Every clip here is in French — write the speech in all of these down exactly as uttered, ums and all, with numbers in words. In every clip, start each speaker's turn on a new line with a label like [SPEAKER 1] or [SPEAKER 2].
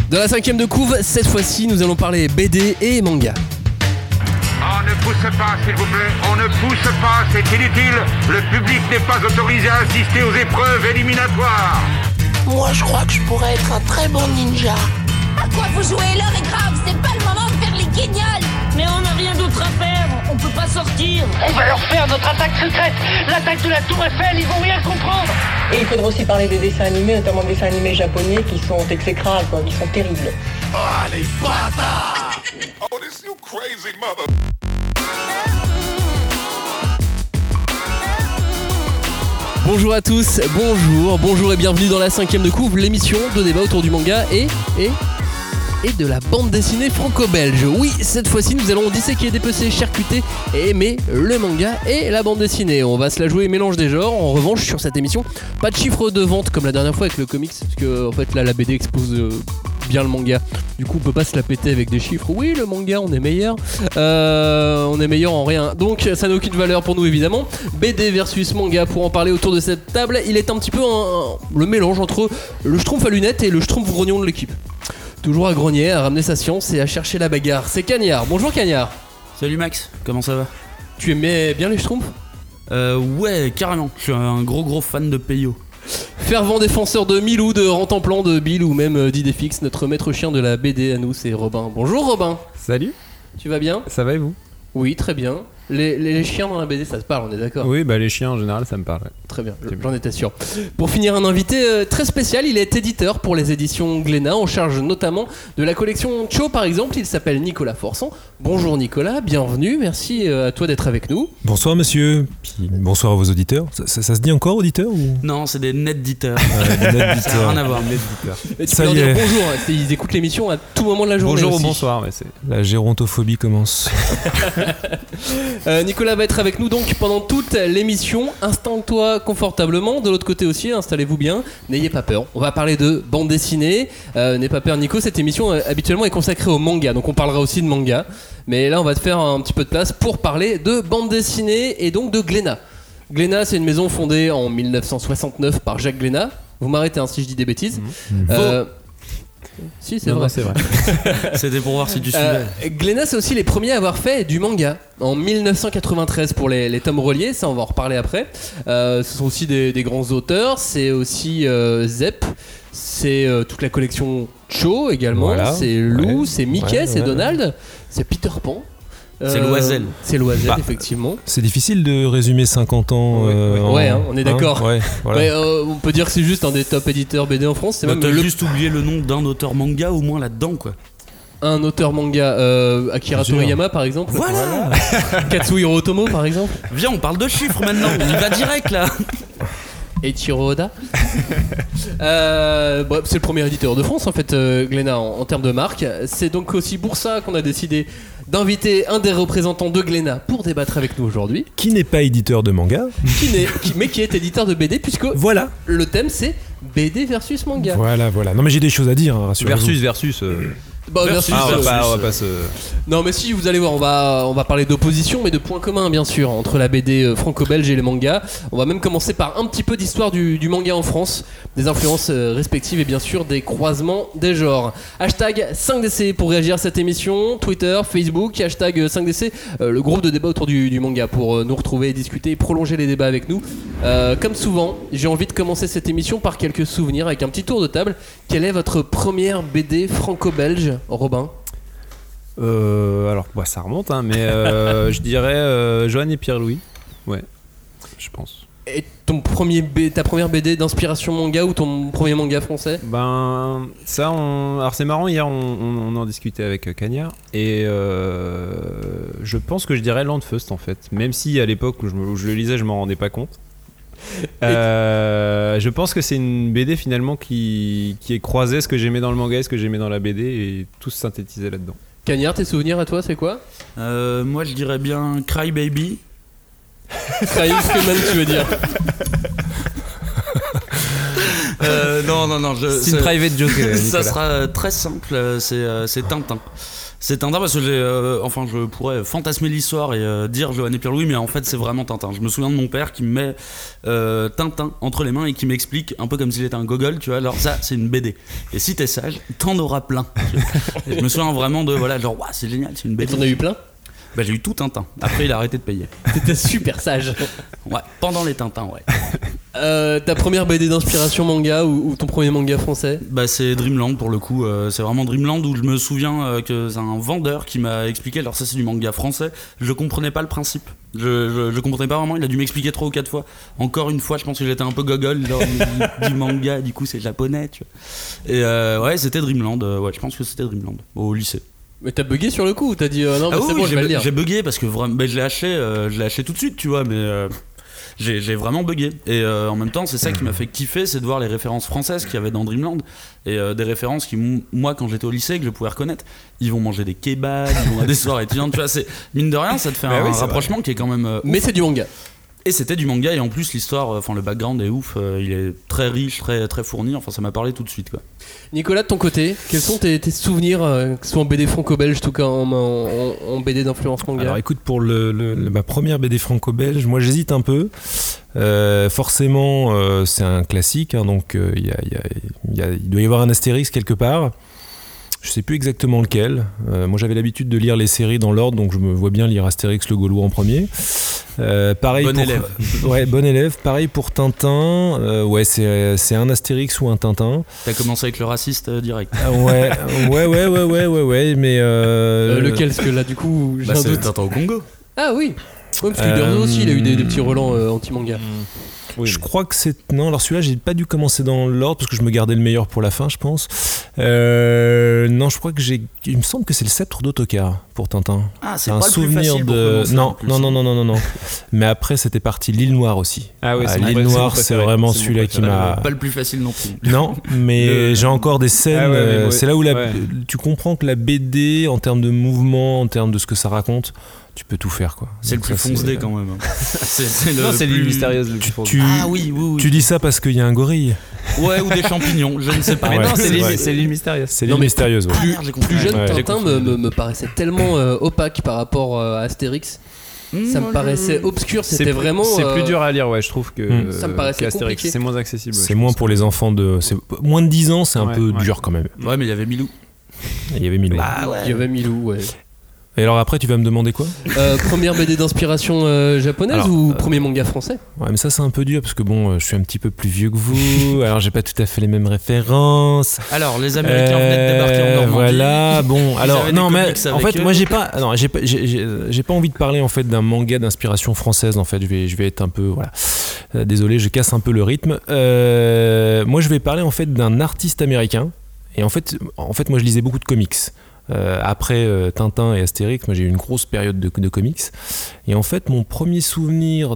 [SPEAKER 1] Dans la cinquième de couve, cette fois-ci, nous allons parler B D et manga.
[SPEAKER 2] On ne pousse pas, s'il vous plaît. On ne pousse pas, c'est inutile. Le public n'est pas autorisé à assister aux épreuves éliminatoires.
[SPEAKER 3] Moi, je crois que je pourrais être un très bon ninja.
[SPEAKER 4] À quoi vous jouez? L'heure est grave, c'est pas le moment de faire les guignols.
[SPEAKER 5] Mais on n'a rien d'autre à faire, on peut pas sortir.
[SPEAKER 6] On va leur faire notre attaque secrète, l'attaque de la Tour Eiffel, ils vont rien comprendre.
[SPEAKER 7] Et il faudra aussi parler des dessins animés, notamment des dessins animés japonais qui sont exécrables, quoi, qui sont terribles.
[SPEAKER 2] Oh, les bâtards!
[SPEAKER 8] Oh, this you crazy mother...
[SPEAKER 1] Bonjour à tous, bonjour, bonjour et bienvenue dans la cinquième de couve, l'émission de débat autour du manga et, et, et de la bande dessinée franco-belge. Oui, cette fois-ci nous allons disséquer, dépecer, charcuter et aimer le manga et la bande dessinée. On va se la jouer mélange des genres. En revanche, sur cette émission, pas de chiffre de vente comme la dernière fois avec le comics, parce que en fait là la B D expose euh, bien le manga. Du coup on peut pas se la péter avec des chiffres. Oui, le manga on est meilleur, euh, on est meilleur en rien. Donc ça n'a aucune valeur pour nous évidemment. B D versus manga, pour en parler autour de cette table, il est un petit peu un, le mélange entre le schtroumpf à lunettes et le schtroumpf grognon de l'équipe. Toujours à grogner, à ramener sa science et à chercher la bagarre. C'est Cagnard. Bonjour Cagnard.
[SPEAKER 9] Salut Max, comment ça va?
[SPEAKER 1] Tu aimais bien les schtroumpfs?
[SPEAKER 9] Euh ouais, carrément. Je suis un gros gros fan de Peyo.
[SPEAKER 1] Fervent défenseur de Milou, de Rantanplan, de Bill ou même d'Idéfix, notre maître chien de la B D à nous, c'est Robin. Bonjour Robin.
[SPEAKER 10] Salut.
[SPEAKER 1] Tu vas bien?
[SPEAKER 10] Ça va et vous?
[SPEAKER 1] Oui, très bien. Les, les, les chiens dans la B D, ça se parle, on est d'accord?
[SPEAKER 10] Oui, bah les chiens en général, ça me parle. Ouais.
[SPEAKER 1] Très bien, j'en étais sûr. Pour finir, un invité euh, très spécial, il est éditeur pour les éditions Glénat, en charge notamment de la collection Cho par exemple, il s'appelle Nicolas Forçant. Bonjour Nicolas, bienvenue, merci euh, à toi d'être avec nous.
[SPEAKER 11] Bonsoir monsieur, puis bonsoir à vos auditeurs. Ça, ça, ça se dit encore auditeur ou...
[SPEAKER 9] Non, c'est des net-diteurs.
[SPEAKER 11] Ouais, des net-diteurs.
[SPEAKER 9] Ça n'a rien à voir.
[SPEAKER 1] Et tu ça peux leur dire bonjour, ils écoutent l'émission à tout moment de la journée.
[SPEAKER 10] Bonjour
[SPEAKER 1] aussi.
[SPEAKER 10] ou bonsoir, ouais, c'est...
[SPEAKER 11] La gérontophobie commence.
[SPEAKER 1] euh, Nicolas va être avec nous donc pendant toute l'émission. Installe-toi confortablement. De l'autre côté aussi, installez-vous bien. N'ayez pas peur. On va parler de bande dessinée. Euh, n'ayez pas peur, Nico. Cette émission euh, habituellement est consacrée au manga, donc on parlera aussi de manga. Mais là, on va te faire un petit peu de place pour parler de bande dessinée et donc de Glénat. Glénat, c'est une maison fondée en dix-neuf cent soixante-neuf par Jacques Glénat. Vous m'arrêtez hein, si je dis des bêtises.
[SPEAKER 10] Mmh.
[SPEAKER 1] Euh, Si, c'est
[SPEAKER 10] non,
[SPEAKER 1] vrai.
[SPEAKER 10] Non, c'est vrai.
[SPEAKER 9] C'était pour voir si tu suivais.
[SPEAKER 1] Euh, Glénat, c'est aussi les premiers à avoir fait du manga. En dix-neuf cent quatre-vingt-treize pour les, les tomes reliés, ça on va en reparler après. Euh, ce sont aussi des, des grands auteurs. C'est aussi euh, Zep. C'est euh, toute la collection Cho également. Voilà. C'est Lou, ouais. C'est Mickey, ouais, c'est ouais, Donald. Ouais. C'est Peter Pan.
[SPEAKER 9] C'est euh, Loisel.
[SPEAKER 1] C'est Loisel, bah, effectivement.
[SPEAKER 11] C'est difficile de résumer cinquante ans. Euh,
[SPEAKER 1] ouais, ouais en, hein, on est d'accord.
[SPEAKER 11] Hein, ouais, voilà.
[SPEAKER 1] ouais, euh, on peut dire que c'est juste un des top éditeurs B D en France. C'est
[SPEAKER 9] bah,
[SPEAKER 1] même
[SPEAKER 9] t'as
[SPEAKER 1] le...
[SPEAKER 9] juste oublié le nom d'un auteur manga au moins là-dedans, quoi.
[SPEAKER 1] Un auteur manga, euh, Akira Toriyama par exemple.
[SPEAKER 9] Voilà.
[SPEAKER 1] Katsuhiro Otomo par exemple.
[SPEAKER 9] Viens, on parle de chiffres maintenant. On y va direct là.
[SPEAKER 1] Eiichiro Oda. euh, bon, c'est le premier éditeur de France en fait, euh, Glénat, en, en termes de marque. C'est donc aussi pour ça qu'on a décidé d'inviter un des représentants de Glénat pour débattre avec nous aujourd'hui.
[SPEAKER 11] Qui n'est pas éditeur de manga,
[SPEAKER 1] qui n'est, qui, mais qui est éditeur de B D, puisque
[SPEAKER 11] voilà.
[SPEAKER 1] Le thème c'est B D versus manga.
[SPEAKER 11] Voilà, voilà. Non mais j'ai des choses à dire. Hein,
[SPEAKER 10] versus, versus. Euh...
[SPEAKER 1] Bah, versus,
[SPEAKER 10] ah, on va
[SPEAKER 1] euh,
[SPEAKER 10] pas, on va pas se...
[SPEAKER 1] Non mais si, vous allez voir, on va, on va parler d'opposition, mais de points communs bien sûr entre la B D franco-belge et les mangas. On va même commencer par un petit peu d'histoire du, du manga en France, des influences euh, respectives et bien sûr des croisements des genres. Hashtag cinq D C pour réagir à cette émission, Twitter, Facebook, hashtag cinq D C, euh, le groupe de débat autour du, du manga pour euh, nous retrouver, discuter et prolonger les débats avec nous. Euh, comme souvent, j'ai envie de commencer cette émission par quelques souvenirs avec un petit tour de table. Quelle est votre première B D franco-belge, Robin?
[SPEAKER 10] euh, Alors, bah, ça remonte, hein, mais euh, je dirais euh, Johan et Pierre-Louis. Ouais, je pense.
[SPEAKER 1] Et ton premier B, ta première B D d'inspiration manga ou ton premier manga français?
[SPEAKER 10] Ben, ça, on... alors c'est marrant, hier on, on, on en discutait avec Cagnard et euh, je pense que je dirais Landfeust en fait, même si à l'époque où je, me, où je le lisais, je m'en rendais pas compte. Euh, je pense que c'est une B D finalement qui, qui est croisée ce que j'aimais dans le manga et ce que j'aimais dans la B D et tout se synthétisait là-dedans.
[SPEAKER 1] Cagnard, tes souvenirs à toi, c'est quoi?
[SPEAKER 9] euh, Moi je dirais bien Cry Baby.
[SPEAKER 1] Cry Freeman, tu veux dire?
[SPEAKER 9] euh, Non, non, non. Je,
[SPEAKER 10] c'est une private joke.
[SPEAKER 9] Ça sera très simple, c'est, c'est Tintin. C'est Tintin parce que j'ai, euh, enfin, je pourrais fantasmer l'histoire et euh, dire Johan et Pierre-Louis, mais en fait, c'est vraiment Tintin. Je me souviens de mon père qui me met euh, Tintin entre les mains et qui m'explique un peu comme s'il était un gogol, tu vois. Alors ça, c'est une B D. Et si t'es sage, t'en auras plein. Et je me souviens vraiment de voilà, genre, waouh, c'est génial, c'est une B D.
[SPEAKER 1] Et t'en as eu plein?
[SPEAKER 9] Bah, j'ai eu tout Tintin. Après, il a arrêté de payer.
[SPEAKER 1] T'étais super sage.
[SPEAKER 9] Ouais, pendant les Tintins, ouais.
[SPEAKER 1] Euh, ta première B D d'inspiration manga ou, ou ton premier manga français?
[SPEAKER 9] Bah, c'est Dreamland pour le coup. Euh, c'est vraiment Dreamland où je me souviens euh, que c'est un vendeur qui m'a expliqué. Alors, ça, c'est du manga français. Je comprenais pas le principe. Je, je, je comprenais pas vraiment. Il a dû m'expliquer trois ou quatre fois. Encore une fois, je pense que j'étais un peu gogol lors du, du manga. Du coup, c'est japonais, tu vois. Et euh, ouais, c'était Dreamland. Euh, ouais, je pense que c'était Dreamland au lycée.
[SPEAKER 1] Mais t'as bugué sur le coup ou t'as dit euh, non,
[SPEAKER 9] ah
[SPEAKER 1] bah, c'est
[SPEAKER 9] oui,
[SPEAKER 1] bon, je vais le lire?
[SPEAKER 9] J'ai bugué parce que vraiment, bah, je l'ai acheté, euh, je l'ai acheté tout de suite, tu vois, mais euh, j'ai, j'ai vraiment bugué. Et euh, en même temps, c'est ça qui m'a fait kiffer, c'est de voir les références françaises qu'il y avait dans Dreamland et euh, des références qui, moi, quand j'étais au lycée, que je pouvais reconnaître. Ils vont manger des kebabs, ils vont à des soirées étudiantes, tu vois, c'est mine de rien, ça te fait bah un, oui, rapprochement vrai. Qui est quand même. Euh,
[SPEAKER 1] mais c'est du manga.
[SPEAKER 9] Et c'était du manga et en plus l'histoire, enfin le background est ouf, euh, il est très riche, très très fourni. Enfin ça m'a parlé tout de suite quoi.
[SPEAKER 1] Nicolas, de ton côté, quels sont tes, tes souvenirs, euh, que ce soit en B D franco-belge, en tout cas en, en, en B D d'influence manga?
[SPEAKER 11] Alors écoute, pour le, le, le, ma première B D franco-belge, moi j'hésite un peu. Euh, forcément, euh, c'est un classique, hein, donc euh, y a, y a, y a, il doit y avoir un Astérix quelque part. Je sais plus exactement lequel. Euh, moi, j'avais l'habitude de lire les séries dans l'ordre, donc je me vois bien lire Astérix le Gaulois en premier. Euh, pareil
[SPEAKER 9] bon
[SPEAKER 11] pour...
[SPEAKER 9] élève.
[SPEAKER 11] Ouais, bon élève. Pareil pour Tintin. Euh, ouais, c'est, c'est un Astérix ou un Tintin.
[SPEAKER 9] T'as commencé avec le raciste euh, direct.
[SPEAKER 11] Ah, ouais, ouais, ouais, ouais, ouais, ouais, ouais, mais. Euh...
[SPEAKER 1] Euh, lequel? Parce que là, du coup, j'ai
[SPEAKER 9] bah,
[SPEAKER 1] un
[SPEAKER 9] c'est
[SPEAKER 1] doute.
[SPEAKER 9] Tintin au Congo.
[SPEAKER 1] Ah oui. Ouais, parce que Uderzo euh... aussi, il a eu des, des petits relents euh, anti-manga.
[SPEAKER 11] Oui, je mais... crois que c'est... Non, alors celui-là, j'ai pas dû commencer dans l'ordre parce que je me gardais le meilleur pour la fin, je pense. Euh... Non, je crois que j'ai... Il me semble que c'est le sceptre d'Ottokar pour Tintin.
[SPEAKER 9] Ah, c'est,
[SPEAKER 11] c'est
[SPEAKER 9] pas
[SPEAKER 11] un
[SPEAKER 9] le
[SPEAKER 11] souvenir
[SPEAKER 9] plus
[SPEAKER 11] de...
[SPEAKER 9] Pour
[SPEAKER 11] non, non, non, non, non, non, non. Mais après, c'était parti l'île Noire aussi.
[SPEAKER 10] Ah oui,
[SPEAKER 11] ah,
[SPEAKER 10] c'est
[SPEAKER 11] l'île
[SPEAKER 10] vrai,
[SPEAKER 11] Noire, c'est,
[SPEAKER 10] c'est
[SPEAKER 11] vraiment
[SPEAKER 10] c'est
[SPEAKER 11] celui-là qui m'a...
[SPEAKER 9] Pas le plus facile non plus.
[SPEAKER 11] Non, mais le... j'ai encore des scènes... Ah ouais, ouais, c'est là où la... ouais. tu comprends que la B D, en termes de mouvement, en termes de ce que ça raconte... Tu peux tout faire quoi.
[SPEAKER 9] C'est
[SPEAKER 11] donc
[SPEAKER 9] le plus fonce-dé quand même.
[SPEAKER 10] c'est, c'est, le non, c'est l'île mystérieuse. Le
[SPEAKER 11] tu,
[SPEAKER 10] plus
[SPEAKER 11] tu,
[SPEAKER 9] ah oui, oui, oui.
[SPEAKER 11] Tu dis ça parce qu'il y a un gorille.
[SPEAKER 9] Ouais, ou des champignons, je ne sais pas.
[SPEAKER 10] Mais
[SPEAKER 9] ouais,
[SPEAKER 10] non, c'est,
[SPEAKER 9] c'est,
[SPEAKER 10] l'île, c'est l'île mystérieuse.
[SPEAKER 11] C'est l'île non, mystérieuse. Ouais.
[SPEAKER 1] Plus,
[SPEAKER 9] ah,
[SPEAKER 1] plus jeune,
[SPEAKER 11] ouais,
[SPEAKER 1] Tintin me, me, me paraissait tellement euh, opaque par rapport euh, à Astérix. Mmh, ça me paraissait obscur, c'était
[SPEAKER 10] c'est
[SPEAKER 1] vraiment.
[SPEAKER 10] C'est
[SPEAKER 1] euh...
[SPEAKER 10] plus dur à lire, ouais, je trouve que.
[SPEAKER 1] Mmh. Ça me paraissait
[SPEAKER 10] Astérix,
[SPEAKER 1] compliqué.
[SPEAKER 10] c'est moins accessible.
[SPEAKER 11] C'est moins pour les enfants de. C'est... Moins de dix ans, c'est un ouais, peu ouais. dur quand même.
[SPEAKER 9] Ouais, mais il y avait Milou.
[SPEAKER 11] Il y avait Milou.
[SPEAKER 1] Ah ouais. Il y avait Milou, ouais.
[SPEAKER 11] Et alors après, tu vas me demander quoi?
[SPEAKER 1] euh, Première B D d'inspiration euh, japonaise alors, ou euh, premier manga français?
[SPEAKER 11] Ouais, mais ça c'est un peu dur parce que bon, je suis un petit peu plus vieux que vous, alors j'ai pas tout à fait les mêmes références.
[SPEAKER 9] Alors les Américains euh, venaient de débarquer en Normandie.
[SPEAKER 11] Voilà, bon, alors non mais en fait,
[SPEAKER 9] eux.
[SPEAKER 11] moi j'ai pas, non, j'ai pas, j'ai, j'ai, j'ai pas envie de parler en fait d'un manga d'inspiration française. En fait, je vais, je vais être un peu, voilà, euh, désolé, je casse un peu le rythme. Euh, moi, je vais parler en fait d'un artiste américain. Et en fait, en fait, moi, je lisais beaucoup de comics. Euh, après euh, Tintin et Astérix, moi j'ai eu une grosse période de, de comics. Et en fait, mon premier souvenir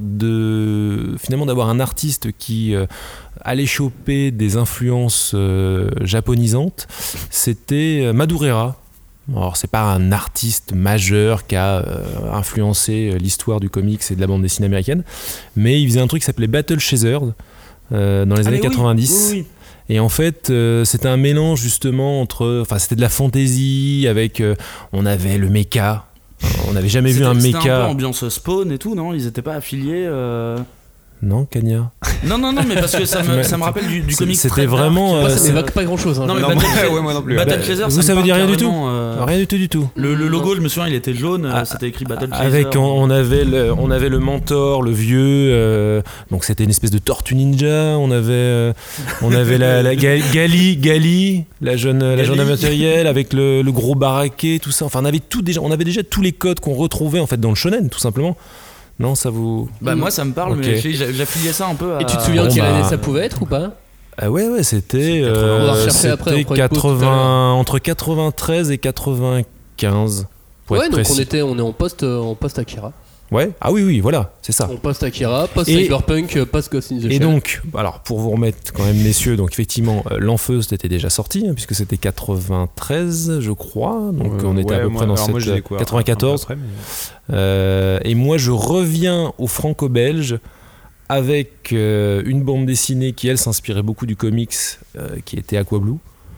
[SPEAKER 11] de finalement d'avoir un artiste qui euh, allait choper des influences euh, japonisantes, c'était euh, Madureira. Alors c'est pas un artiste majeur qui a euh, influencé l'histoire du comics et de la bande dessinée américaine, mais il faisait un truc qui s'appelait Battle Chasers euh, dans les ah années quatre-vingt-dix. Oui, oui, oui. Et en fait, euh, c'était un mélange justement entre, enfin, c'était de la fantasy avec, euh, on avait le mecha. On n'avait jamais
[SPEAKER 9] c'était,
[SPEAKER 11] vu un
[SPEAKER 9] c'était
[SPEAKER 11] mecha.
[SPEAKER 9] C'était un peu ambiance Spawn et tout, non? Ils n'étaient pas affiliés. Euh...
[SPEAKER 11] Non, Kanya.
[SPEAKER 9] Non, non, non, mais parce que ça me, ça me rappelle du, du comic.
[SPEAKER 11] C'était vraiment.
[SPEAKER 1] Moi, ça m'évoque pas grand chose. Hein.
[SPEAKER 9] Non, mais
[SPEAKER 10] non,
[SPEAKER 9] Battle,
[SPEAKER 10] moi, ouais, moi non plus.
[SPEAKER 9] Battle Chaser,
[SPEAKER 11] vous, ça veut dire rien du tout.
[SPEAKER 9] Euh...
[SPEAKER 11] Rien du tout, du tout.
[SPEAKER 9] Le, le logo, je me souviens, il était jaune. Ah, c'était écrit Battle Chaser.
[SPEAKER 11] Avec, on, on, avait le, on avait le mentor, le vieux. Euh, donc, c'était une espèce de tortue ninja. On avait, euh, on avait la, la Gali, Gali, la jeune, Gali. La jeune aventurière, avec le, le gros baraquet, tout ça. Enfin, on avait tout déjà. On avait déjà tous les codes qu'on retrouvait en fait dans le shonen, tout simplement. Non, ça vous...
[SPEAKER 9] Bah moi ça me parle, okay. mais j'affiliais ça un peu à...
[SPEAKER 1] Et tu te souviens bon, quelle bah... année ça pouvait être ou pas?
[SPEAKER 11] Ah ouais, ouais, c'était... Euh, c'était après, quatre-vingts, entre quatre-vingt-treize et quatre-vingt-quinze.
[SPEAKER 1] Ouais, donc
[SPEAKER 11] précis.
[SPEAKER 1] on, était, on est en post, en post Akira.
[SPEAKER 11] Ouais, ah oui, oui, voilà, c'est ça.
[SPEAKER 1] On post Akira, post Cyberpunk, post Ghost in the Shell.
[SPEAKER 11] Et donc, alors pour vous remettre quand même, messieurs, donc effectivement, euh, l'Enfeust était déjà sorti, hein, puisque c'était quatre-vingt-treize, je crois. Donc euh, on était ouais, à peu moi, près dans cette. Moi, quoi, quatre-vingt-quatorze. Après, mais... euh, et moi, je reviens au franco-belge avec euh, une bande dessinée qui, elle, s'inspirait beaucoup du comics, euh, qui était Aquablue.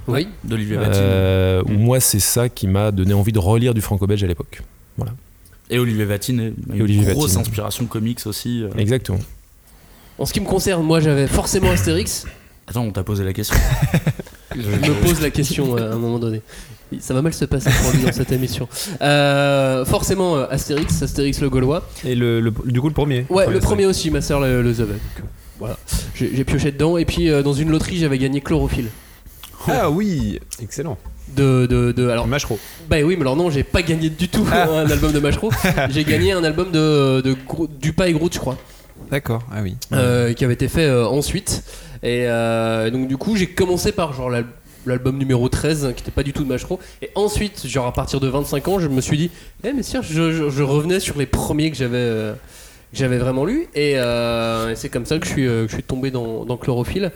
[SPEAKER 1] Oui.
[SPEAKER 9] d'Olivier Vatine.
[SPEAKER 11] Euh, où moi, c'est ça qui m'a donné envie de relire du franco-belge à l'époque. Voilà.
[SPEAKER 9] Et Olivier Vatine est une
[SPEAKER 11] Olivier
[SPEAKER 9] grosse
[SPEAKER 11] Vatine.
[SPEAKER 9] inspiration comics aussi. euh.
[SPEAKER 11] Exactement.
[SPEAKER 1] En ce qui me concerne, moi j'avais forcément Astérix.
[SPEAKER 9] Attends, on t'a posé la question.
[SPEAKER 1] Je me pose la question euh, à un moment donné. Ça va mal se passer pour lui dans cette émission. Euh, forcément euh, Astérix, Astérix le Gaulois.
[SPEAKER 10] Et le, le- du coup, le premier.
[SPEAKER 1] Ouais, le premier aussi, ma soeur le, le avait. Donc, euh, voilà, j'ai, j'ai pioché dedans. Et puis euh, dans une loterie, j'avais gagné Chlorophylle.
[SPEAKER 10] Ah oui, excellent.
[SPEAKER 1] De, de, de alors.
[SPEAKER 10] Mâchereau.
[SPEAKER 1] Bah oui, mais alors non, j'ai pas gagné du tout un album de Mâchereau. J'ai gagné un album de, de Gro- Dupas et Groot, je crois.
[SPEAKER 10] D'accord, ah oui.
[SPEAKER 1] Euh, qui avait été fait euh, ensuite. Et euh, donc du coup, j'ai commencé par genre l'al- l'album numéro treize, qui était pas du tout de Mâchereau. Et ensuite, genre à partir de vingt-cinq ans, je me suis dit, eh mais tiens, je, je, je revenais sur les premiers que j'avais, euh, que j'avais vraiment lus. Et, euh, et c'est comme ça que je suis, euh, que je suis tombé dans, dans Chlorophylle.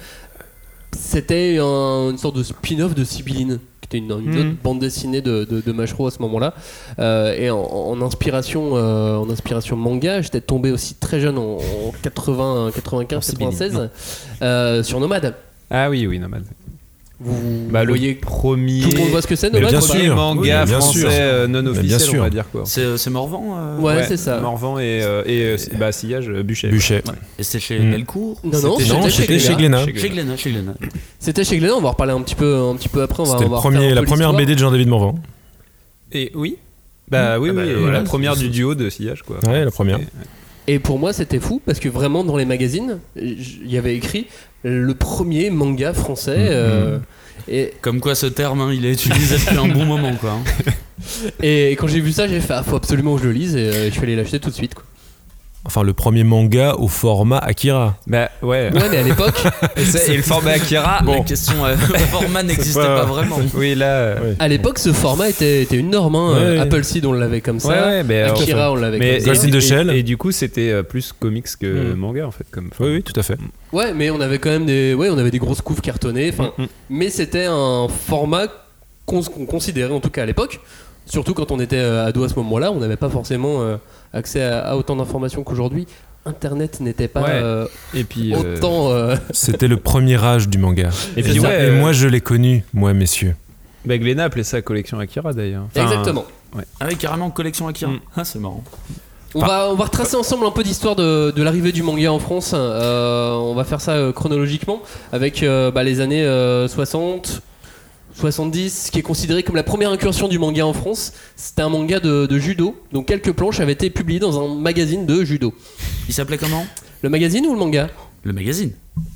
[SPEAKER 1] C'était un- une sorte de spin-off de Sibylline, qui était une, une
[SPEAKER 10] Mm.
[SPEAKER 1] autre bande dessinée de, de, de Mâchereau à ce moment-là. Euh, et en, en inspiration, euh, en inspiration manga, j'étais tombé aussi très jeune en, en quatre-vingts, quatre-vingt-quinze,
[SPEAKER 10] Sibylline,
[SPEAKER 1] quatre-vingt-seize, euh, sur Nomade.
[SPEAKER 10] Ah oui, oui, Nomade.
[SPEAKER 1] Vous
[SPEAKER 10] Bah, le
[SPEAKER 1] voyez,
[SPEAKER 10] premier.
[SPEAKER 1] tout le monde voit ce que c'est,
[SPEAKER 11] Mais
[SPEAKER 1] Nomade
[SPEAKER 11] bien
[SPEAKER 1] ou pas
[SPEAKER 11] sûr.
[SPEAKER 10] Premier manga
[SPEAKER 11] Oui, bien
[SPEAKER 10] français
[SPEAKER 11] sûr.
[SPEAKER 10] euh, non
[SPEAKER 11] Mais bien
[SPEAKER 10] officiel,
[SPEAKER 11] sûr.
[SPEAKER 10] on va dire quoi.
[SPEAKER 9] C'est, c'est Morvan euh,
[SPEAKER 1] Ouais, c'est ça.
[SPEAKER 10] Morvan et, euh, et euh, bah, Sillage, euh, Buchet.
[SPEAKER 11] Buchet.
[SPEAKER 9] Et c'était chez
[SPEAKER 11] Mm.
[SPEAKER 9] Delcourt.
[SPEAKER 1] Non, non,
[SPEAKER 11] Non, c'était chez Glénat.
[SPEAKER 9] Chez Glénat, chez Glénat.
[SPEAKER 1] C'était chez Glénat, on va en reparler un petit peu, un petit peu après. On va,
[SPEAKER 11] C'était
[SPEAKER 1] on
[SPEAKER 11] le
[SPEAKER 1] va refaire
[SPEAKER 11] premier,
[SPEAKER 1] un
[SPEAKER 11] la
[SPEAKER 1] peu
[SPEAKER 11] première
[SPEAKER 1] l'histoire.
[SPEAKER 11] B D de Jean-David Morvan.
[SPEAKER 10] Et oui. Bah oui,
[SPEAKER 9] Ah bah,
[SPEAKER 10] oui,
[SPEAKER 9] voilà,
[SPEAKER 10] la première
[SPEAKER 9] c'est-
[SPEAKER 10] du duo de Sillage, quoi.
[SPEAKER 11] Ouais, la première.
[SPEAKER 1] Et pour moi, c'était fou parce que vraiment, dans les magazines, il y avait écrit le premier manga français.
[SPEAKER 11] Mmh.
[SPEAKER 1] euh, et,
[SPEAKER 9] Comme quoi ce terme, hein, il est utilisé depuis un bon moment, quoi. hein.
[SPEAKER 1] et quand j'ai vu ça, j'ai fait ah, faut absolument que je le lise et euh, je suis allé l'acheter tout de suite. Quoi.
[SPEAKER 11] Enfin, le premier manga au format Akira.
[SPEAKER 10] Bah ouais.
[SPEAKER 1] Ouais, mais à l'époque,
[SPEAKER 10] Et, c'est- et le format Akira,
[SPEAKER 9] La
[SPEAKER 10] bon.
[SPEAKER 9] question, euh, le format n'existait
[SPEAKER 10] pas-
[SPEAKER 9] pas vraiment.
[SPEAKER 10] Oui, là. euh,
[SPEAKER 11] Ouais.
[SPEAKER 1] à l'époque, ce format était, était une norme. Hein.
[SPEAKER 11] Ouais,
[SPEAKER 1] Euh,
[SPEAKER 11] ouais.
[SPEAKER 1] Appleseed, on l'avait comme ça.
[SPEAKER 10] Ouais, ouais, mais alors,
[SPEAKER 1] Akira, on l'avait
[SPEAKER 10] mais
[SPEAKER 1] comme ça.
[SPEAKER 11] Ghost in the
[SPEAKER 10] et,
[SPEAKER 11] Shell.
[SPEAKER 10] et, et du coup, c'était euh, plus comics que
[SPEAKER 11] Mm.
[SPEAKER 10] manga en fait. Comme,
[SPEAKER 11] Oui, oui, tout à fait.
[SPEAKER 1] Ouais, mais on avait quand même des, ouais, on avait des grosses couves cartonnées. Enfin,
[SPEAKER 10] Mm, mm.
[SPEAKER 1] mais c'était un format qu'on, qu'on considérait en tout cas à l'époque. Surtout quand on était euh, ado à ce moment-là, on n'avait pas forcément euh, accès à, à autant d'informations qu'aujourd'hui. Internet n'était pas
[SPEAKER 10] Ouais.
[SPEAKER 1] euh,
[SPEAKER 10] Et puis. euh,
[SPEAKER 1] autant. euh,
[SPEAKER 11] C'était le premier âge du manga.
[SPEAKER 10] Et
[SPEAKER 11] Et,
[SPEAKER 10] puis,
[SPEAKER 11] moi-
[SPEAKER 10] ouais,
[SPEAKER 11] et
[SPEAKER 10] euh,
[SPEAKER 11] moi, je l'ai connu, moi, messieurs.
[SPEAKER 10] Bah, Glénat appelait ça collection Akira d'ailleurs. Enfin,
[SPEAKER 1] Exactement.
[SPEAKER 9] Ah oui, carrément, collection Akira.
[SPEAKER 10] Mm.
[SPEAKER 9] Ah, c'est marrant.
[SPEAKER 1] On va, on va retracer ensemble un peu d'histoire de, de l'arrivée du manga en France. Euh, on va faire ça euh, chronologiquement avec euh, bah, les années euh, soixante, soixante-dix, qui est considéré comme la première incursion du manga en France. C'était un manga de, de judo. Donc quelques planches avaient été publiées dans un magazine de judo.
[SPEAKER 9] Il s'appelait comment?
[SPEAKER 1] Le magazine ou le manga?
[SPEAKER 9] Le magazine.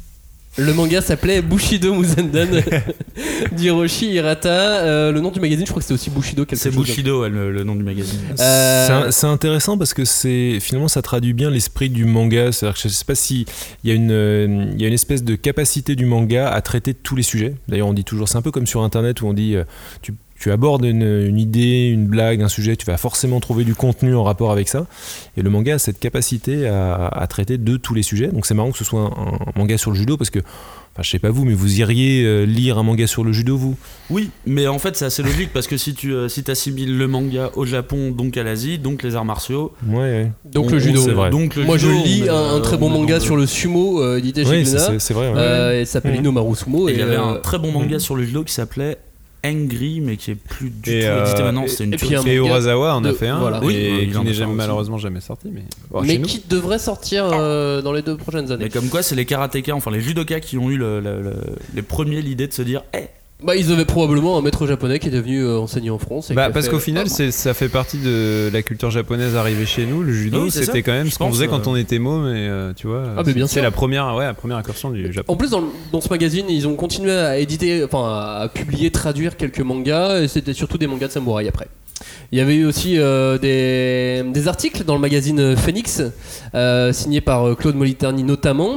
[SPEAKER 1] Le manga s'appelait Bushido Musandan d'Hiroshi Hirata. Euh, le nom du magazine, je crois que c'était aussi Bushido quelque
[SPEAKER 9] C'est
[SPEAKER 1] chose.
[SPEAKER 9] Bushido, ouais, le, le nom du magazine.
[SPEAKER 1] Euh,
[SPEAKER 11] C'est un- C'est intéressant parce que c'est finalement ça traduit bien l'esprit du manga. C'est-à-dire que je sais pas si il y a une euh, il y a une espèce de capacité du manga à traiter tous les sujets. D'ailleurs, on dit toujours, c'est un peu comme sur Internet où on dit euh, tu tu abordes une, une idée, une blague, un sujet, tu vas forcément trouver du contenu en rapport avec ça. Et le manga a cette capacité à, à traiter de tous les sujets. Donc c'est marrant que ce soit un, un manga sur le judo parce que, enfin, je sais pas vous, mais vous iriez euh, lire un manga sur le judo, vous?
[SPEAKER 9] Oui, mais en fait c'est assez logique parce que si tu euh, si t'assimiles le manga au Japon, donc à l'Asie, donc les arts martiaux,
[SPEAKER 11] Ouais, ouais.
[SPEAKER 1] Donc
[SPEAKER 9] on-
[SPEAKER 1] le judo.
[SPEAKER 11] c'est vrai.
[SPEAKER 9] Donc le
[SPEAKER 1] Moi je
[SPEAKER 9] judo, on
[SPEAKER 1] lis
[SPEAKER 9] est,
[SPEAKER 1] un,
[SPEAKER 9] euh,
[SPEAKER 1] un très bon
[SPEAKER 9] on est
[SPEAKER 1] manga
[SPEAKER 9] dans
[SPEAKER 1] sur le sumo euh, édité chez
[SPEAKER 11] Ouais,
[SPEAKER 1] Glénat.
[SPEAKER 11] c'est c'est vrai. ouais.
[SPEAKER 1] Euh, il s'appelle
[SPEAKER 11] Mhm.
[SPEAKER 1] Inomaru-sumo.
[SPEAKER 9] Et
[SPEAKER 1] Et
[SPEAKER 9] il y avait
[SPEAKER 1] euh,
[SPEAKER 9] un très bon manga sur le judo qui s'appelait Angry, mais qui est plus du
[SPEAKER 10] Et,
[SPEAKER 9] tout
[SPEAKER 10] euh,
[SPEAKER 9] édité maintenant.
[SPEAKER 10] et-
[SPEAKER 9] C'était une
[SPEAKER 1] et puis
[SPEAKER 9] tuerie.
[SPEAKER 1] un
[SPEAKER 10] Et
[SPEAKER 1] manga
[SPEAKER 10] Urasawa en a
[SPEAKER 1] de-
[SPEAKER 10] fait un.
[SPEAKER 1] voilà.
[SPEAKER 9] Oui,
[SPEAKER 10] et
[SPEAKER 9] il
[SPEAKER 10] qui
[SPEAKER 9] en a
[SPEAKER 10] n'est
[SPEAKER 9] fait
[SPEAKER 10] jamais,
[SPEAKER 9] un aussi.
[SPEAKER 10] malheureusement jamais sorti. Mais, bon,
[SPEAKER 1] mais
[SPEAKER 10] chez nous.
[SPEAKER 1] qui devrait sortir euh, dans les deux prochaines années.
[SPEAKER 9] Mais comme quoi, c'est les karatékas, enfin les judokas qui ont eu le- le- le- les premiers l'idée de se dire, hey,
[SPEAKER 1] Bah ils avaient probablement un maître japonais qui est devenu euh, enseigné en France. Et
[SPEAKER 10] Bah,
[SPEAKER 1] qui a
[SPEAKER 10] parce
[SPEAKER 1] fait-
[SPEAKER 10] qu'au final, c'est, ça fait partie de la culture japonaise arrivée chez nous. Le judo,
[SPEAKER 9] Oui, c'est
[SPEAKER 10] c'était
[SPEAKER 9] ça.
[SPEAKER 10] quand même
[SPEAKER 9] Je
[SPEAKER 10] ce qu'on
[SPEAKER 9] pense,
[SPEAKER 10] faisait
[SPEAKER 9] euh,
[SPEAKER 10] quand on était môme, et euh, tu vois.
[SPEAKER 1] Ah, mais bien
[SPEAKER 10] c'est
[SPEAKER 1] sûr.
[SPEAKER 10] la première, ouais, la première incursion du Japon.
[SPEAKER 1] En plus, dans, le- dans ce magazine, ils ont continué à éditer, enfin à publier, traduire quelques mangas, et c'était surtout des mangas de samouraï après. Il y avait eu aussi euh, des, des articles dans le magazine Phoenix, euh, signés par euh, Claude Moliterni notamment.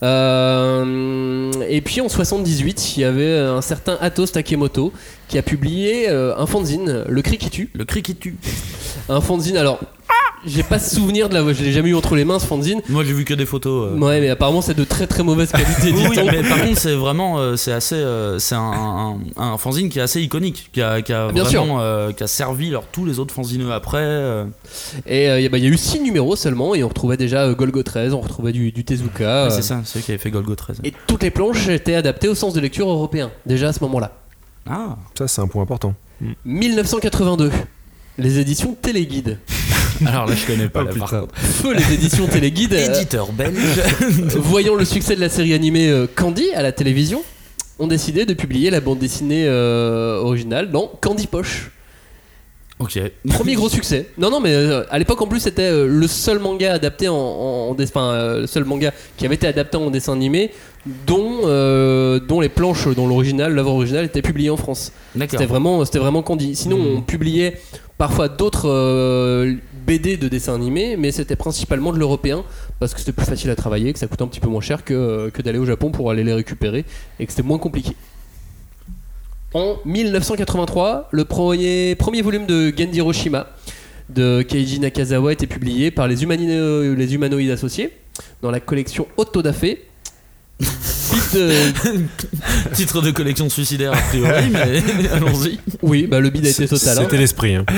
[SPEAKER 1] Euh, et puis en soixante-dix-huit, il y avait un certain Atos Takemoto qui a publié euh, un fanzine, Le Cri qui tue.
[SPEAKER 9] le cri qui tue.
[SPEAKER 1] Un fanzine, alors, j'ai pas souvenir de la. Je l'ai jamais eu entre les mains ce fanzine.
[SPEAKER 9] Moi j'ai vu que des photos. euh.
[SPEAKER 1] Ouais, mais apparemment c'est de très très mauvaise qualité.
[SPEAKER 9] Oui, oui,
[SPEAKER 1] dit-on.
[SPEAKER 9] mais par contre c'est vraiment euh, c'est assez euh, c'est un, un, un fanzine qui est assez iconique, qui a, qui a
[SPEAKER 1] Bien
[SPEAKER 9] vraiment euh, qui a servi alors tous les autres fanzineux après. euh.
[SPEAKER 1] Et il euh, y, a- bah, y a eu six numéros seulement, et on retrouvait déjà euh, Golgo treize, on retrouvait du, du Tezuka.
[SPEAKER 9] Ouais,
[SPEAKER 1] euh,
[SPEAKER 9] c'est ça, c'est eux qui avaient fait Golgo treize.
[SPEAKER 1] Et toutes les planches étaient adaptées au sens de lecture européen, déjà à ce moment-là.
[SPEAKER 9] Ah,
[SPEAKER 11] ça c'est un point important.
[SPEAKER 1] dix-neuf cent quatre-vingt-deux, les éditions Téléguide.
[SPEAKER 9] Alors là, je connais pas.
[SPEAKER 10] Oh,
[SPEAKER 9] là, par
[SPEAKER 10] putain.
[SPEAKER 9] contre.
[SPEAKER 1] Feu les éditions Téléguide. euh,
[SPEAKER 9] Éditeur belge.
[SPEAKER 1] Voyant le succès de la série animée euh, Candy à la télévision, ont décidé de publier la bande dessinée euh, originale dans Candy Poche.
[SPEAKER 9] Ok.
[SPEAKER 1] Premier gros succès. Non, non, mais euh, à l'époque en plus c'était euh, le seul manga adapté en, en, en dessin, euh, le seul manga qui avait été adapté en dessin animé, dont euh, dont les planches dans l'original, l'œuvre originale était publiée en France.
[SPEAKER 9] D'accord.
[SPEAKER 1] C'était vraiment, c'était vraiment Candy. Sinon,
[SPEAKER 9] Mmh.
[SPEAKER 1] on publiait parfois d'autres euh, B D de dessins animés, mais c'était principalement de l'européen parce que c'était plus facile à travailler, que ça coûtait un petit peu moins cher que, que d'aller au Japon pour aller les récupérer et que c'était moins compliqué. En dix-neuf cent quatre-vingt-trois, le premier, premier volume de Genji Hiroshima de Keiji Nakazawa a été publié par les, humani- les humanoïdes associés dans la collection Otodafe. Bide de-
[SPEAKER 9] Titre de collection suicidaire a priori, mais allons-y.
[SPEAKER 1] Oui, bah le bide a été total. hein.
[SPEAKER 11] C'était l'esprit. Hein.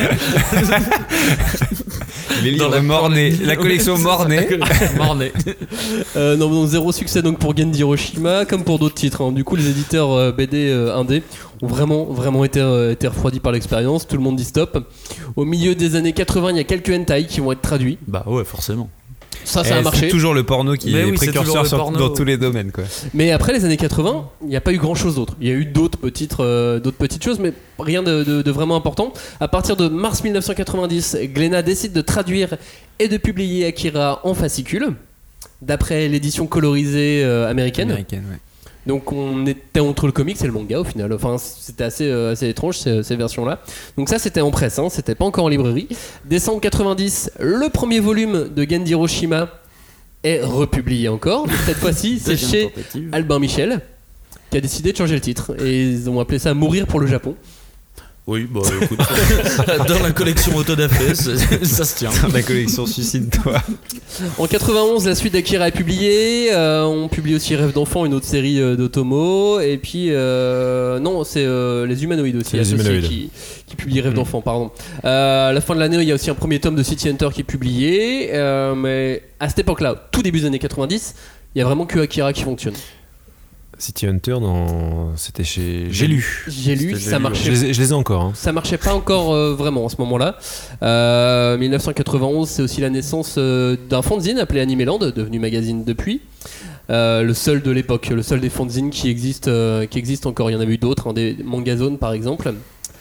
[SPEAKER 10] Les livres
[SPEAKER 9] la
[SPEAKER 10] Mornay, la collection Mornay.
[SPEAKER 9] Mornay.
[SPEAKER 1] Euh, non, non, zéro succès donc pour Genji Hiroshima, comme pour d'autres titres. hein. Du coup, les éditeurs euh, B D euh, indés ont vraiment, vraiment été, euh, été refroidis par l'expérience. Tout le monde dit stop. Au milieu des années quatre-vingts, il y a quelques hentai qui vont être traduits.
[SPEAKER 9] Bah ouais, forcément.
[SPEAKER 1] Ça, ça
[SPEAKER 10] Eh,
[SPEAKER 1] a marché.
[SPEAKER 10] C'est toujours le porno qui
[SPEAKER 9] Mais
[SPEAKER 10] est
[SPEAKER 9] oui, c'est toujours
[SPEAKER 10] précurseur
[SPEAKER 9] le
[SPEAKER 10] sur-
[SPEAKER 9] porno.
[SPEAKER 10] dans tous les domaines, quoi.
[SPEAKER 1] Mais après les années quatre-vingts, il n'y a pas eu grand chose d'autre. Il y a eu d'autres petites, euh, d'autres petites choses, mais rien de, de- de vraiment important. À partir de mars dix-neuf cent quatre-vingt-dix, Glénat décide de traduire et de publier Akira en fascicule, d'après l'édition colorisée euh, américaine.
[SPEAKER 10] Américaine, ouais.
[SPEAKER 1] Donc on était entre le comics et le manga au final. Enfin, c'était assez, euh, assez étrange ces, ces versions-là. Donc ça, c'était en presse, hein, c'était pas encore en librairie. Décembre quatre-vingt-dix, le premier volume de Genji Hiroshima est republié encore. Cette fois-ci, c'est
[SPEAKER 9] Deuxième
[SPEAKER 1] chez
[SPEAKER 9] tentative.
[SPEAKER 1] Albin Michel qui a décidé de changer le titre. Et ils ont appelé ça Mourir pour le Japon.
[SPEAKER 9] Oui, bah écoute, dans la collection Autodafé, ça se tient.
[SPEAKER 10] La collection Suicide-toi.
[SPEAKER 1] En quatre-vingt-onze, la suite d'Akira est publiée. Euh, on publie aussi Rêve d'enfant, une autre série euh, d'Otomo. Et puis, euh, non, c'est euh, les humanoïdes aussi,
[SPEAKER 11] C'est les
[SPEAKER 1] associés
[SPEAKER 11] humanoïdes.
[SPEAKER 1] qui, qui publient Rêve d'enfant, pardon. Euh, à la fin de l'année, il y a aussi un premier tome de City Hunter qui est publié. Euh, mais à cette époque-là, tout début des années quatre-vingt-dix, il y a vraiment que Akira qui fonctionne.
[SPEAKER 11] City Hunter, dans... c'était chez. J'ai lu.
[SPEAKER 1] J'ai lu,
[SPEAKER 9] C'était
[SPEAKER 1] ça
[SPEAKER 9] lu,
[SPEAKER 1] marchait.
[SPEAKER 11] Je les ai, je les ai encore. Hein.
[SPEAKER 1] Ça marchait pas encore euh, vraiment à ce moment-là. Euh, dix-neuf cent quatre-vingt-onze, c'est aussi la naissance euh, d'un fanzine appelé Animeland, devenu magazine depuis. Euh, le seul de l'époque, le seul des fanzines qui existe, euh, qui existe encore. Il y en avait eu d'autres, hein, des Mangazone par exemple.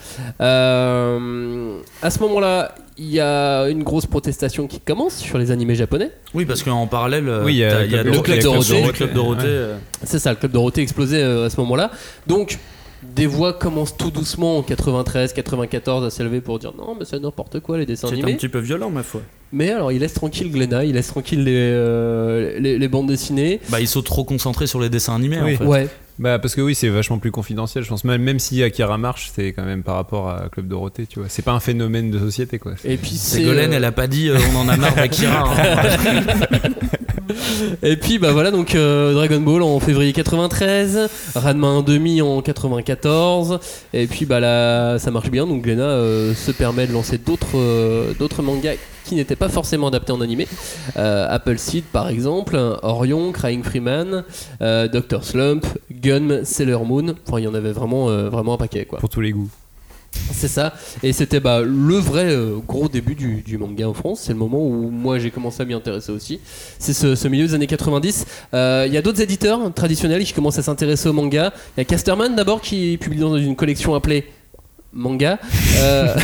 [SPEAKER 1] Euh, à ce moment-là, il y a une grosse protestation qui commence sur les animés japonais.
[SPEAKER 9] Oui, parce qu'en parallèle,
[SPEAKER 10] Oui, il y a
[SPEAKER 9] t'as- il y a
[SPEAKER 10] le
[SPEAKER 9] le
[SPEAKER 1] Club
[SPEAKER 9] Club
[SPEAKER 1] Dorothée.
[SPEAKER 9] Dorothée. Le Club Dorothée.
[SPEAKER 10] Ouais.
[SPEAKER 9] euh,
[SPEAKER 1] C'est ça, le club Dorothée explosait euh, à ce moment-là. Donc, des voix commencent tout doucement en quatre-vingt-treize, quatre-vingt-quatorze à s'élever pour dire non, mais c'est n'importe quoi les dessins
[SPEAKER 9] C'est un
[SPEAKER 1] animés.
[SPEAKER 9] petit peu violent, ma foi.
[SPEAKER 1] Mais alors, il laisse tranquille Glénat, il laisse tranquille les, euh, les, les bandes dessinées.
[SPEAKER 9] Bah, ils sont trop concentrés sur les dessins animés,
[SPEAKER 10] Oui.
[SPEAKER 9] en fait.
[SPEAKER 1] Ouais.
[SPEAKER 10] Bah parce que oui, c'est vachement plus confidentiel, je pense. Même, même si Akira marche, c'est quand même par rapport à Club Dorothée, tu vois. C'est pas un phénomène de société, quoi.
[SPEAKER 1] Et puis c'est.
[SPEAKER 9] Ségolène,
[SPEAKER 1] euh,
[SPEAKER 9] elle a pas dit euh, on en a marre d'Akira. hein.
[SPEAKER 1] Et puis bah voilà donc euh, Dragon Ball en février quatre-vingt-treize, Ranma un demi en quatre-vingt-quatorze. Et puis bah là ça marche bien donc Glénat euh, se permet de lancer d'autres euh, d'autres mangas qui n'étaient pas forcément adaptés en animé. Euh, Apple Seed par exemple, Orion, Crying Freeman, euh, docteur Slump, Gun, Sailor Moon. Enfin il y en avait vraiment euh, vraiment un paquet quoi.
[SPEAKER 10] Pour tous les goûts.
[SPEAKER 1] C'est ça, et c'était bah, le vrai euh, gros début du, du manga en France. C'est le moment où moi j'ai commencé à m'y intéresser aussi. C'est ce, ce milieu des années quatre-vingt-dix. Il euh, y a d'autres éditeurs traditionnels qui commencent à s'intéresser au manga. Il y a Casterman d'abord qui publie dans une collection appelée Manga euh,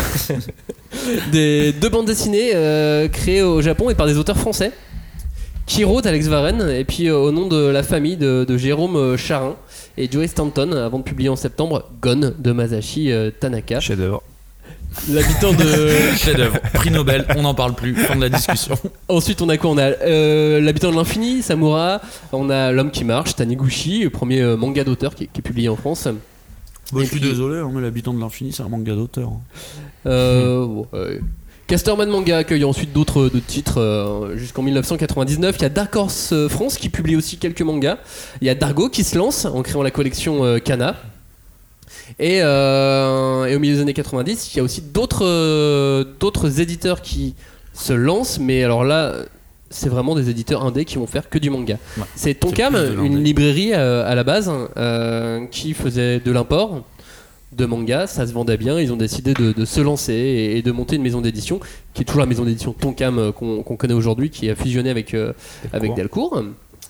[SPEAKER 1] des deux bandes dessinées euh, créées au Japon et par des auteurs français. Kiro d'Alex Varenne et puis euh, au nom de la famille de, de Jérôme euh, Charin et Joey Stanton avant de publier en septembre Gon de Masashi euh, Tanaka.
[SPEAKER 10] Chef-d'œuvre.
[SPEAKER 1] L'habitant de.
[SPEAKER 9] Chef-d'œuvre, prix Nobel, on n'en parle plus, fin de la discussion.
[SPEAKER 1] Ensuite, on a quoi? On a euh, l'habitant de l'infini, Samura. On a l'homme qui marche, Taniguchi, le premier euh, manga d'auteur qui, qui est publié en France.
[SPEAKER 9] Bon,
[SPEAKER 1] Et
[SPEAKER 9] je suis
[SPEAKER 1] puis-
[SPEAKER 9] désolé, hein, mais l'habitant de l'infini, c'est un manga d'auteur. hein.
[SPEAKER 1] Euh, bon, ouais. Casterman Manga accueille ensuite d'autres, d'autres titres euh, jusqu'en dix-neuf cent quatre-vingt-dix-neuf. Il y a Dark Horse euh, France qui publie aussi quelques mangas. Il y a Dargo qui se lance en créant la collection euh, Kana. Et, euh, et au milieu des années quatre-vingt-dix, il y a aussi d'autres, euh, d'autres éditeurs qui se lancent, mais alors là, c'est vraiment des éditeurs indés qui vont faire que du manga.
[SPEAKER 9] Ouais,
[SPEAKER 1] c'est Tonkam,
[SPEAKER 9] c'est plus de l'indé.
[SPEAKER 1] une librairie euh, à la base euh, qui faisait de l'import. de manga, ça se vendait bien, ils ont décidé de, de se lancer et, et de monter une maison d'édition qui est toujours la maison d'édition Tonkam euh, qu'on, qu'on connaît aujourd'hui, qui a fusionné avec, euh, avec Delcourt.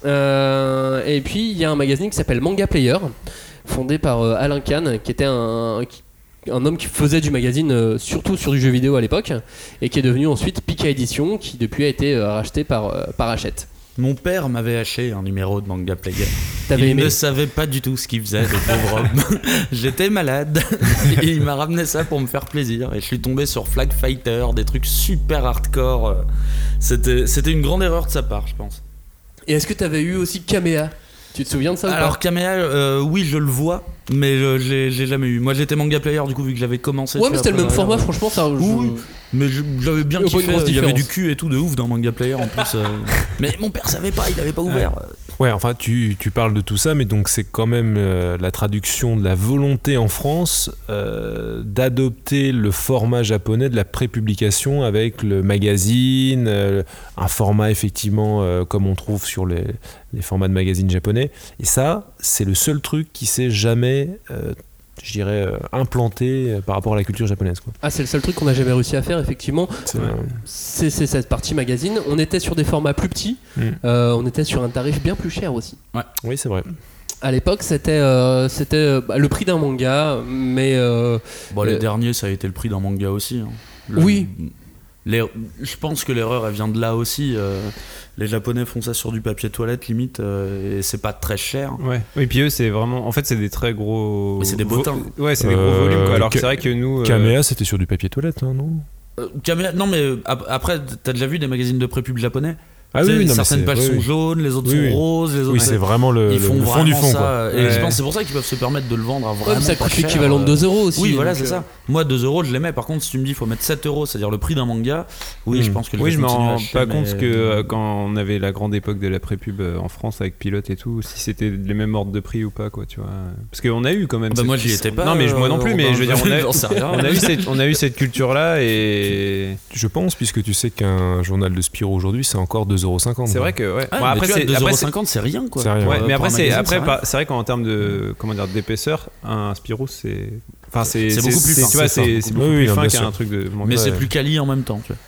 [SPEAKER 1] Euh, et puis il y a un magazine qui s'appelle Manga Player, fondé par euh, Alain Kahn, qui était un, qui, un homme qui faisait du magazine euh, surtout sur du jeu vidéo à l'époque, et qui est devenu ensuite Pika Édition, qui depuis a été euh, racheté par, euh, par Hachette.
[SPEAKER 9] Mon père m'avait acheté un numéro de Manga Player.
[SPEAKER 1] T'avais
[SPEAKER 9] il
[SPEAKER 1] aimé
[SPEAKER 9] ne savait pas du tout ce qu'il faisait, le pauvre homme. J'étais malade et il m'a ramené ça pour me faire plaisir. Et je suis tombé sur Flag Fighter, des trucs super hardcore. C'était, c'était une grande erreur de sa part, je pense.
[SPEAKER 1] Et est-ce que t'avais eu aussi Kamea ? Tu te souviens de ça?
[SPEAKER 9] Alors Kamea, euh, oui, je le vois, mais je, j'ai, j'ai jamais eu. Moi, j'étais Manga Player du coup, vu que j'avais commencé.
[SPEAKER 1] Ouais, mais c'était le même format, franchement, ça.
[SPEAKER 9] Oui, je... mais je, j'avais bien kiffé. Il y avait du cul et tout de ouf dans Manga Player en plus. Euh... mais mon père savait pas, il avait pas ouvert.
[SPEAKER 11] Ouais, enfin, tu, tu parles de tout ça, mais donc c'est quand même euh, la traduction de la volonté en France euh, d'adopter le format japonais de la prépublication avec le magazine, euh, un format effectivement euh, comme on trouve sur les, les formats de magazines japonais. Et ça, c'est le seul truc qui s'est jamais, euh, je dirais, euh, implanté par rapport à la culture japonaise, quoi.
[SPEAKER 1] Ah, c'est le seul truc qu'on n'a jamais réussi à faire, effectivement.
[SPEAKER 11] C'est,
[SPEAKER 1] euh, c'est, c'est cette partie magazine. On était sur des formats plus petits, mm. euh, on était sur un tarif bien plus cher aussi.
[SPEAKER 11] Ouais. Oui, c'est vrai.
[SPEAKER 1] À l'époque, c'était, euh, c'était euh, bah, le prix d'un manga, mais... Euh,
[SPEAKER 9] bon, les
[SPEAKER 1] euh,
[SPEAKER 9] derniers, ça a été le prix d'un manga aussi. Hein. Le,
[SPEAKER 1] oui.
[SPEAKER 9] Les, je pense que l'erreur, elle vient de là aussi. Euh, les Japonais font ça sur du papier toilette, limite, euh, et c'est pas très cher.
[SPEAKER 10] Ouais. Oui, puis eux, c'est vraiment... En fait, c'est des très gros...
[SPEAKER 9] Mais c'est des bottins.
[SPEAKER 10] Vo... Ouais, c'est des euh, gros volumes, quoi. Alors que c'est vrai que nous... Euh...
[SPEAKER 11] Kamea, c'était sur du papier toilette, hein, non
[SPEAKER 9] euh, Kamea, non, mais après, t'as déjà vu des magazines de prépub japonais?
[SPEAKER 11] Ah oui, oui, non,
[SPEAKER 9] certaines pages
[SPEAKER 11] oui,
[SPEAKER 9] sont
[SPEAKER 11] oui.
[SPEAKER 9] jaunes, les autres
[SPEAKER 11] oui,
[SPEAKER 9] sont
[SPEAKER 11] oui.
[SPEAKER 9] roses, les autres.
[SPEAKER 11] Oui, c'est vraiment le,
[SPEAKER 9] ils font
[SPEAKER 11] le fond du fond,
[SPEAKER 9] ça,
[SPEAKER 11] quoi.
[SPEAKER 9] Et
[SPEAKER 11] ouais.
[SPEAKER 9] je pense que c'est pour ça qu'ils peuvent se permettre de le vendre à vraiment
[SPEAKER 1] ouais, ça
[SPEAKER 9] pas
[SPEAKER 1] coûte
[SPEAKER 9] cher.
[SPEAKER 1] l'équivalent de deux euros aussi.
[SPEAKER 9] Oui, voilà, c'est
[SPEAKER 1] euh...
[SPEAKER 9] ça. Moi, deux euros, je les mets. Par contre, si tu me dis qu'il faut mettre sept euros, c'est-à-dire le prix d'un manga, oui, mmh. je pense que le
[SPEAKER 10] oui, je me rends pas
[SPEAKER 9] mais...
[SPEAKER 10] compte que euh, quand on avait la grande époque de la prépub euh, en France avec Pilote et tout, si c'était les mêmes ordres de prix ou pas, quoi, tu vois. Parce qu'on a eu quand même.
[SPEAKER 9] Bah,
[SPEAKER 10] cette...
[SPEAKER 9] moi, j'y étais pas.
[SPEAKER 10] Non, mais moi non plus,
[SPEAKER 9] euh,
[SPEAKER 10] mais je veux dire, on a,
[SPEAKER 9] on
[SPEAKER 10] a eu cette, on a eu cette culture-là et.
[SPEAKER 11] Je pense, puisque tu sais qu'un journal de Spirou aujourd'hui, c'est encore deux euros cinquante.
[SPEAKER 10] C'est vrai que, ouais.
[SPEAKER 9] Ah, bon, après, c'est deux euros cinquante, c'est rien, quoi.
[SPEAKER 11] C'est rien.
[SPEAKER 10] Ouais,
[SPEAKER 11] ouais.
[SPEAKER 10] mais après, c'est, après
[SPEAKER 9] c'est,
[SPEAKER 10] c'est vrai qu'en termes de, comment dire, d'épaisseur, un Spirou, c'est. Enfin, c'est,
[SPEAKER 9] c'est, c'est beaucoup plus
[SPEAKER 10] c'est,
[SPEAKER 9] fin.
[SPEAKER 10] Tu vois,
[SPEAKER 9] c'est,
[SPEAKER 10] c'est, c'est beaucoup
[SPEAKER 11] oui,
[SPEAKER 10] plus
[SPEAKER 11] oui,
[SPEAKER 10] fin
[SPEAKER 11] qu'un
[SPEAKER 10] un truc de.
[SPEAKER 9] Mais c'est plus quali en même temps, tu vois.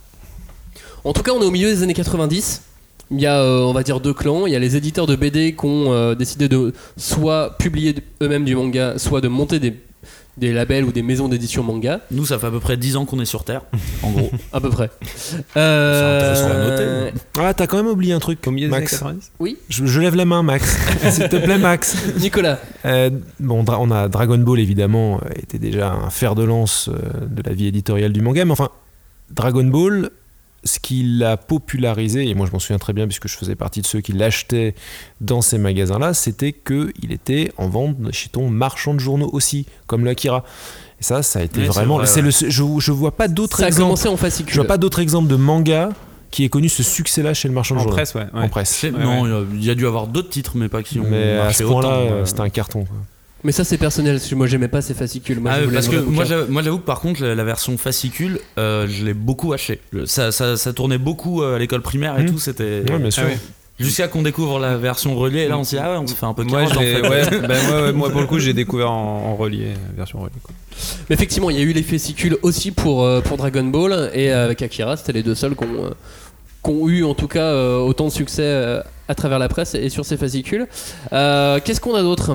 [SPEAKER 1] En tout cas, on est au milieu des années quatre-vingt-dix. Il y a, euh, on va dire, deux clans. Il y a les éditeurs de B D qui ont euh, décidé de soit publier eux-mêmes du manga, soit de monter des, des labels ou des maisons d'édition manga.
[SPEAKER 9] Nous, ça fait à peu près dix ans qu'on est sur Terre, en gros.
[SPEAKER 1] À peu près. Euh...
[SPEAKER 9] C'est intéressant à noter.
[SPEAKER 11] Ah, t'as quand même oublié un truc,
[SPEAKER 10] Combien
[SPEAKER 11] Max.
[SPEAKER 1] Oui.
[SPEAKER 11] Je, je lève la main, Max. S'il te plaît, Max.
[SPEAKER 1] Nicolas.
[SPEAKER 11] Euh, bon, dra- on a Dragon Ball, évidemment, euh, était déjà un fer de lance euh, de la vie éditoriale du manga, mais enfin, Dragon Ball, ce qui l'a popularisé, et moi je m'en souviens très bien puisque je faisais partie de ceux qui l'achetaient dans ces magasins-là, c'était qu'il était en vente chez ton marchand de journaux aussi, comme le Akira. Et ça, ça a été
[SPEAKER 9] oui,
[SPEAKER 11] vraiment...
[SPEAKER 9] c'est vrai,
[SPEAKER 11] c'est
[SPEAKER 9] ouais.
[SPEAKER 11] le, je, je vois pas d'autres
[SPEAKER 1] ça
[SPEAKER 11] exemples.
[SPEAKER 1] a commencé en fascicule.
[SPEAKER 11] Je vois pas d'autres exemples de manga qui ait connu ce succès-là chez le marchand de
[SPEAKER 10] En
[SPEAKER 11] journaux.
[SPEAKER 10] presse, ouais. ouais.
[SPEAKER 11] En presse.
[SPEAKER 9] Ouais, non, il ouais. y a dû avoir d'autres titres, mais pas qui ont
[SPEAKER 11] mais à
[SPEAKER 9] marché
[SPEAKER 11] ce point-là,
[SPEAKER 9] autant,
[SPEAKER 11] euh,
[SPEAKER 9] ouais.
[SPEAKER 11] c'était un carton, quoi.
[SPEAKER 1] Mais ça, c'est personnel, parce que moi j'aimais pas ces fascicules. Moi,
[SPEAKER 9] ah,
[SPEAKER 1] je voulais
[SPEAKER 9] parce que
[SPEAKER 1] vraiment
[SPEAKER 9] moi,
[SPEAKER 1] bouquin.
[SPEAKER 9] j'avoue, moi j'avoue que par contre la, la version fascicule, euh, je l'ai beaucoup haché. Ça, ça, ça tournait beaucoup à l'école primaire et
[SPEAKER 11] mmh.
[SPEAKER 9] tout, c'était.
[SPEAKER 11] Ouais, bien sûr.
[SPEAKER 10] Ah, oui.
[SPEAKER 9] Jusqu'à qu'on découvre la version reliée, et là on se dit ah ouais, on se fait un peu
[SPEAKER 10] Moi,
[SPEAKER 9] carotte, en
[SPEAKER 10] j'ai,
[SPEAKER 9] fait.
[SPEAKER 10] ouais, bah, moi, ouais, moi pour le coup j'ai découvert en, en relié, version reliée, quoi.
[SPEAKER 1] Mais effectivement, il y a eu les fascicules aussi pour, euh, pour Dragon Ball, et euh, avec Akira, c'était les deux seuls qui ont, euh, qui ont eu en tout cas euh, autant de succès euh, à travers la presse et sur ces fascicules. Euh, qu'est-ce qu'on a d'autre?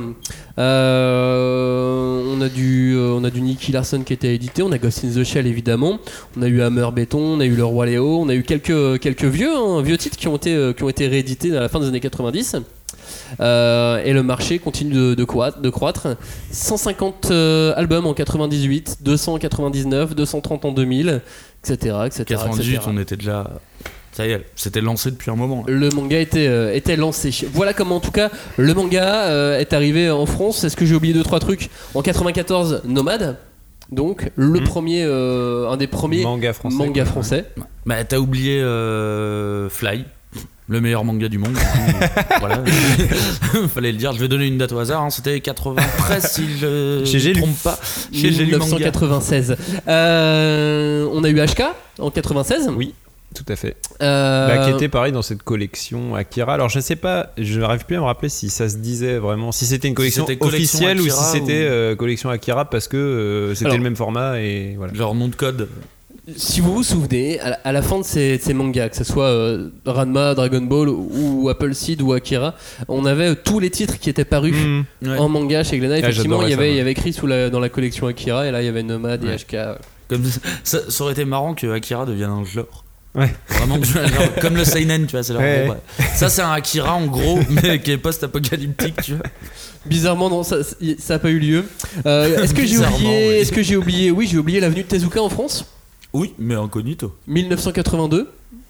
[SPEAKER 1] euh, on, a du, euh, on a du Nicky Larson qui était édité, on a Ghost in the Shell évidemment, on a eu Hammer Béton, on a eu Le Roi Léo, on a eu quelques, quelques vieux, hein, vieux titres qui ont, été, euh, qui ont été réédités à la fin des années quatre-vingt-dix. Euh, et le marché continue de, de, croître, de croître. cent cinquante euh, albums en quatre-vingt-dix-huit, deux cent en quatre-vingt-dix-neuf, deux cent trente en deux mille, et cetera, et cetera,
[SPEAKER 9] quatre-vingt-dix-huit,
[SPEAKER 1] et cetera.
[SPEAKER 9] on était déjà. Ça y est, c'était lancé depuis un moment. Là.
[SPEAKER 1] Le manga était, euh, était lancé. Voilà comment en tout cas le manga euh, est arrivé en France. Est-ce que j'ai oublié deux trois trucs? En quatre-vingt-quatorze, Nomade. Donc le mmh. premier, euh, un des premiers
[SPEAKER 10] manga français.
[SPEAKER 1] Manga français.
[SPEAKER 9] Ouais. Bah t'as oublié euh, Fly. Le meilleur manga du monde. Voilà. Fallait le dire. Je vais donner une date au hasard. Hein. C'était quatre-vingt-treize si je ne me trompe pas. Chez
[SPEAKER 1] dix-neuf cent quatre-vingt-seize. Euh, on a eu H K en quatre-vingt-seize.
[SPEAKER 10] Oui. Tout à fait.
[SPEAKER 1] Euh...
[SPEAKER 10] Bah, qui était pareil dans cette collection Akira. Alors je sais pas, je n'arrive plus à me rappeler si ça se disait vraiment, si c'était une collection, si collection officielle Akira, ou si c'était ou... euh, collection Akira parce que euh, c'était Alors, le même format et voilà.
[SPEAKER 9] Genre nom de code.
[SPEAKER 1] Si vous vous souvenez, à la, à la fin de ces, de ces mangas, que ce soit euh, Ranma, Dragon Ball ou Appleseed ou Akira, on avait euh, tous les titres qui étaient parus mmh, ouais. en manga chez Glénat. Effectivement, ah, il y avait, ça, il y avait écrit sous la, dans la collection Akira et là il y avait Nomad ouais. et H K.
[SPEAKER 9] Comme ça, ça aurait été marrant que Akira devienne un genre.
[SPEAKER 10] Ouais.
[SPEAKER 9] Vraiment genre, comme le seinen, tu vois, c'est leur ouais. gros, ouais. Ça c'est un Akira en gros, mais qui est post-apocalyptique, tu vois.
[SPEAKER 1] Bizarrement non, ça ça a pas eu lieu. Euh, est-ce que j'ai oublié oui. Est-ce que j'ai oublié Oui, j'ai oublié l'avenue de Tezuka en France.
[SPEAKER 9] Oui, mais incognito.
[SPEAKER 1] dix-neuf cent quatre-vingt-deux.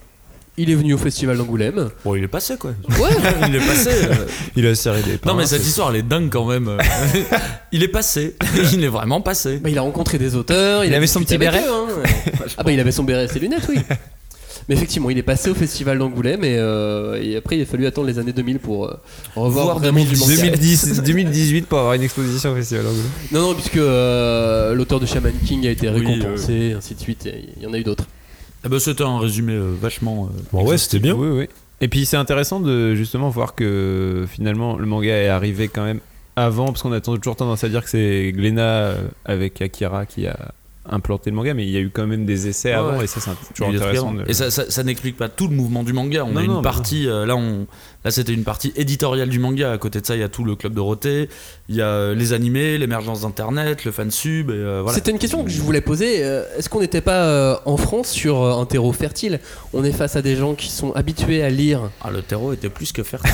[SPEAKER 1] Il est venu au festival d'Angoulême.
[SPEAKER 9] Bon, il est passé quoi.
[SPEAKER 1] Ouais,
[SPEAKER 9] il est passé. Euh...
[SPEAKER 10] Il a serré des pains.
[SPEAKER 9] Non mais cette histoire elle est dingue quand même. Il est passé. Il est vraiment passé.
[SPEAKER 1] Bah, il a rencontré des auteurs. Il,
[SPEAKER 10] il avait son petit béret.
[SPEAKER 1] Eux, hein. Ah bah il avait son béret et ses lunettes, oui. Mais effectivement, il est passé au festival d'Angoulême et, euh, et après il a fallu attendre les années deux mille pour euh, revoir
[SPEAKER 9] Voir
[SPEAKER 1] vraiment du manga.
[SPEAKER 10] deux mille dix, deux mille dix-huit pour avoir une exposition au festival d'Angoulême.
[SPEAKER 1] Non non, puisque euh, l'auteur de Shaman King a été récompensé, oui, euh... ainsi de suite. Il y en a eu d'autres.
[SPEAKER 9] Eh ben, c'était un résumé euh, vachement. Euh,
[SPEAKER 11] bon ouais, c'était bien.
[SPEAKER 10] Oui oui. Et puis c'est intéressant de justement voir que finalement le manga est arrivé quand même avant, parce qu'on a toujours tendance à dire que c'est Glénat avec Akira qui a implanter le manga, mais il y a eu quand même des essais ouais, avant, et ça c'est toujours intéressant de...
[SPEAKER 9] et ça, ça, ça n'explique pas tout le mouvement du manga. On
[SPEAKER 10] non,
[SPEAKER 9] a
[SPEAKER 10] non,
[SPEAKER 9] une partie euh, là on là c'était une partie éditoriale du manga. À côté de ça il y a tout le club Dorothée, il y a euh, les animés, l'émergence d'internet, le fansub et euh, voilà.
[SPEAKER 1] C'était une question que je voulais poser. Est-ce qu'on n'était pas euh, en France sur un terreau fertile? On est face à des gens qui sont habitués à lire.
[SPEAKER 9] Ah, le terreau était plus que fertile.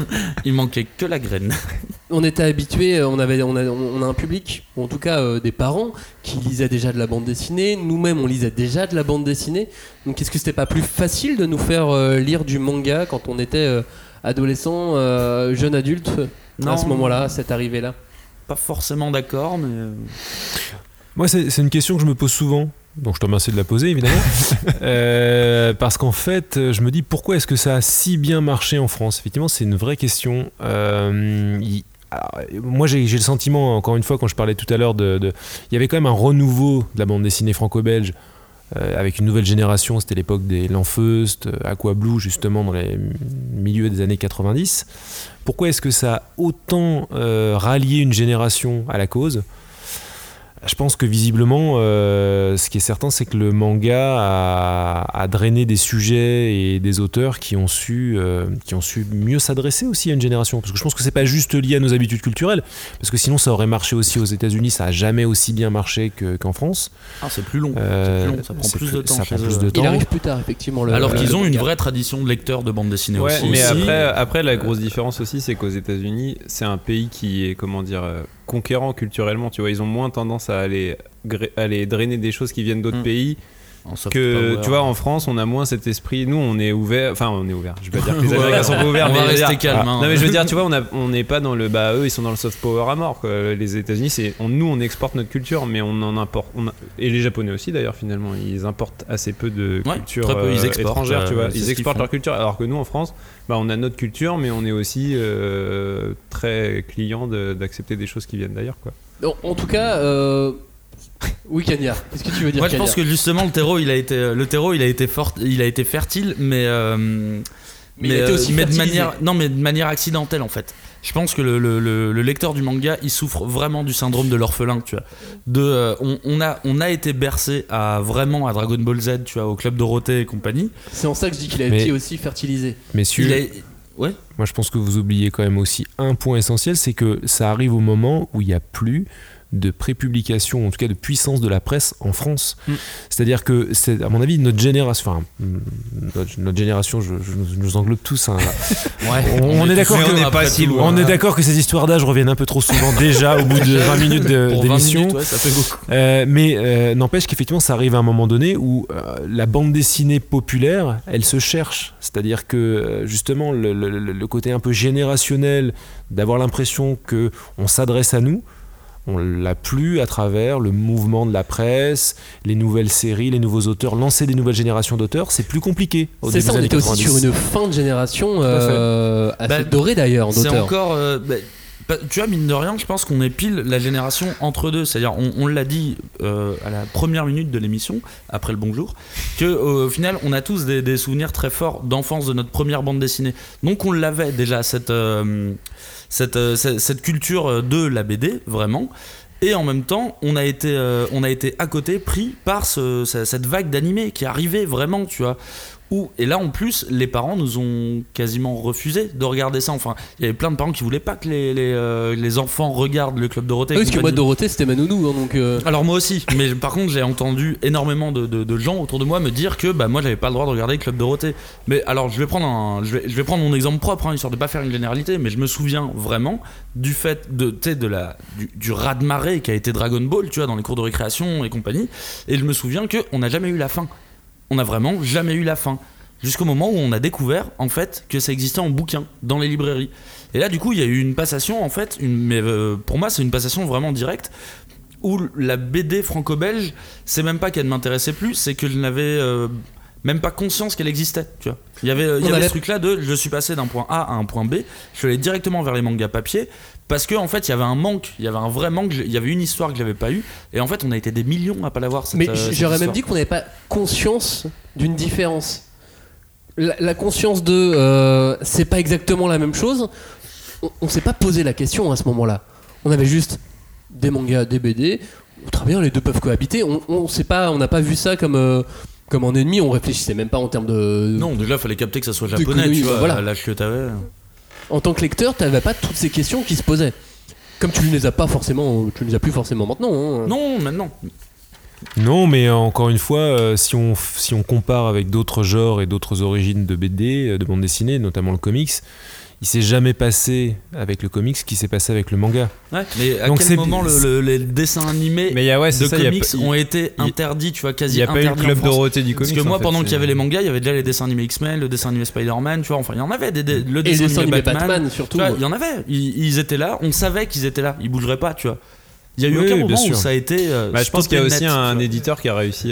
[SPEAKER 9] Il manquait que la graine.
[SPEAKER 1] On était habitués, on avait on a, on a un public, ou en tout cas euh, des parents qui lisaient déjà de la bande dessinée. Nous-mêmes on lisait déjà de la bande dessinée. Donc est-ce que c'était pas plus facile de nous faire euh, lire du manga quand on était euh, adolescent, euh, jeune adulte non, à ce moment-là, à cette arrivée-là?
[SPEAKER 9] Pas forcément d'accord, mais
[SPEAKER 11] moi c'est, c'est une question que je me pose souvent. Donc je te remercie de la poser évidemment. euh, parce qu'en fait je me dis pourquoi est-ce que ça a si bien marché en France. Effectivement c'est une vraie question. Euh, il, alors, moi j'ai, j'ai le sentiment, encore une fois quand je parlais tout à l'heure de, de, il y avait quand même un renouveau de la bande dessinée franco-belge euh, avec une nouvelle génération. C'était l'époque des Lanfeust, Aqua Blue justement dans les milieux des années quatre-vingt-dix. Pourquoi est-ce que ça a autant euh, rallié une génération à la cause? Je pense que visiblement, euh, ce qui est certain, c'est que le manga a, a drainé des sujets et des auteurs qui ont su, euh, qui ont su mieux s'adresser aussi à une génération. Parce que je pense que c'est pas juste lié à nos habitudes culturelles, parce que sinon ça aurait marché aussi aux États-Unis, ça a jamais aussi bien marché que, qu'en France.
[SPEAKER 9] Ah, c'est plus long. Euh, c'est plus long, ça prend plus de temps.
[SPEAKER 11] Ça prend plus de temps.
[SPEAKER 1] Il arrive plus tard, effectivement. Le,
[SPEAKER 9] Alors qu'ils
[SPEAKER 1] le
[SPEAKER 9] ont
[SPEAKER 1] manga.
[SPEAKER 9] une vraie tradition de lecteurs de bande dessinée
[SPEAKER 10] ouais,
[SPEAKER 9] aussi.
[SPEAKER 10] Mais
[SPEAKER 9] aussi.
[SPEAKER 10] après, après, la grosse différence aussi, c'est qu'aux États-Unis, c'est un pays qui est, comment dire, euh, conquérant culturellement. Tu vois, ils ont moins tendance à aller, aller drainer des choses qui viennent d'autres mmh. pays. Que tu vois, en France, on a moins cet esprit. Nous, on est ouvert. Enfin, on est ouvert. Je vais pas dire que les Américains sont pas ouverts.
[SPEAKER 9] On
[SPEAKER 10] mais
[SPEAKER 9] va rester
[SPEAKER 10] dire,
[SPEAKER 9] calme.
[SPEAKER 10] ah,
[SPEAKER 9] hein.
[SPEAKER 10] Non, mais je veux dire, tu vois, on a, on n'est pas dans le. Bah, eux, ils sont dans le soft power à mort. Quoi. Les États-Unis, c'est. On, nous, on exporte notre culture, mais on en importe. On a, et les Japonais aussi, d'ailleurs, finalement, ils importent assez peu de
[SPEAKER 9] ouais,
[SPEAKER 10] culture
[SPEAKER 9] très peu, ils
[SPEAKER 10] euh,
[SPEAKER 9] exportent,
[SPEAKER 10] étrangère. Tu vois,
[SPEAKER 9] euh,
[SPEAKER 10] ils exportent leur culture, alors que nous, en France, bah, on a notre culture, mais on est aussi euh, très client de, d'accepter des choses qui viennent d'ailleurs, quoi.
[SPEAKER 1] En, en tout cas. Euh... Oui, Cagnard. Qu'est-ce que tu veux dire?
[SPEAKER 9] Moi, je
[SPEAKER 1] Cagnard
[SPEAKER 9] pense que justement le terreau, il a été, le terreau, il a été fort, il a été fertile, mais euh,
[SPEAKER 1] mais,
[SPEAKER 9] mais,
[SPEAKER 1] il a été aussi
[SPEAKER 9] euh, mais de
[SPEAKER 1] fertilisé.
[SPEAKER 9] manière, non, mais de manière accidentelle en fait. Je pense que le, le, le, le lecteur du manga, il souffre vraiment du syndrome de l'orphelin, tu vois. De, euh, on, on a, on a été bercé à vraiment à Dragon Ball Z, tu vois, au club Dorothée et compagnie.
[SPEAKER 1] C'est en ça que je dis qu'il a
[SPEAKER 11] mais,
[SPEAKER 1] été aussi fertilisé.
[SPEAKER 11] Messieurs.
[SPEAKER 9] Il a, ouais.
[SPEAKER 11] Moi, je pense que vous oubliez quand même aussi un point essentiel, c'est que ça arrive au moment où il n'y a plus de prépublication, en tout cas de puissance de la presse en France. Mm. C'est-à-dire que, c'est, à mon avis, notre génération, enfin, notre, notre génération, je, je, je nous englobe tous. Hein,
[SPEAKER 9] ouais,
[SPEAKER 11] on, on, on est d'accord que,
[SPEAKER 10] on est pas si loin,
[SPEAKER 11] on
[SPEAKER 10] hein.
[SPEAKER 11] est d'accord que ces histoires d'âge reviennent un peu trop souvent déjà au bout de vingt minutes de,
[SPEAKER 9] Pour
[SPEAKER 11] d'émission.
[SPEAKER 9] vingt minutes, ouais, ça fait beaucoup.
[SPEAKER 11] Euh, mais euh, n'empêche qu'effectivement, ça arrive à un moment donné où euh, la bande dessinée populaire, elle se cherche. C'est-à-dire que justement, le, le, le côté un peu générationnel, d'avoir l'impression que on s'adresse à nous. On l'a plus à travers le mouvement de la presse, les nouvelles séries, les nouveaux auteurs, lancer des nouvelles générations d'auteurs, c'est plus compliqué. Au
[SPEAKER 1] c'est ça, on était aussi sur une fin de génération euh, assez bah, dorée d'ailleurs
[SPEAKER 9] c'est
[SPEAKER 1] d'auteurs.
[SPEAKER 9] encore, euh, bah, Bah, tu vois, mine de rien, je pense qu'on est pile la génération entre deux. C'est-à-dire, on, on l'a dit euh, à la première minute de l'émission, après le bonjour, que euh, au final, on a tous des, des souvenirs très forts d'enfance de notre première bande dessinée. Donc, on l'avait déjà cette euh, cette, euh, cette cette culture de la B D, vraiment. Et en même temps, on a été, euh, on a été à côté pris par ce, cette vague d'animés qui arrivait vraiment, tu vois. Où, et là en plus, les parents nous ont quasiment refusé de regarder ça. Enfin, il y avait plein de parents qui voulaient pas que les, les, euh, les enfants regardent le Club Dorothée.
[SPEAKER 1] Oui, parce que moi, Dorothée, c'était ma nounou. Hein, donc euh...
[SPEAKER 9] Alors moi aussi, mais par contre, j'ai entendu énormément de, de, de gens autour de moi me dire que bah, moi, j'avais pas le droit de regarder le Club Dorothée. Mais alors, je vais prendre, un, je vais, je vais prendre mon exemple propre, hein, histoire de pas faire une généralité, mais je me souviens vraiment du fait de, de la, du, du raz-de-marée qui a été Dragon Ball, tu vois, dans les cours de récréation et compagnie. Et je me souviens qu'on n'a jamais eu la fin. On n'a vraiment jamais eu la fin. Jusqu'au moment où on a découvert en fait que ça existait en bouquin dans les librairies. Et là du coup il y a eu une passation en fait, une, mais euh, pour moi c'est une passation vraiment directe où la B D franco-belge, c'est même pas qu'elle ne m'intéressait plus, c'est que je n'avais euh, même pas conscience qu'elle existait. Tu vois, il y avait, il y avait ce truc là de je suis passé d'un point A à un point B, je suis allé directement vers les mangas papier. Parce qu'en en fait, il y avait un manque, il y avait un vrai manque, il y avait une histoire que j'avais pas eue, et en fait, on a été des millions à pas l'avoir. Cette,
[SPEAKER 1] mais
[SPEAKER 9] euh, cette
[SPEAKER 1] j'aurais
[SPEAKER 9] histoire.
[SPEAKER 1] même dit qu'on n'avait pas conscience d'une différence. La, la conscience de euh, c'est pas exactement la même chose, on, on s'est pas posé la question à ce moment-là. On avait juste des mangas, des B D, très bien, les deux peuvent cohabiter. On, on sait pas, on n'a pas vu ça comme. Euh, Comme un ennemi, on réfléchissait même pas en termes de.
[SPEAKER 9] Non, déjà, il fallait capter que ça soit japonais, tu vois, bah voilà. L'âge que t'avais.
[SPEAKER 1] En tant que lecteur, t'avais pas toutes ces questions qui se posaient. Comme tu ne les as pas forcément, tu ne les as plus forcément maintenant. Hein.
[SPEAKER 9] Non, maintenant.
[SPEAKER 11] Non, mais encore une fois, euh, si, on, si on compare avec d'autres genres et d'autres origines de B D, de bande dessinée, notamment le comics, il s'est jamais passé avec le comics ce qui s'est passé avec le manga.
[SPEAKER 9] Ouais, mais à
[SPEAKER 11] Donc
[SPEAKER 9] quel
[SPEAKER 11] c'est,
[SPEAKER 9] moment le, le, les dessins animés
[SPEAKER 10] mais y a, ouais,
[SPEAKER 9] de
[SPEAKER 10] ça,
[SPEAKER 9] comics
[SPEAKER 10] y a,
[SPEAKER 9] ont été interdits, tu vois, quasi interdits.
[SPEAKER 10] Il n'y a pas eu le Club Dorothée du comics.
[SPEAKER 9] Parce que moi,
[SPEAKER 10] en fait,
[SPEAKER 9] pendant
[SPEAKER 10] c'est...
[SPEAKER 9] qu'il y avait les mangas, il y avait déjà les dessins animés X-Men, le dessin animé Spider-Man, tu vois, enfin, il y en avait des, des, le
[SPEAKER 1] dessin,
[SPEAKER 9] dessin animé Batman,
[SPEAKER 1] Batman surtout.
[SPEAKER 9] Il y en avait, ils, ils étaient là, on savait qu'ils étaient là, ils bougeraient pas, tu vois. Il y a eu
[SPEAKER 11] oui,
[SPEAKER 9] aucun
[SPEAKER 11] oui,
[SPEAKER 9] moment
[SPEAKER 11] sûr.
[SPEAKER 9] où ça a été. Euh,
[SPEAKER 10] bah, je pense qu'il y a aussi
[SPEAKER 9] net,
[SPEAKER 10] un éditeur qui a réussi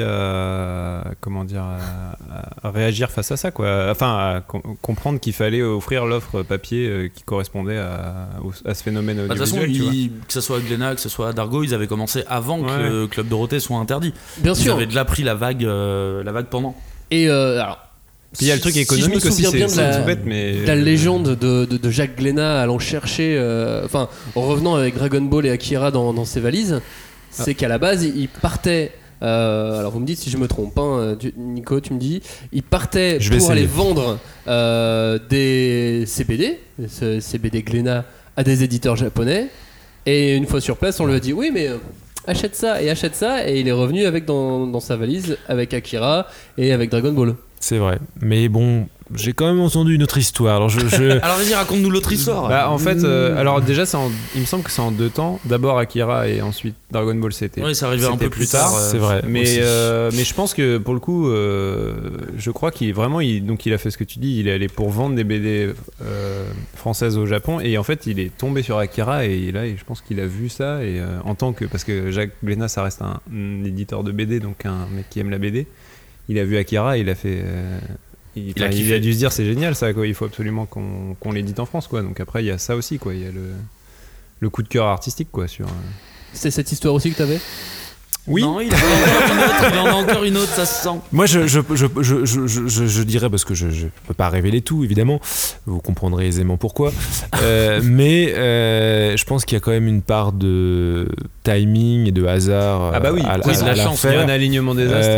[SPEAKER 10] à, comment dire, à, à réagir face à ça, quoi. Enfin, à com- comprendre qu'il fallait offrir l'offre papier euh, qui correspondait à, à ce phénomène
[SPEAKER 9] bah,
[SPEAKER 10] audiovisuel.
[SPEAKER 9] De toute façon, il, que ce soit Glénat, que ce soit Dargo, ils avaient commencé avant ouais. que le Club Dorothée soit interdit.
[SPEAKER 1] Bien
[SPEAKER 9] ils
[SPEAKER 1] sûr.
[SPEAKER 9] Ils avaient déjà pris la vague, euh, la vague pendant.
[SPEAKER 1] Et euh, alors.
[SPEAKER 10] Puis il y a le truc économique
[SPEAKER 1] si je me souviens
[SPEAKER 10] aussi,
[SPEAKER 1] bien
[SPEAKER 10] c'est,
[SPEAKER 1] de la,
[SPEAKER 10] c'est tout bête, mais...
[SPEAKER 1] la légende de, de, de Jacques Glénat allant chercher, enfin, euh, en revenant avec Dragon Ball et Akira dans, dans ses valises, c'est ah. qu'à la base, il partait. Euh, alors vous me dites si je me trompe, hein, tu, Nico, tu me dis, il partait
[SPEAKER 11] je
[SPEAKER 1] pour
[SPEAKER 11] essayer.
[SPEAKER 1] aller vendre euh, des C B D, C B D Glénat, à des éditeurs japonais. Et une fois sur place, on lui a dit oui, mais euh, achète ça et achète ça, et il est revenu avec dans, dans sa valise avec Akira et avec Dragon Ball.
[SPEAKER 11] C'est vrai, mais bon, j'ai quand même entendu une autre histoire. Alors, je, je...
[SPEAKER 9] alors vas-y, raconte-nous l'autre histoire.
[SPEAKER 10] Bah, en fait, euh, alors déjà, c'est en, il me semble que c'est en deux temps. D'abord Akira et ensuite Dragon Ball. C'était.
[SPEAKER 9] Oui, ça arrivait un peu plus tard.
[SPEAKER 11] C'est vrai.
[SPEAKER 10] Mais euh, mais je pense que pour le coup, euh, je crois qu'il vraiment, il, donc il a fait ce que tu dis. Il est allé pour vendre des B D euh, françaises au Japon et en fait, il est tombé sur Akira et là, je pense qu'il a vu ça et euh, en tant que parce que Jacques Glénat, ça reste un, un éditeur de B D, donc un mec qui aime la B D. Il a vu Akira et il a fait. Euh, Il, il, a, il a dû se dire c'est génial ça quoi, il faut absolument qu'on, qu'on l'édite en France quoi. Donc après il y a ça aussi quoi, il y a le, le coup de cœur artistique quoi sur.
[SPEAKER 1] C'est cette histoire aussi que t'avais ?
[SPEAKER 11] Oui.
[SPEAKER 9] Non, il en a encore une autre, il en a encore une autre, ça se sent.
[SPEAKER 11] Moi je, je, je, je, je, je, je dirais, parce que je ne peux pas révéler tout évidemment, vous comprendrez aisément pourquoi, euh, mais euh, je pense qu'il y a quand même une part de timing et de hasard.
[SPEAKER 10] Ah bah oui,
[SPEAKER 11] à, à,
[SPEAKER 10] oui,
[SPEAKER 11] à,
[SPEAKER 10] de la
[SPEAKER 11] à
[SPEAKER 10] chance, il y a un alignement des astres.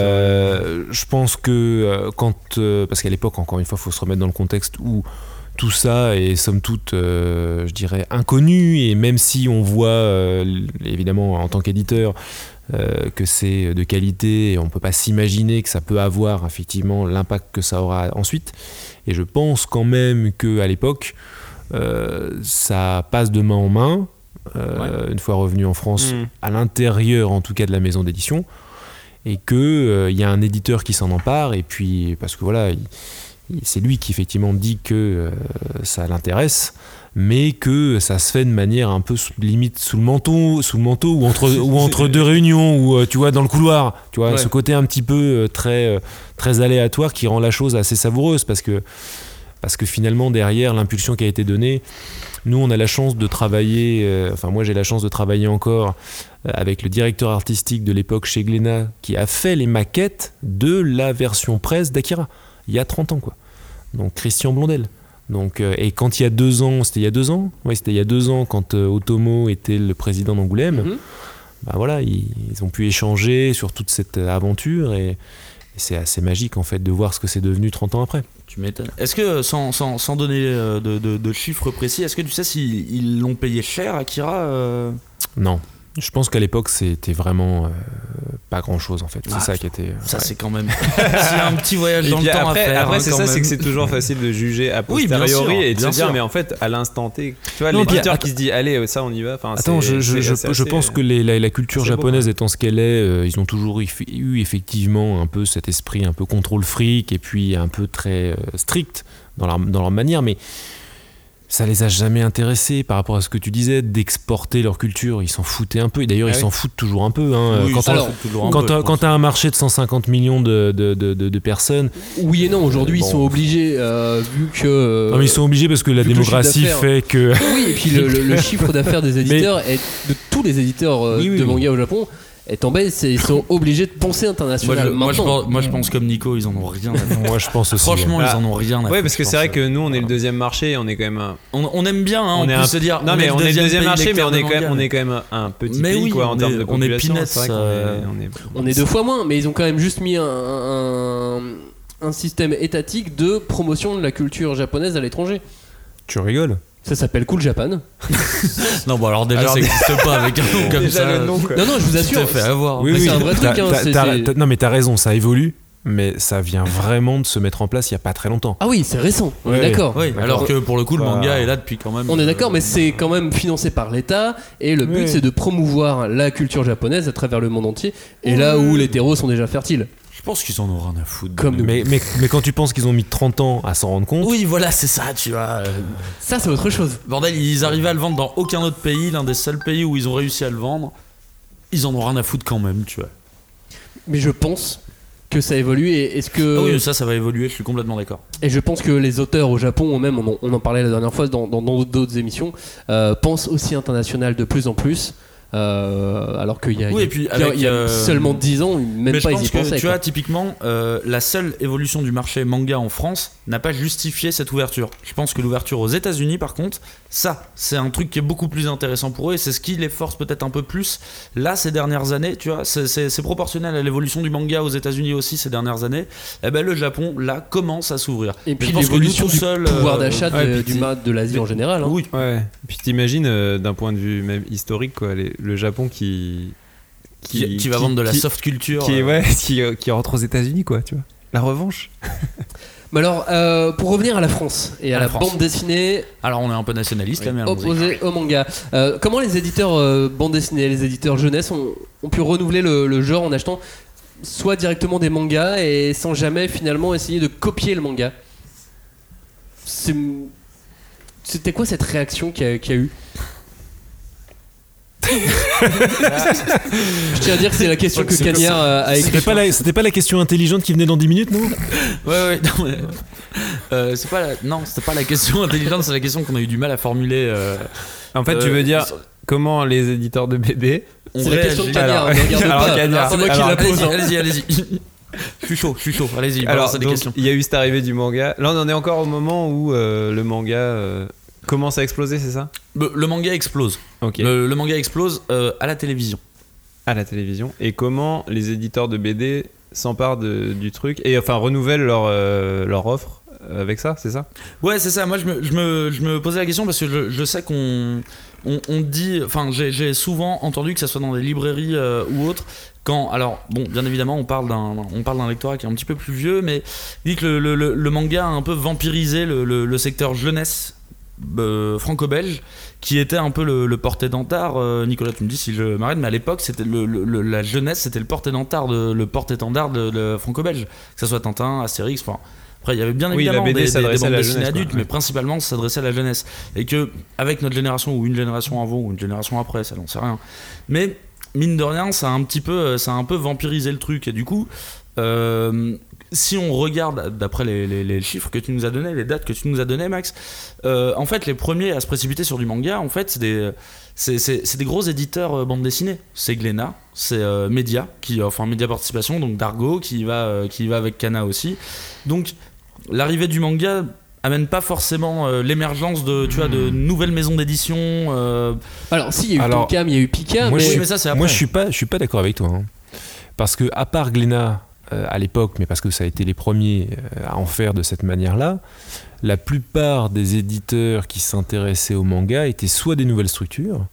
[SPEAKER 11] Euh, je pense que euh, quand, euh, parce qu'à l'époque encore une fois il faut se remettre dans le contexte où tout ça est somme toute, euh, je dirais, inconnu, et même si on voit, euh, évidemment, en tant qu'éditeur, euh, que c'est de qualité, on ne peut pas s'imaginer que ça peut avoir effectivement l'impact que ça aura ensuite. Et je pense quand même qu'à l'époque, euh, ça passe de main en main, euh, ouais. une fois revenu en France, mmh. à l'intérieur en tout cas de la maison d'édition, et qu'il euh, y a un éditeur qui s'en empare, et puis, parce que voilà... Il, c'est lui qui effectivement dit que euh, ça l'intéresse, mais que ça se fait de manière un peu sous, limite sous le manteau, sous le manteau ou entre ou entre deux réunions, ou euh, tu vois, dans le couloir, tu vois, ouais. Ce côté un petit peu euh, très euh, très aléatoire qui rend la chose assez savoureuse, parce que parce que finalement derrière l'impulsion qui a été donnée, nous on a la chance de travailler, euh, enfin moi j'ai la chance de travailler encore euh, avec le directeur artistique de l'époque chez Glénat qui a fait les maquettes de la version presse d'Akira, il y a trente ans quoi. Donc Christian Blondel. Donc, euh, et quand il y a deux ans, c'était il y a deux ans Oui, c'était il y a deux ans quand euh, Otomo était le président d'Angoulême, mm-hmm. bah voilà, ils, ils ont pu échanger sur toute cette aventure et, et c'est assez magique en fait de voir ce que c'est devenu trente ans après.
[SPEAKER 9] Tu m'étonnes. Est-ce que, sans, sans, sans donner de, de, de chiffres précis, est-ce que tu sais s'ils l'ont payé cher, Akira euh...
[SPEAKER 11] Non. Je pense qu'à l'époque, c'était vraiment euh, pas grand-chose en fait. C'est ah, ça qui était.
[SPEAKER 9] Ça,
[SPEAKER 11] ouais.
[SPEAKER 9] c'est quand même. S'il y a un petit voyage dans le temps
[SPEAKER 10] après,
[SPEAKER 9] à faire.
[SPEAKER 10] Après,
[SPEAKER 9] hein,
[SPEAKER 10] c'est ça,
[SPEAKER 9] même.
[SPEAKER 10] c'est que c'est toujours facile de juger a posteriori oui, sûr, et de se dire, mais en fait, à l'instant T, tu vois, non, l'éditeur qui se dit, allez, ça, on y va.
[SPEAKER 11] Attends, je, je, je, je pense que les, la, la culture japonaise beau, étant ce qu'elle est, euh, ils ont toujours eu effectivement un peu cet esprit un peu contrôle fric et puis un peu très euh, strict dans leur, dans leur manière, mais. Ça les a jamais intéressés par rapport à ce que tu disais d'exporter leur culture, ils s'en foutaient un peu et d'ailleurs ah ils oui. s'en foutent toujours un peu hein.
[SPEAKER 9] oui,
[SPEAKER 11] quand
[SPEAKER 9] alors,
[SPEAKER 11] on, quand, peu, quand tu as un marché de cent cinquante millions de, de, de, de, de personnes
[SPEAKER 1] oui et non aujourd'hui bon. Ils sont obligés euh, vu que euh,
[SPEAKER 11] non mais ils sont obligés parce que la démographie fait que
[SPEAKER 1] oui et puis le, le, le chiffre d'affaires des éditeurs mais... et de tous les éditeurs euh, oui, oui, de manga oui. au Japon est en baisse et ils sont obligés de penser international.
[SPEAKER 9] Moi je, moi, je pense, moi je pense comme Nico, ils en ont rien à faire.
[SPEAKER 11] Moi je pense aussi.
[SPEAKER 9] Franchement,
[SPEAKER 11] ouais.
[SPEAKER 9] ils en ont rien à faire.
[SPEAKER 10] Ouais, parce que c'est vrai que nous on est le deuxième marché, on est quand même un...
[SPEAKER 9] on, on aime bien, hein, on, on peut un... se dire.
[SPEAKER 10] Non mais on est le deuxième marché, mais on est quand même, on est quand même un petit
[SPEAKER 9] mais
[SPEAKER 10] pays
[SPEAKER 9] oui,
[SPEAKER 10] quoi en termes de population.
[SPEAKER 9] On est peanuts.
[SPEAKER 10] C'est vrai
[SPEAKER 9] euh...
[SPEAKER 10] on est,
[SPEAKER 1] on est deux fois moins, mais ils ont quand même juste mis un, un, un système étatique de promotion de la culture japonaise à l'étranger.
[SPEAKER 11] Tu rigoles?
[SPEAKER 1] Ça s'appelle Cool Japan.
[SPEAKER 9] Non, bon, alors déjà, alors, ça n'existe pas avec un nom comme ça.
[SPEAKER 1] Nom, non, non, je vous assure.
[SPEAKER 9] Fait avoir.
[SPEAKER 11] Oui, oui,
[SPEAKER 1] c'est un vrai
[SPEAKER 11] t'as,
[SPEAKER 1] truc. Hein,
[SPEAKER 11] t'as,
[SPEAKER 1] c'est,
[SPEAKER 11] t'as,
[SPEAKER 1] c'est...
[SPEAKER 11] T'as, non, mais t'as raison, ça évolue, mais ça vient vraiment de se mettre en place il n'y a pas très longtemps.
[SPEAKER 1] Ah oui, c'est récent, on
[SPEAKER 11] ouais,
[SPEAKER 1] est d'accord.
[SPEAKER 9] Oui, alors que pour le coup, le manga est là depuis quand même.
[SPEAKER 1] On est d'accord, mais c'est quand même financé par l'État, et le but, ouais. c'est de promouvoir la culture japonaise à travers le monde entier, et ouais. là où les terreaux sont déjà fertiles.
[SPEAKER 9] Je pense qu'ils en ont rien à foutre.
[SPEAKER 11] Comme mais, mais, mais quand tu penses qu'ils ont mis trente ans à s'en rendre compte.
[SPEAKER 9] Oui, voilà, c'est ça, tu vois.
[SPEAKER 1] Ça, c'est autre chose.
[SPEAKER 9] Bordel, ils arrivaient à le vendre dans aucun autre pays, l'un des seuls pays où ils ont réussi à le vendre. Ils en ont rien à foutre quand même, tu vois.
[SPEAKER 1] Mais je pense que ça évolue et est-ce que.
[SPEAKER 9] Ah oui, ça, ça va évoluer, je suis complètement d'accord.
[SPEAKER 1] Et je pense que les auteurs au Japon, même, on en, on en parlait la dernière fois dans, dans, dans d'autres émissions, euh, pensent aussi international de plus en plus. Euh, alors qu'il y a,
[SPEAKER 9] oui,
[SPEAKER 1] il y a,
[SPEAKER 9] avec,
[SPEAKER 1] il y a
[SPEAKER 9] euh...
[SPEAKER 1] seulement dix ans, même
[SPEAKER 9] mais
[SPEAKER 1] pas
[SPEAKER 9] ils
[SPEAKER 1] y
[SPEAKER 9] que,
[SPEAKER 1] pensaient.
[SPEAKER 9] Tu vois, typiquement, euh, la seule évolution du marché manga en France n'a pas justifié cette ouverture. Je pense que l'ouverture aux États-Unis, par contre, ça, c'est un truc qui est beaucoup plus intéressant pour eux et c'est ce qui les force peut-être un peu plus. Là, ces dernières années, tu vois, c'est, c'est, c'est proportionnel à l'évolution du manga aux États-Unis aussi ces dernières années. Et ben, le Japon, là, commence à s'ouvrir.
[SPEAKER 1] Et puis l'évolution du seul, pouvoir d'achat
[SPEAKER 10] euh,
[SPEAKER 1] de, du ma, de l'Asie en général. Hein.
[SPEAKER 10] Oui. Ouais. Et puis t'imagines, euh, d'un point de vue même historique, quoi, les, le Japon qui
[SPEAKER 9] Qui, qui, qui va vendre de la
[SPEAKER 10] qui,
[SPEAKER 9] soft culture
[SPEAKER 10] qui,
[SPEAKER 9] euh...
[SPEAKER 10] ouais, qui, qui rentre aux États-Unis quoi, tu vois, la revanche.
[SPEAKER 1] Mais alors euh, pour revenir à la France et à, à la, la bande dessinée,
[SPEAKER 9] alors on est un peu nationaliste oui. là, mais
[SPEAKER 1] opposé au manga, euh, comment les éditeurs euh, bande dessinée, les éditeurs jeunesse ont, ont pu renouveler le, le genre en achetant soit directement des mangas et sans jamais finalement essayer de copier le manga? C'est... C'était quoi cette réaction qu'il y a, qu'il y a eu? Je tiens à dire que c'est la question que Cagnard a écrite.
[SPEAKER 11] C'était pas, la, c'était pas la question intelligente qui venait dans dix minutes, non?
[SPEAKER 9] Ouais, ouais, non, mais, euh, c'est pas la, non, c'était pas la question intelligente, c'est la question qu'on a eu du mal à formuler. Euh,
[SPEAKER 10] en fait, euh, tu veux dire euh, comment les éditeurs de B D
[SPEAKER 1] C'est la question de Cagnard, alors, ne
[SPEAKER 10] alors,
[SPEAKER 1] pas.
[SPEAKER 10] Cagnard,
[SPEAKER 1] c'est moi qui la pose.
[SPEAKER 9] Allez-y, allez-y. Je suis chaud, je suis chaud. Allez-y,
[SPEAKER 10] alors,
[SPEAKER 9] des questions.
[SPEAKER 10] Il y a eu cette arrivée du manga. Là, on en est encore au moment où euh, le manga. Euh, commence à exploser, c'est ça?
[SPEAKER 9] Le, le manga explose.
[SPEAKER 10] Okay.
[SPEAKER 9] Le, le manga explose euh, à la télévision.
[SPEAKER 10] À la télévision. Et comment les éditeurs de B D s'emparent de, du truc et enfin renouvellent leur, euh, leur offre avec ça, c'est ça?
[SPEAKER 9] Ouais, c'est ça. Moi, je me, je me, je me posais la question parce que je, je sais qu'on on, on dit, enfin, j'ai, j'ai souvent entendu que ça soit dans des librairies euh, ou autres. Quand, alors, bon, bien évidemment, on parle d'un, on parle d'un lectorat qui est un petit peu plus vieux, mais il dit que le, le, le manga a un peu vampirisé le, le, le secteur jeunesse. Euh, franco-belge qui était un peu le, le porte-étendard. euh, Nicolas, tu me dis si je m'arrête, mais à l'époque c'était le, le, la jeunesse, c'était le porte-étendard de, le porte-étendard de, de franco-belge, que ça soit Tintin, Astérix, enfin après il y avait bien évidemment
[SPEAKER 10] oui, la B D
[SPEAKER 9] des, des, des bandes
[SPEAKER 10] dessinées
[SPEAKER 9] jeunesse, adultes
[SPEAKER 10] quoi.
[SPEAKER 9] Mais principalement ça s'adressait à la jeunesse et que avec notre génération ou une génération avant ou une génération après, ça n'en sait rien, mais mine de rien ça a un petit peu ça a un peu vampirisé le truc et du coup euh, si on regarde d'après les, les, les chiffres que tu nous as donnés, les dates que tu nous as données, Max, euh, en fait les premiers à se précipiter sur du manga, en fait c'est des, c'est, c'est, c'est des gros éditeurs euh, bande dessinée. C'est Glénat, c'est euh, Média, qui, enfin Média Participation, donc Dargo qui va, euh, qui va avec Kana aussi. Donc l'arrivée du manga amène pas forcément euh, l'émergence de, tu vois, de nouvelles maisons d'édition. Euh...
[SPEAKER 1] Alors si, il y a eu Alors, Tonkam, il y a eu Pika,
[SPEAKER 11] moi,
[SPEAKER 1] mais...
[SPEAKER 11] Je suis,
[SPEAKER 9] mais ça c'est après.
[SPEAKER 11] Moi je suis pas, je suis pas d'accord avec toi, hein. Parce que à part Glénat euh, à l'époque, mais parce que ça a été les premiers euh, à en faire de cette manière-là, la plupart des éditeurs qui s'intéressaient au manga étaient soit des nouvelles structures,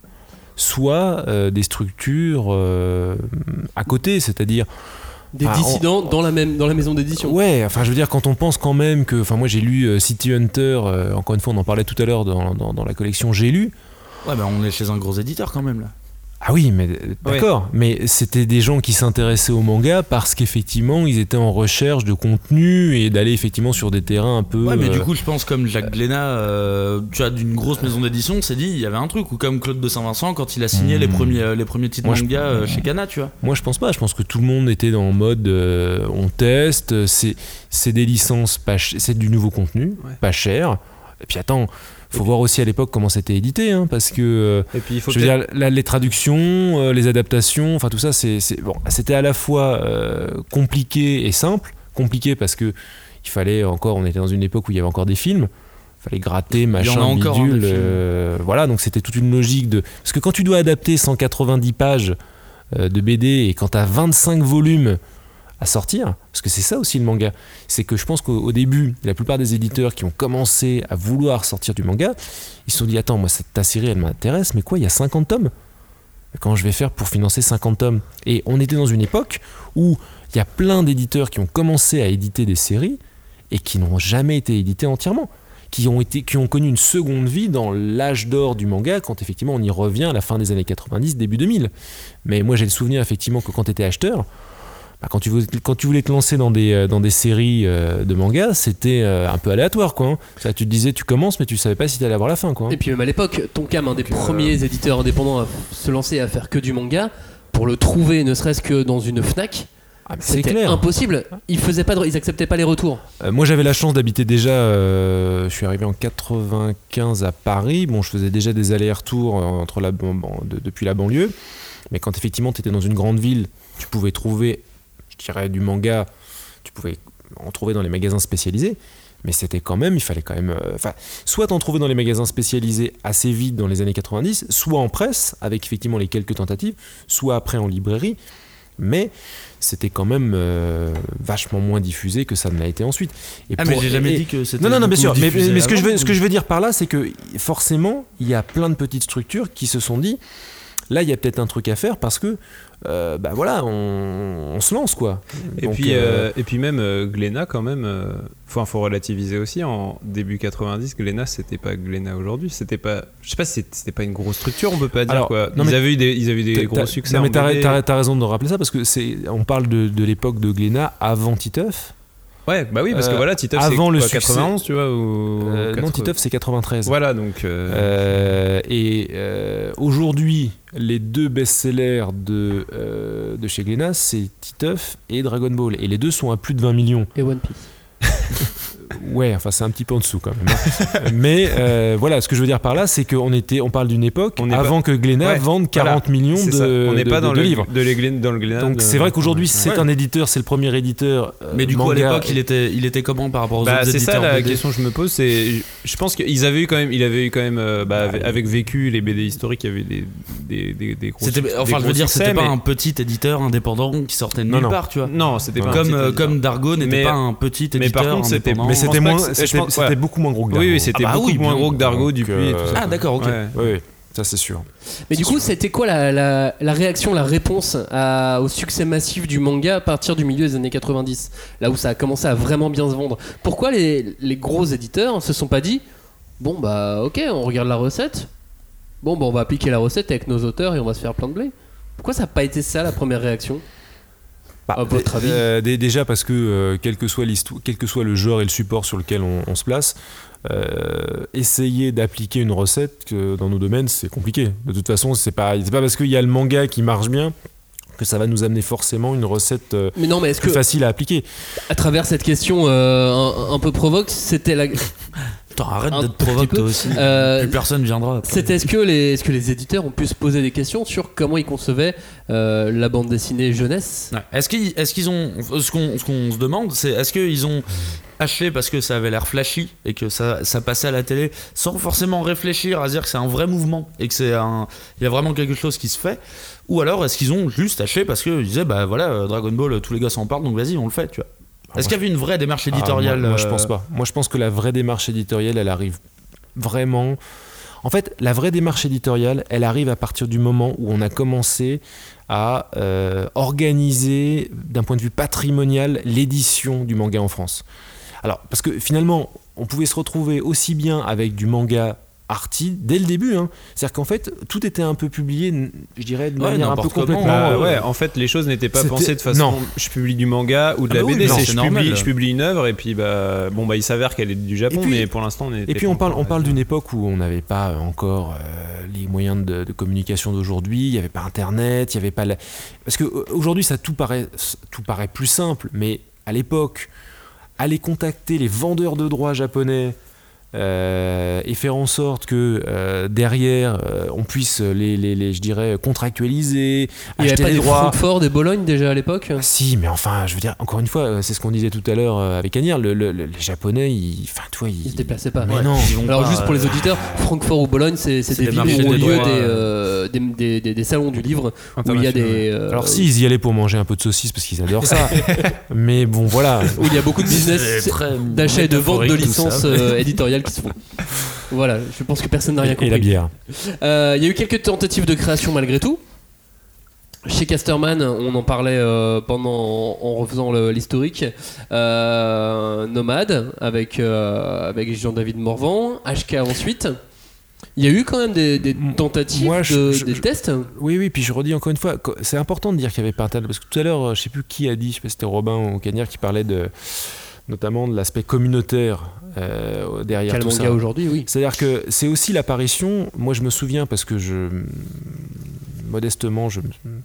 [SPEAKER 11] soit euh, des structures euh, à côté, c'est-à-dire
[SPEAKER 1] des
[SPEAKER 11] enfin,
[SPEAKER 1] dissidents
[SPEAKER 11] on,
[SPEAKER 1] dans la même dans la maison d'édition.
[SPEAKER 11] Ouais, enfin je veux dire quand on pense quand même que, enfin moi j'ai lu euh, City Hunter, euh, encore une fois on en parlait tout à l'heure dans, dans, dans la collection J'ai lu.
[SPEAKER 9] Ouais bah on est chez un gros éditeur quand même là.
[SPEAKER 11] Ah oui, mais d'accord, ouais. Mais c'était des gens qui s'intéressaient au manga parce qu'effectivement ils étaient en recherche de contenu et d'aller effectivement sur des terrains un peu.
[SPEAKER 9] Ouais, mais
[SPEAKER 11] euh...
[SPEAKER 9] du coup, je pense comme Jacques Glénat, euh, tu as d'une grosse maison d'édition, s'est dit il y avait un truc, ou comme Claude de Saint-Vincent quand il a signé mmh. les premiers les premiers titres Moi, manga je... chez Kana, tu vois.
[SPEAKER 11] Moi, je pense pas. Je pense que tout le monde était dans le mode euh, on teste, c'est c'est des licences pas ch... c'est du nouveau contenu, ouais. pas cher. Et puis attends. Faut voir aussi à l'époque comment c'était édité, hein, parce que
[SPEAKER 10] et puis, il faut
[SPEAKER 11] je veux dire, la, les traductions, euh, les adaptations, enfin tout ça, c'est, c'est bon, c'était à la fois euh, compliqué et simple. Compliqué parce que il fallait encore, on était dans une époque où il y avait encore des films, il fallait gratter, machin,
[SPEAKER 9] il y en a encore,
[SPEAKER 11] bidule,
[SPEAKER 9] hein,
[SPEAKER 11] euh, voilà, donc c'était toute une logique de, parce que quand tu dois adapter cent quatre-vingt-dix pages euh, de B D et quand t'as vingt-cinq volumes à sortir, parce que c'est ça aussi le manga, c'est que je pense qu'au au début, la plupart des éditeurs qui ont commencé à vouloir sortir du manga, ils se sont dit attends, moi cette, ta série elle m'intéresse, mais quoi, il y a cinquante tomes, comment je vais faire pour financer cinquante tomes? Et on était dans une époque où il y a plein d'éditeurs qui ont commencé à éditer des séries et qui n'ont jamais été édités entièrement, qui ont, été, qui ont connu une seconde vie dans l'âge d'or du manga, quand effectivement on y revient à la fin des années quatre-vingt-dix, début deux mille. Mais moi j'ai le souvenir effectivement que quand tu étais acheteur, bah, quand, tu voulais, quand tu voulais te lancer dans des, dans des séries euh, de manga, c'était euh, un peu aléatoire, quoi, hein. Ça, tu te disais tu commences mais tu savais pas si tu allais avoir la fin, quoi, hein.
[SPEAKER 1] Et puis même à l'époque, Tonkam, un des Donc, premiers euh... éditeurs indépendants à se lancer à faire que du manga, pour le trouver ne serait-ce que dans une Fnac, ah, c'était clair. Impossible. Ils faisaient pas de, ils acceptaient pas les retours.
[SPEAKER 11] Euh, moi j'avais la chance d'habiter déjà, euh, je suis arrivé en quatre-vingt-quinze à Paris, bon je faisais déjà des allers-retours entre la, bon, de, depuis la banlieue, mais quand effectivement tu étais dans une grande ville, tu pouvais trouver je dirais du manga, tu pouvais en trouver dans les magasins spécialisés, mais c'était quand même, il fallait quand même, enfin, euh, soit t'en trouvais dans les magasins spécialisés assez vite dans les années quatre-vingt-dix, soit en presse avec effectivement les quelques tentatives, soit après en librairie, mais c'était quand même euh, vachement moins diffusé que ça ne l'a été ensuite.
[SPEAKER 9] Et ah pour, mais j'ai jamais et, dit que c'était.
[SPEAKER 11] Non non non bien sûr, mais, mais ce que je veux,
[SPEAKER 9] ou...
[SPEAKER 11] ce que je veux dire par là, c'est que forcément il y a plein de petites structures qui se sont dit, là il y a peut-être un truc à faire parce que Euh, bah voilà, on, on se lance, quoi.
[SPEAKER 10] Et Donc, puis euh, euh, et puis même euh, Glénat quand même, euh, faut, faut relativiser aussi. En début quatre-vingt-dix, Glénat c'était pas Glénat aujourd'hui, c'était pas, je sais pas, c'était, c'était pas une grosse structure, on peut pas dire. Alors, quoi. Non, ils avaient eu des, ils avaient eu des gros succès.
[SPEAKER 11] Non mais t'as, t'as, t'as raison de rappeler ça parce que c'est, on parle de, de l'époque de Glénat avant Titeuf.
[SPEAKER 10] Ouais, bah oui, parce que euh, voilà, Titeuf c'est quoi, quatre-vingt-onze, tu vois, ou
[SPEAKER 11] euh,
[SPEAKER 10] quatre...
[SPEAKER 11] Non, Titeuf c'est quatre-vingt-treize.
[SPEAKER 10] Voilà, donc. Euh...
[SPEAKER 11] Euh, et euh, aujourd'hui, les deux best-sellers de euh, de chez Glénat, c'est Titeuf et Dragon Ball, et les deux sont à plus de vingt millions.
[SPEAKER 1] Et One Piece.
[SPEAKER 11] Ouais, enfin c'est un petit peu en dessous quand même. Mais euh, voilà, ce que je veux dire par là, c'est qu'on était, on parle d'une époque on avant pas... que Glénat ouais, vende quarante voilà, millions de,
[SPEAKER 10] on n'est pas
[SPEAKER 11] de,
[SPEAKER 10] dans
[SPEAKER 11] de
[SPEAKER 10] le,
[SPEAKER 11] livres.
[SPEAKER 10] De les, dans le Glénat.
[SPEAKER 11] Donc
[SPEAKER 10] de...
[SPEAKER 11] c'est vrai qu'aujourd'hui ouais. c'est un éditeur, c'est le premier éditeur.
[SPEAKER 9] Euh, Mais du coup
[SPEAKER 11] manga.
[SPEAKER 9] à l'époque, il était, il était comment par rapport aux
[SPEAKER 10] bah,
[SPEAKER 9] autres
[SPEAKER 10] c'est
[SPEAKER 9] éditeurs?
[SPEAKER 10] C'est ça la
[SPEAKER 9] B D.
[SPEAKER 10] question que je me pose. C'est, je pense qu'ils avaient eu quand même, il avait eu quand même, euh, bah, avec, avec Vécu, les B D historiques, il y avait des, des, des, des gros.
[SPEAKER 9] C'était, enfin, je veux dire, c'était pas un petit éditeur indépendant qui sortait de nulle part, tu vois.
[SPEAKER 10] Non, c'était pas
[SPEAKER 9] comme comme Dargo n'était pas un petit éditeur.
[SPEAKER 10] Mais par contre, c'était,
[SPEAKER 11] mais c'était moins, c'était beaucoup moins gros que Dargo.
[SPEAKER 10] Oui, oui, c'était ah bah beaucoup oui, moins gros que Dargo, Dupuis
[SPEAKER 11] euh,
[SPEAKER 10] et tout ça.
[SPEAKER 1] Ah d'accord, ok.
[SPEAKER 11] Ouais, oui, ça c'est sûr.
[SPEAKER 1] Mais
[SPEAKER 11] c'est
[SPEAKER 1] du coup,
[SPEAKER 11] sûr.
[SPEAKER 1] c'était quoi la, la, la réaction, la réponse à, au succès massif du manga à partir du milieu des années quatre-vingt-dix, là où ça a commencé à vraiment bien se vendre? Pourquoi les, les gros éditeurs se sont pas dit bon bah ok, on regarde la recette, bon bah on va appliquer la recette avec nos auteurs et on va se faire plein de blé? Pourquoi ça n'a pas été ça la première réaction?
[SPEAKER 11] Bah, à votre avis euh, déjà parce que euh, quel que soit l'histoire, quel que soit le genre et le support sur lequel on, on se place, euh, essayer d'appliquer une recette que dans nos domaines c'est compliqué. De toute façon, c'est pas, c'est pas parce qu'il y a le manga qui marche bien que ça va nous amener forcément une recette euh,
[SPEAKER 1] mais non, mais est-ce
[SPEAKER 11] plus
[SPEAKER 1] que,
[SPEAKER 11] facile à appliquer.
[SPEAKER 1] À travers cette question euh, un, un peu provoque, c'était la.
[SPEAKER 9] Attends, arrête d'être provoque toi aussi. Euh, Plus personne viendra. Après.
[SPEAKER 1] C'était est-ce que les est-ce que les éditeurs ont pu se poser des questions sur comment ils concevaient euh, la bande dessinée jeunesse.
[SPEAKER 9] Ouais. Est-ce qu'ils est-ce qu'ils ont ce qu'on ce qu'on se demande, c'est est-ce qu'ils ont haché parce que ça avait l'air flashy et que ça ça passait à la télé sans forcément réfléchir à dire que c'est un vrai mouvement et que c'est un il y a vraiment quelque chose qui se fait, ou alors est-ce qu'ils ont juste haché parce que ils disaient bah voilà Dragon Ball tous les gars s'en parlent donc vas-y on le fait, tu vois. Est-ce qu'il y avait une vraie démarche éditoriale?
[SPEAKER 11] ah, moi, moi je pense pas. Moi je pense que la vraie démarche éditoriale elle arrive vraiment. En fait, la vraie démarche éditoriale elle arrive à partir du moment où on a commencé à euh, organiser d'un point de vue patrimonial l'édition du manga en France. Alors parce que finalement on pouvait se retrouver aussi bien avec du manga arty dès le début, hein. C'est-à-dire qu'en fait tout était un peu publié, je dirais de
[SPEAKER 10] ouais,
[SPEAKER 11] manière un peu complètement.
[SPEAKER 10] Bah, ouais, en fait les choses n'étaient pas C'était... pensées de façon. Non. Je publie du manga ou de ah la bah B D, oui, non, c'est, c'est je, publie, je publie une œuvre et puis bah bon bah il s'avère qu'elle est du Japon, puis, mais pour l'instant on est.
[SPEAKER 11] Et puis on parle, on parle d'une époque où on n'avait pas encore euh, les moyens de, de communication d'aujourd'hui, il n'y avait pas Internet, il n'y avait pas la... parce que aujourd'hui ça tout paraît, tout paraît plus simple, mais à l'époque aller contacter les vendeurs de droits japonais. Euh, et faire en sorte que euh, derrière euh, on puisse les, les, les je dirais contractualiser,
[SPEAKER 1] il
[SPEAKER 11] acheter
[SPEAKER 1] avait pas
[SPEAKER 11] les
[SPEAKER 1] des
[SPEAKER 11] droits.
[SPEAKER 1] Francfort, des Bologne déjà à l'époque.
[SPEAKER 11] Ah, si, mais enfin, je veux dire encore une fois, c'est ce qu'on disait tout à l'heure avec Anir, le, le, le, les Japonais, ils, enfin, toi, ils,
[SPEAKER 1] ils se déplaçaient pas.
[SPEAKER 11] Mais
[SPEAKER 1] ouais.
[SPEAKER 11] non.
[SPEAKER 1] Alors
[SPEAKER 11] pas,
[SPEAKER 1] juste pour les auditeurs, Francfort ou Bologne, c'est, c'est, c'est des villes où ont lieu des, euh, des, des, des, des salons du livre où il y a des. Euh,
[SPEAKER 11] Alors si, ils y allaient pour manger un peu de saucisse parce qu'ils adorent ça. Mais bon, voilà.
[SPEAKER 1] Où il y a beaucoup de business d'achat et de vente de licences éditoriales qui se font. Voilà, je pense que personne n'a rien compris.
[SPEAKER 11] Et la bière.
[SPEAKER 1] Il euh, y a eu quelques tentatives de création malgré tout. Chez Casterman, on en parlait euh, pendant en refaisant le, l'historique. Euh, Nomade avec euh, avec Jean-David Morvan, H K ensuite. Il y a eu quand même des, des tentatives, Moi, je, de, je, des je, tests.
[SPEAKER 11] Oui, oui. Puis je redis encore une fois, c'est important de dire qu'il n'y avait pas un tel parce que tout à l'heure, je sais plus qui a dit, je sais pas si c'était Robin ou Cagnard qui parlait de notamment de l'aspect communautaire euh, derrière
[SPEAKER 1] Quel
[SPEAKER 11] tout
[SPEAKER 1] manga
[SPEAKER 11] ça.
[SPEAKER 1] Aujourd'hui, oui.
[SPEAKER 11] C'est-à-dire que c'est aussi l'apparition, moi je me souviens parce que je modestement je,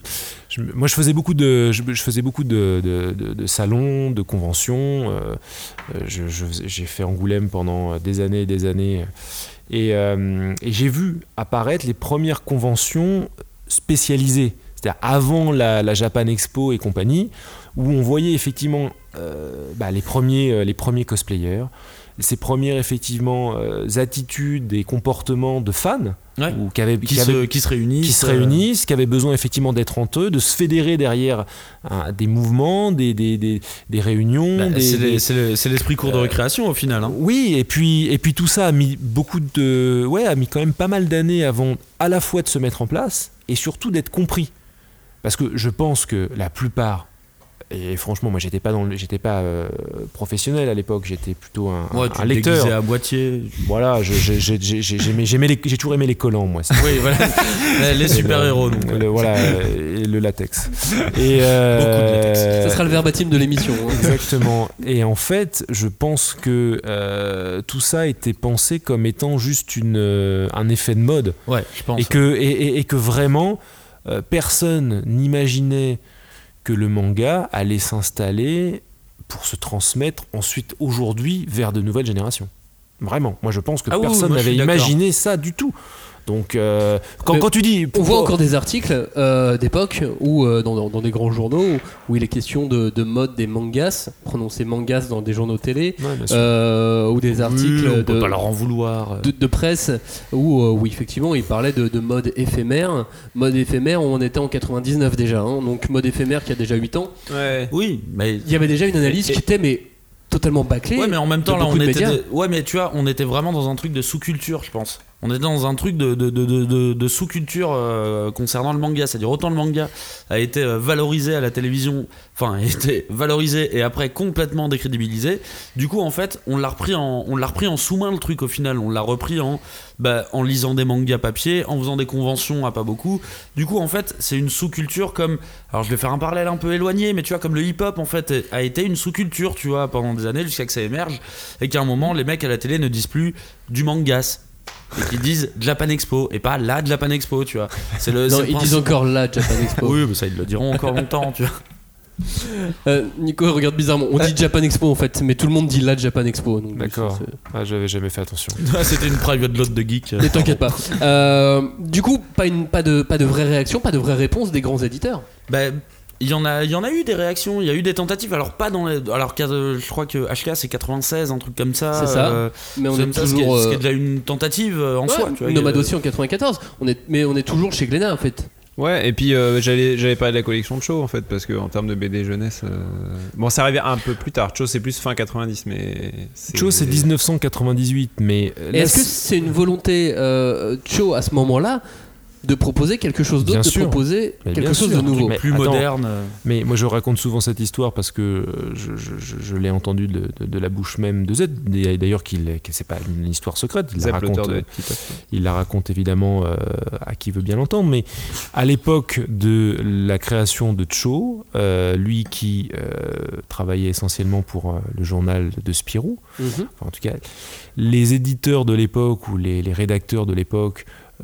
[SPEAKER 11] je moi je faisais beaucoup de je, je faisais beaucoup de, de, de, de salons, de conventions, euh, je, je, j'ai fait Angoulême pendant des années et des années et, euh, et j'ai vu apparaître les premières conventions spécialisées, c'est-à-dire avant la, la Japan Expo et compagnie, où on voyait effectivement euh, bah, les, premiers, euh, les premiers cosplayers, ces premières effectivement euh, attitudes et comportements de fans,
[SPEAKER 9] ouais.
[SPEAKER 11] ou qui, avaient,
[SPEAKER 9] qui,
[SPEAKER 11] qui,
[SPEAKER 9] se,
[SPEAKER 11] avaient,
[SPEAKER 9] qui se réunissent,
[SPEAKER 11] qui se réunissent, euh... qui avaient besoin effectivement d'être entre eux, de se fédérer derrière hein, des mouvements, des, des, des, des réunions.
[SPEAKER 9] Bah,
[SPEAKER 11] des,
[SPEAKER 9] c'est,
[SPEAKER 11] des,
[SPEAKER 9] les, c'est, le, c'est l'esprit cours de récréation euh, au final. Hein.
[SPEAKER 11] Oui, et puis, et puis tout ça a mis beaucoup de, ouais, a mis quand même pas mal d'années avant à la fois de se mettre en place et surtout d'être compris. Parce que je pense que la plupart, et franchement moi j'étais pas dans le, j'étais pas euh, professionnel à l'époque, j'étais plutôt un,
[SPEAKER 9] ouais,
[SPEAKER 11] un, un lecteur.
[SPEAKER 9] Tu à boîtier.
[SPEAKER 11] Voilà, je, j'ai, j'ai, j'ai, j'aimais, j'aimais les, j'ai toujours aimé les collants moi.
[SPEAKER 9] Oui, voilà. Les super héros. Donc.
[SPEAKER 11] Le, voilà, et le latex. Et euh,
[SPEAKER 1] beaucoup de latex. Ça sera le verbatim de l'émission. Hein.
[SPEAKER 11] Exactement. Et en fait, je pense que euh, tout ça était pensé comme étant juste une, euh, un effet de mode.
[SPEAKER 9] Ouais, je pense.
[SPEAKER 11] Et que, et, et, et que vraiment euh, personne n'imaginait que le manga allait s'installer pour se transmettre ensuite aujourd'hui vers de nouvelles générations. Vraiment, moi je pense que ah personne oui, n'avait imaginé ça du tout. Donc euh, quand, quand tu dis...
[SPEAKER 1] On voit encore des articles euh, d'époque où, euh, dans, dans, dans des grands journaux où il est question de, de mode des mangas, prononcé mangas dans des journaux télé, ouais, euh, ou des articles
[SPEAKER 9] oui, on
[SPEAKER 1] de,
[SPEAKER 9] peut pas leur en vouloir.
[SPEAKER 1] De, de presse où, euh, où effectivement il parlait de, de mode éphémère. Mode éphémère, on était en quatre-vingt-dix-neuf déjà, hein, donc mode éphémère qui a déjà huit ans.
[SPEAKER 9] Ouais. Oui, mais...
[SPEAKER 1] Il y avait déjà une analyse et, qui était... mais totalement bâclé.
[SPEAKER 9] Ouais, mais en même temps, là, on était. De... Ouais, mais tu vois, on était vraiment dans un truc de sous-culture, je pense. On était dans un truc de, de, de, de, de sous-culture euh, concernant le manga. C'est-à-dire, autant le manga a été euh, valorisé à la télévision, enfin, a été valorisé et après complètement décrédibilisé. Du coup, en fait, on l'a repris en, on l'a repris en sous-main, le truc, au final. On l'a repris en, bah, en lisant des mangas papier, en faisant des conventions à pas beaucoup. Du coup, en fait, c'est une sous-culture comme. Alors, je vais faire un parallèle un peu éloigné, mais tu vois, comme le hip-hop, en fait, a été une sous-culture, tu vois, pendant des années, jusqu'à que ça émerge. Et qu'à un moment, les mecs à la télé ne disent plus du mangas. et qu'ils disent Japan Expo et pas la Japan Expo, tu vois. C'est le,
[SPEAKER 1] non,
[SPEAKER 9] c'est le
[SPEAKER 1] ils
[SPEAKER 9] principe.
[SPEAKER 1] disent encore la Japan Expo.
[SPEAKER 9] Oui, mais ça ils le diront encore longtemps, tu vois.
[SPEAKER 1] Euh, Nico regarde bizarrement. On dit Japan Expo en fait, mais tout le monde dit la Japan Expo. Donc
[SPEAKER 11] D'accord.
[SPEAKER 1] c'est...
[SPEAKER 11] Ah, j'avais jamais fait attention.
[SPEAKER 9] C'était une private lot de geek.
[SPEAKER 1] Ne t'inquiète pas. Euh, du coup, pas, une, pas, de, pas de vraie réaction, pas de vraie réponse des grands éditeurs.
[SPEAKER 9] Bah, il y en a, il y en a eu des réactions, il y a eu des tentatives. Alors pas dans les, alors je crois que H K c'est quatre-vingt-seize, un truc comme ça.
[SPEAKER 1] C'est ça.
[SPEAKER 9] Euh,
[SPEAKER 1] mais on
[SPEAKER 9] c'est
[SPEAKER 1] est
[SPEAKER 9] ça,
[SPEAKER 1] toujours.
[SPEAKER 9] Ce qui est, ce qui est déjà une tentative en
[SPEAKER 1] ouais,
[SPEAKER 9] soi. Tu vois,
[SPEAKER 1] Nomade
[SPEAKER 9] euh...
[SPEAKER 1] aussi en quatre-vingt-quatorze. On est, mais on est toujours chez Glénat en fait.
[SPEAKER 10] Ouais, et puis euh, j'allais, j'allais parler de la collection de Cho en fait, parce qu'en termes de B D jeunesse. Euh... Bon, ça arrivait un peu plus tard. Cho c'est plus fin quatre-vingt-dix, mais. C'est...
[SPEAKER 11] Cho c'est dix-neuf cent quatre-vingt-dix-huit, mais.
[SPEAKER 1] Et est-ce que c'est une volonté euh, Cho à ce moment-là de proposer quelque chose d'autre,
[SPEAKER 11] bien
[SPEAKER 1] de
[SPEAKER 11] sûr.
[SPEAKER 1] proposer
[SPEAKER 11] mais
[SPEAKER 1] quelque chose
[SPEAKER 11] sûr.
[SPEAKER 1] de nouveau,
[SPEAKER 11] mais
[SPEAKER 9] plus
[SPEAKER 11] attends,
[SPEAKER 9] moderne.
[SPEAKER 11] Mais moi je raconte souvent cette histoire parce que je, je, je, je l'ai entendue de, de, de la bouche même de Z. D'ailleurs, qu'il, que c'est pas une histoire secrète. Il
[SPEAKER 10] Zep,
[SPEAKER 11] la raconte.
[SPEAKER 10] de
[SPEAKER 11] Il la raconte évidemment euh, à qui veut bien l'entendre. Mais à l'époque de la création de Cho, euh, lui qui euh, travaillait essentiellement pour euh, le journal de Spirou,
[SPEAKER 1] mm-hmm.
[SPEAKER 11] enfin, en tout cas, les éditeurs de l'époque ou les, les rédacteurs de l'époque.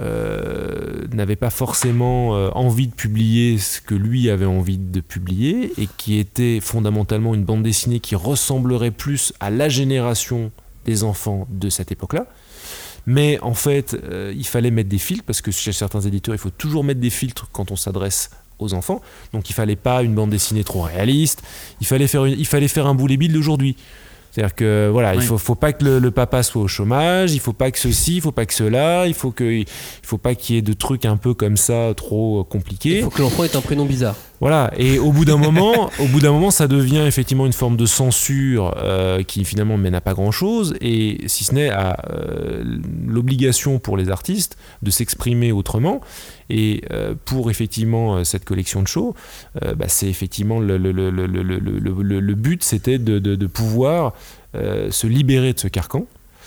[SPEAKER 11] Euh, n'avait pas forcément euh, envie de publier ce que lui avait envie de publier et qui était fondamentalement une bande dessinée qui ressemblerait plus à la génération des enfants de cette époque-là. Mais en fait, euh, il fallait mettre des filtres parce que chez certains éditeurs, il faut toujours mettre des filtres quand on s'adresse aux enfants. Donc il fallait pas une bande dessinée trop réaliste. Il fallait faire, une, il fallait faire un Boulet Bill d'aujourd'hui. C'est-à-dire que voilà, oui. il faut, faut pas que le, le papa soit au chômage, il faut pas que ceci, il faut pas que cela, il faut que, il faut pas qu'il y ait de trucs un peu comme ça trop compliqués.
[SPEAKER 1] Il faut que l'enfant ait un prénom bizarre.
[SPEAKER 11] Voilà, et au bout d'un moment, au bout d'un moment, ça devient effectivement une forme de censure euh, qui finalement mène à pas grand-chose, et si ce n'est à euh, l'obligation pour les artistes de s'exprimer autrement. Et euh, pour effectivement cette collection de shows, euh, bah, c'est effectivement le, le, le, le, le, le, le but, c'était de, de, de pouvoir euh, se libérer de ce carcan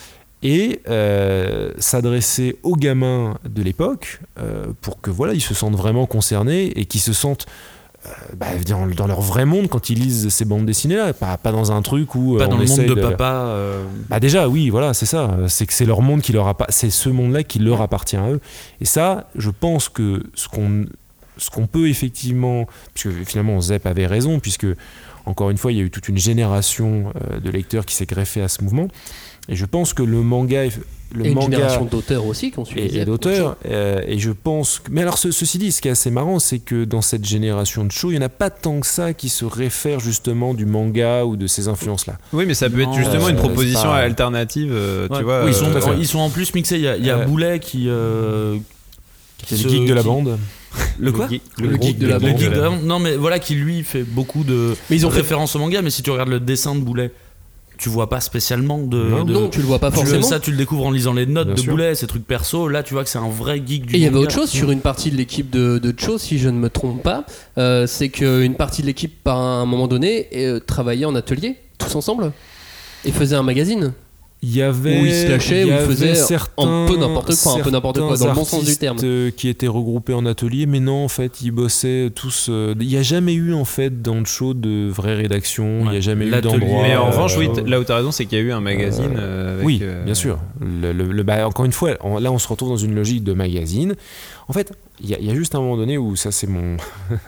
[SPEAKER 11] et euh, s'adresser aux gamins de l'époque euh, pour que voilà, ils se sentent vraiment concernés et qu'ils se sentent euh, bah, dans, dans leur vrai monde quand ils lisent ces bandes dessinées là, pas, pas dans un truc où
[SPEAKER 9] pas
[SPEAKER 11] euh,
[SPEAKER 9] dans
[SPEAKER 11] on
[SPEAKER 9] le monde de,
[SPEAKER 11] de
[SPEAKER 9] papa. Euh...
[SPEAKER 11] Bah déjà oui, voilà, c'est ça, c'est que c'est leur monde qui leur appa- c'est ce monde-là qui leur appartient à eux. Et ça, je pense que ce qu'on ce qu'on peut effectivement, puisque finalement Zep avait raison, puisque encore une fois, il y a eu toute une génération euh, de lecteurs qui s'est greffée à ce mouvement. Et je pense que le manga, le
[SPEAKER 1] et une
[SPEAKER 11] manga
[SPEAKER 1] génération d'auteurs aussi qui ont suivi.
[SPEAKER 11] Et, et d'auteurs. Euh, et je pense. Que, mais alors, ce, ceci dit, ce qui est assez marrant, c'est que dans cette génération de show, il n'y en a pas tant que ça qui se réfèrent justement du manga ou de ces influences-là.
[SPEAKER 10] Oui, mais ça peut
[SPEAKER 9] non,
[SPEAKER 10] être justement
[SPEAKER 11] euh,
[SPEAKER 10] une proposition
[SPEAKER 11] pas...
[SPEAKER 10] alternative. Euh,
[SPEAKER 9] ouais.
[SPEAKER 10] Tu vois.
[SPEAKER 9] Oui, ils sont,
[SPEAKER 10] euh,
[SPEAKER 9] ils sont en plus mixés. Il y a, il y a euh, Boulet qui. Euh,
[SPEAKER 11] qui est le geek de la
[SPEAKER 9] qui...
[SPEAKER 11] bande.
[SPEAKER 9] Le quoi?
[SPEAKER 11] Le geek,
[SPEAKER 1] le le geek de la
[SPEAKER 9] le
[SPEAKER 1] bande.
[SPEAKER 9] Geek de la bande. Non, mais voilà, qui lui fait beaucoup de
[SPEAKER 1] mais ils ont
[SPEAKER 9] références
[SPEAKER 1] fait...
[SPEAKER 9] au manga. Mais si tu regardes le dessin de Boulet, tu vois pas spécialement de.
[SPEAKER 1] Non,
[SPEAKER 9] de...
[SPEAKER 1] non tu le vois pas forcément.
[SPEAKER 9] Tu le, ça, tu le découvres en lisant les notes
[SPEAKER 11] Bien
[SPEAKER 9] de
[SPEAKER 11] sûr.
[SPEAKER 9] Boulet, ces trucs perso. Là, tu vois que c'est un vrai geek du manga.
[SPEAKER 1] Et il y avait autre chose sur une partie de l'équipe de, de Cho, si je ne me trompe pas, euh, c'est qu'une partie de l'équipe, à un moment donné, euh, travaillait en atelier, tous ensemble, et faisait un magazine.
[SPEAKER 11] Il y avait,
[SPEAKER 1] où il se lâchait, où il faisait
[SPEAKER 11] certains,
[SPEAKER 1] un peu n'importe quoi, un peu n'importe quoi, dans le bon sens du terme.
[SPEAKER 11] Qui étaient regroupés en atelier, mais non, en fait, ils bossaient tous. Euh, il n'y a jamais eu, en fait, dans le show de vraie rédaction. Il ouais, n'y a jamais eu d'endroit.
[SPEAKER 10] Mais en
[SPEAKER 11] euh,
[SPEAKER 10] revanche, oui, là où tu as raison, c'est qu'il y a eu un magazine. Euh, avec,
[SPEAKER 11] oui,
[SPEAKER 10] euh...
[SPEAKER 11] bien sûr. Le, le, le, bah, encore une fois, on, là, on se retrouve dans une logique de magazine. En fait, il y, y a juste un moment donné où ça, c'est mon.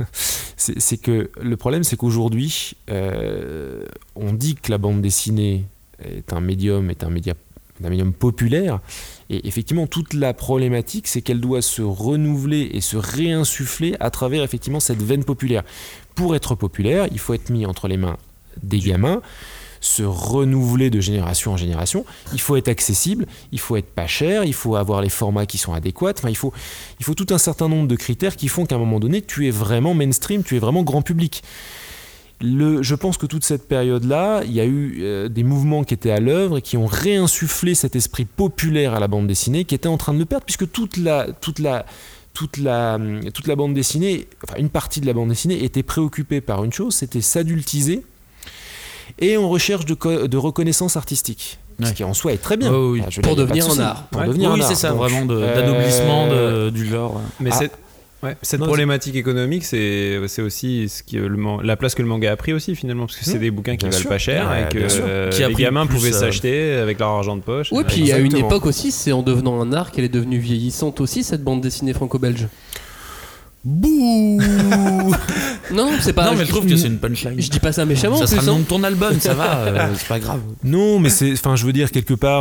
[SPEAKER 11] c'est, c'est que le problème, c'est qu'aujourd'hui, euh, on dit que la bande dessinée est un médium, est un média. d'un médium populaire, et effectivement toute la problématique c'est qu'elle doit se renouveler et se réinsuffler à travers effectivement cette veine populaire. Pour être populaire, il faut être mis entre les mains des gamins, se renouveler de génération en génération, il faut être accessible, il faut être pas cher, il faut avoir les formats qui sont adéquats, enfin, il faut, il faut tout un certain nombre de critères qui font qu'à un moment donné tu es vraiment mainstream, tu es vraiment grand public. Le, je pense que toute cette période-là, il y a eu euh, des mouvements qui étaient à l'œuvre et qui ont réinsufflé cet esprit populaire à la bande dessinée qui était en train de le perdre, puisque toute la, toute la, toute la, toute la bande dessinée, enfin une partie de la bande dessinée était préoccupée par une chose, c'était s'adultiser et en recherche de, co- de reconnaissance artistique. Ouais. Ce qui en soi est très bien.
[SPEAKER 9] Oh, oui.
[SPEAKER 11] Enfin,
[SPEAKER 1] pour devenir un art.
[SPEAKER 11] Pour
[SPEAKER 9] ouais.
[SPEAKER 11] devenir
[SPEAKER 9] oui,
[SPEAKER 11] un
[SPEAKER 9] c'est
[SPEAKER 11] art.
[SPEAKER 9] ça,
[SPEAKER 11] Donc,
[SPEAKER 9] vraiment de, d'adoblissement
[SPEAKER 11] euh,
[SPEAKER 9] de, du genre.
[SPEAKER 10] Mais
[SPEAKER 11] ah,
[SPEAKER 10] c'est... Ouais, cette
[SPEAKER 11] Non,
[SPEAKER 10] problématique économique, c'est, c'est aussi ce qui, le, la place que le manga a pris aussi finalement, parce que c'est mmh. des bouquins qui
[SPEAKER 11] bien
[SPEAKER 10] valent
[SPEAKER 11] sûr.
[SPEAKER 10] pas cher
[SPEAKER 11] Ouais,
[SPEAKER 10] et que
[SPEAKER 11] euh,
[SPEAKER 10] les gamins pouvaient euh... s'acheter avec leur argent de poche.
[SPEAKER 1] Oui, puis à une époque aussi, c'est en devenant un art qu'elle est devenue vieillissante aussi, cette bande dessinée franco-belge.
[SPEAKER 11] Bouh.
[SPEAKER 1] Non, c'est pas.
[SPEAKER 9] Non, mais
[SPEAKER 1] je,
[SPEAKER 9] je trouve que c'est une punchline.
[SPEAKER 1] Je dis pas ça méchamment.
[SPEAKER 9] Ça
[SPEAKER 1] en
[SPEAKER 9] sera
[SPEAKER 1] plus,
[SPEAKER 9] le nom
[SPEAKER 1] hein.
[SPEAKER 9] de ton album, ça va, euh, c'est pas grave.
[SPEAKER 11] Non, mais c'est, enfin, je veux dire quelque part,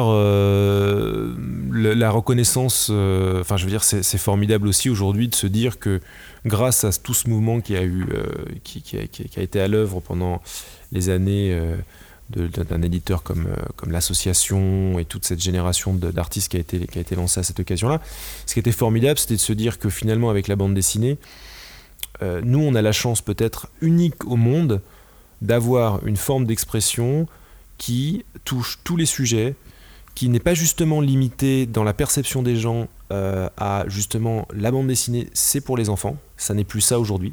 [SPEAKER 11] euh, le, la reconnaissance, enfin, euh, je veux dire, c'est, c'est formidable aussi aujourd'hui de se dire que grâce à tout ce mouvement qui a eu, euh, qui, qui, a, qui a été à l'œuvre pendant les années. Euh, De, d'un éditeur comme, euh, comme l'association et toute cette génération de, d'artistes qui a, été, qui a été lancée à cette occasion-là. Ce qui était formidable, c'était de se dire que finalement, avec la bande dessinée, euh, nous, on a la chance peut-être unique au monde d'avoir une forme d'expression qui touche tous les sujets, qui n'est pas justement limitée dans la perception des gens euh, à justement la bande dessinée, c'est pour les enfants. Ça n'est plus ça aujourd'hui.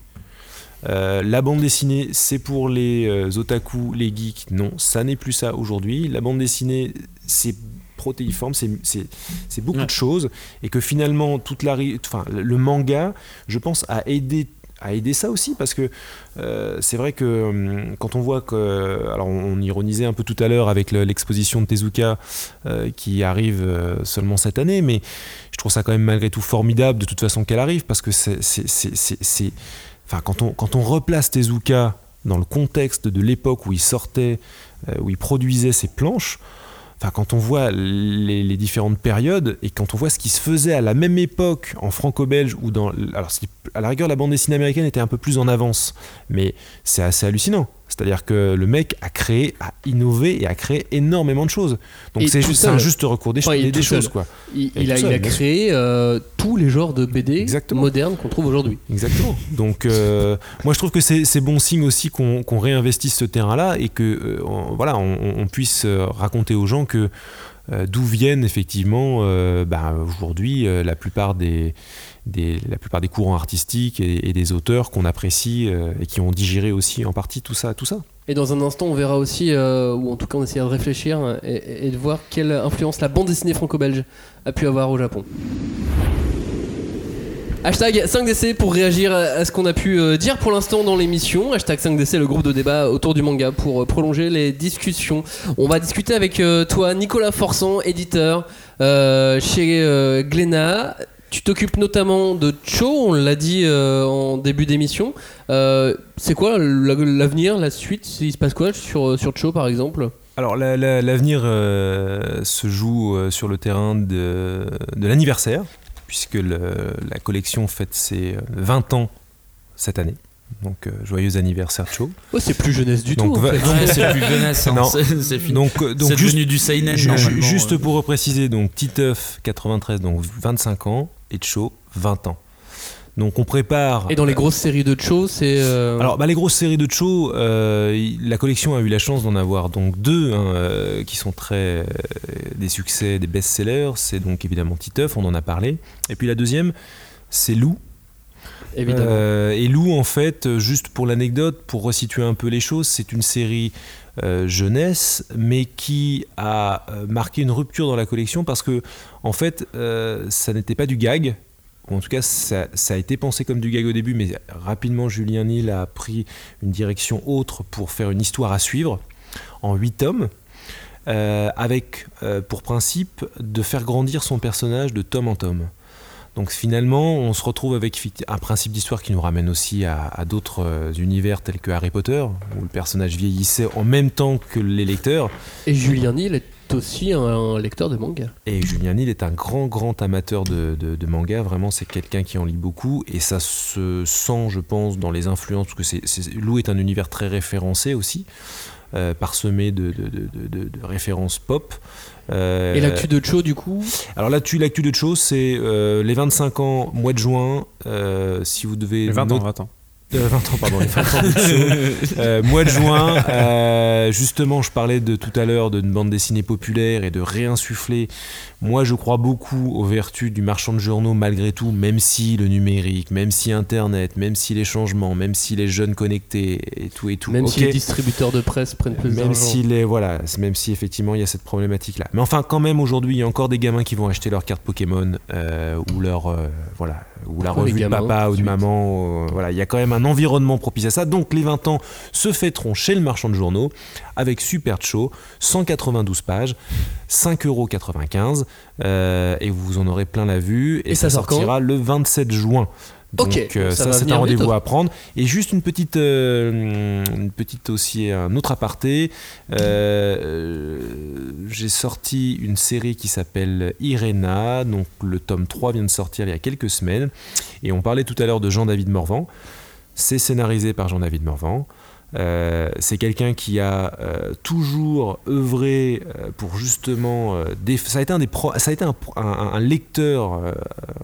[SPEAKER 11] Euh, la bande dessinée, c'est pour les euh, otaku, les geeks. Non, ça n'est plus ça aujourd'hui. La bande dessinée, c'est protéiforme, c'est, c'est, c'est beaucoup ouais. de choses. Et que finalement, toute la, enfin, le manga, je pense, a aidé, a aidé ça aussi. Parce que euh, c'est vrai que euh, quand on voit que... Alors, on, on ironisait un peu tout à l'heure avec le, l'exposition de Tezuka euh, qui arrive euh, seulement cette année. Mais je trouve ça quand même malgré tout formidable de toute façon qu'elle arrive. Parce que c'est... c'est, c'est, c'est, c'est Enfin, quand on, quand on replace Tezuka dans le contexte de l'époque où il sortait, euh, où il produisait ses planches, enfin, quand on voit les, les différentes périodes et quand on voit ce qui se faisait à la même époque en franco-belge ou dans... Alors, à la rigueur, la bande dessinée américaine était un peu plus en avance, mais c'est assez hallucinant. C'est-à-dire que le mec a créé, a innové et a créé énormément de choses. Donc c'est, juste, c'est un juste recours des, enfin, des, des choses. Quoi.
[SPEAKER 1] Il, il, a, seul, il a créé euh, tous les genres de B D Exactement. modernes qu'on trouve aujourd'hui.
[SPEAKER 11] Exactement. Donc euh, moi je trouve que c'est, c'est bon signe aussi qu'on, qu'on réinvestisse ce terrain-là et que euh, on, voilà, on, on puisse raconter aux gens que euh, d'où viennent effectivement euh, bah, aujourd'hui euh, la plupart des... Des, la plupart des courants artistiques et, et des auteurs qu'on apprécie euh, et qui ont digéré aussi en partie tout ça, tout ça.
[SPEAKER 1] Et dans un instant, on verra aussi, euh, ou en tout cas on essaiera de réfléchir et, et de voir quelle influence la bande dessinée franco-belge a pu avoir au Japon. Hashtag cinq D C pour réagir à ce qu'on a pu dire pour l'instant dans l'émission. Hashtag cinq D C, le groupe de débat autour du manga pour prolonger les discussions. On va discuter avec toi, Nicolas Forçant, éditeur euh, chez euh, Glénat. Tu t'occupes notamment de Cho, on l'a dit euh, en début d'émission. Euh, c'est quoi l'avenir, la suite ? Il se passe quoi sur, sur Cho par exemple ?
[SPEAKER 11] Alors la, la, l'avenir euh, se joue euh, sur le terrain de, de l'anniversaire, puisque le, la collection fête ses vingt ans cette année. Donc euh, joyeux anniversaire Cho.
[SPEAKER 1] Oh, c'est plus jeunesse du
[SPEAKER 11] donc,
[SPEAKER 1] tout. En fait.
[SPEAKER 9] Ouais, c'est plus jeunesse. Hein. C'est, c'est fini. Donc, donc c'est juste, devenu du seinen.
[SPEAKER 11] Ju- juste pour repréciser, donc Titeuf quatre-vingt-treize, donc vingt-cinq ans, et Cho vingt ans. Donc on prépare.
[SPEAKER 1] Et dans les grosses séries de Cho, c'est. Euh...
[SPEAKER 11] Alors bah, les grosses séries de Cho, euh, la collection a eu la chance d'en avoir donc deux hein, euh, qui sont très euh, des succès, des best-sellers. C'est donc évidemment Titeuf, on en a parlé. Et puis la deuxième, c'est Lou.
[SPEAKER 1] Évidemment.
[SPEAKER 11] Euh, et Lou, en fait, juste pour l'anecdote, pour resituer un peu les choses, c'est une série euh, jeunesse, mais qui a euh, marqué une rupture dans la collection parce que, en fait, euh, ça n'était pas du gag. Ou en tout cas, ça, ça a été pensé comme du gag au début, mais rapidement, Julien Nil a pris une direction autre pour faire une histoire à suivre en huit tomes, euh, avec euh, pour principe de faire grandir son personnage de tome en tome. Donc finalement, on se retrouve avec un principe d'histoire qui nous ramène aussi à, à d'autres euh, univers tels que Harry Potter, où le personnage vieillissait en même temps que les lecteurs.
[SPEAKER 1] Et Julien Nil est aussi un, un lecteur de manga.
[SPEAKER 11] Et Julien Nil est un grand, grand amateur de, de, de manga. Vraiment, c'est quelqu'un qui en lit beaucoup. Et ça se sent, je pense, dans les influences, parce que c'est, c'est, Lou est un univers très référencé aussi, euh, parsemé de, de, de, de, de références pop.
[SPEAKER 1] Euh, et l'actu de Cho du coup ?
[SPEAKER 11] Alors l'actu, l'actu de Cho, c'est euh, les vingt-cinq ans, mois de juin. Euh, si vous devez
[SPEAKER 10] les vingt ans, vingt ans.
[SPEAKER 11] Euh, vingt ans, pardon, les vingt ans d'Ixo. euh, mois de juin, euh, justement, je parlais de tout à l'heure d'une bande dessinée populaire et de réinsuffler. Moi, je crois beaucoup aux vertus du marchand de journaux, malgré tout, même si le numérique, même si Internet, même si les changements, même si les jeunes connectés et tout et tout.
[SPEAKER 1] Même
[SPEAKER 11] okay.
[SPEAKER 1] si les distributeurs de presse prennent plus
[SPEAKER 11] même
[SPEAKER 1] d'argent.
[SPEAKER 11] Si les, voilà, même si effectivement il y a cette problématique-là. Mais enfin, quand même, aujourd'hui, il y a encore des gamins qui vont acheter leur carte Pokémon euh, ou leur, euh, voilà, ou la
[SPEAKER 1] Pourquoi
[SPEAKER 11] revue
[SPEAKER 1] les
[SPEAKER 11] de
[SPEAKER 1] gamins,
[SPEAKER 11] papa ou de
[SPEAKER 1] suite.
[SPEAKER 11] maman. Euh, voilà, il y a quand même un environnement propice à ça. Donc les vingt ans se fêteront chez le marchand de journaux avec Super Show, cent quatre-vingt-douze pages, cinq euros quatre-vingt-quinze, euh, et vous en aurez plein la vue. Et,
[SPEAKER 1] Et
[SPEAKER 11] ça,
[SPEAKER 1] ça sort
[SPEAKER 11] sortira le vingt-sept juin. Donc
[SPEAKER 1] Ok,
[SPEAKER 11] euh,
[SPEAKER 1] ça
[SPEAKER 11] ça,
[SPEAKER 1] va
[SPEAKER 11] c'est
[SPEAKER 1] venir
[SPEAKER 11] un rendez-vous
[SPEAKER 1] vite.
[SPEAKER 11] à prendre. Et juste une petite, euh, une petite aussi, un autre aparté. Euh, euh, j'ai sorti une série qui s'appelle Irena. Donc le tome trois vient de sortir il y a quelques semaines. Et on parlait tout à l'heure de Jean-David Morvan. C'est scénarisé par Jean-David Morvan. Euh, c'est quelqu'un qui a euh, toujours œuvré euh, pour justement euh, des, ça a été un des pro, ça a été un, un, un lecteur euh,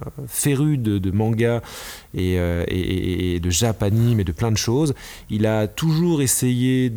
[SPEAKER 11] féru de, de manga et, euh, et, et de japanime et de plein de choses. Il a toujours essayé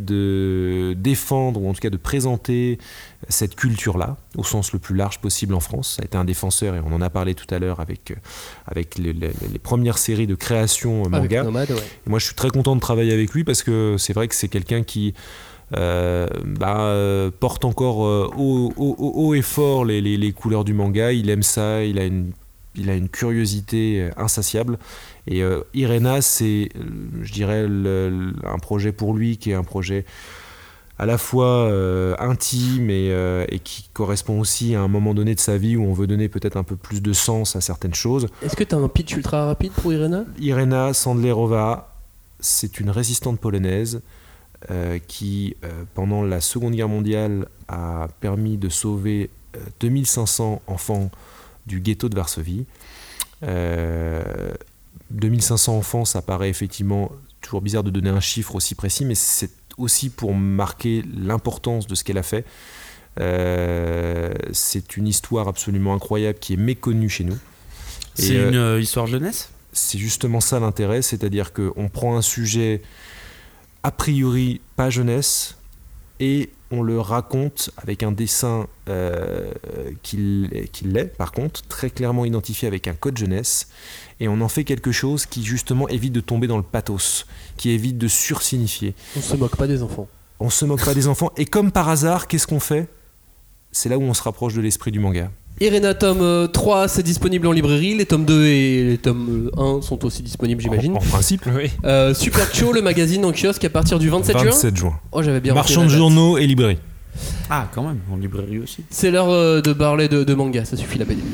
[SPEAKER 11] de défendre ou en tout cas de présenter cette culture-là au sens le plus large possible en France. Ça a été un défenseur et on en a parlé tout à l'heure avec, avec les, les, les premières séries de création manga.
[SPEAKER 1] Avec Nomade, ouais.
[SPEAKER 11] Et moi je suis très content de travailler avec lui parce que c'est vrai que c'est quelqu'un qui euh, bah, euh, porte encore euh, haut, haut, haut et fort les, les, les couleurs du manga. Il aime ça, il a une, il a une curiosité insatiable. Et euh, Irena, c'est, je dirais, le, le, un projet pour lui qui est un projet à la fois euh, intime et, euh, et qui correspond aussi à un moment donné de sa vie où on veut donner peut-être un peu plus de sens à certaines choses.
[SPEAKER 1] Est-ce que tu as un pitch ultra rapide pour Irena ?
[SPEAKER 11] Irena Sandlerova, c'est une résistante polonaise euh, qui, euh, pendant la Seconde Guerre mondiale, a permis de sauver euh, deux mille cinq cents enfants du ghetto de Varsovie. Euh, deux mille cinq cents enfants, ça paraît effectivement toujours bizarre de donner un chiffre aussi précis, mais c'est aussi pour marquer l'importance de ce qu'elle a fait. Euh, c'est une histoire absolument incroyable qui est méconnue chez nous.
[SPEAKER 9] C'est
[SPEAKER 11] Et,
[SPEAKER 9] une
[SPEAKER 11] euh,
[SPEAKER 9] euh, histoire jeunesse ?
[SPEAKER 11] C'est justement ça l'intérêt, c'est-à-dire qu'on prend un sujet a priori pas jeunesse et on le raconte avec un dessin euh, qui, qui l'est, par contre, très clairement identifié avec un code jeunesse, et on en fait quelque chose qui justement évite de tomber dans le pathos, qui évite de sursignifier.
[SPEAKER 1] On se moque pas des enfants.
[SPEAKER 11] On se moque pas des enfants, et comme par hasard, qu'est-ce qu'on fait ? C'est là où on se rapproche de l'esprit du manga.
[SPEAKER 1] Irena tome trois, c'est disponible en librairie. Les tomes deux et les tomes un sont aussi disponibles, j'imagine.
[SPEAKER 11] En, en principe,
[SPEAKER 10] oui.
[SPEAKER 1] Euh, Super Show, le magazine en kiosque à partir du vingt-sept juin.
[SPEAKER 11] vingt-sept juin.
[SPEAKER 1] Oh, j'avais bien
[SPEAKER 11] Marchand de
[SPEAKER 1] retenu la date.
[SPEAKER 11] journaux et librairie.
[SPEAKER 9] Ah, quand même, en librairie aussi.
[SPEAKER 1] C'est l'heure euh, de parler de, de manga, ça suffit la B D.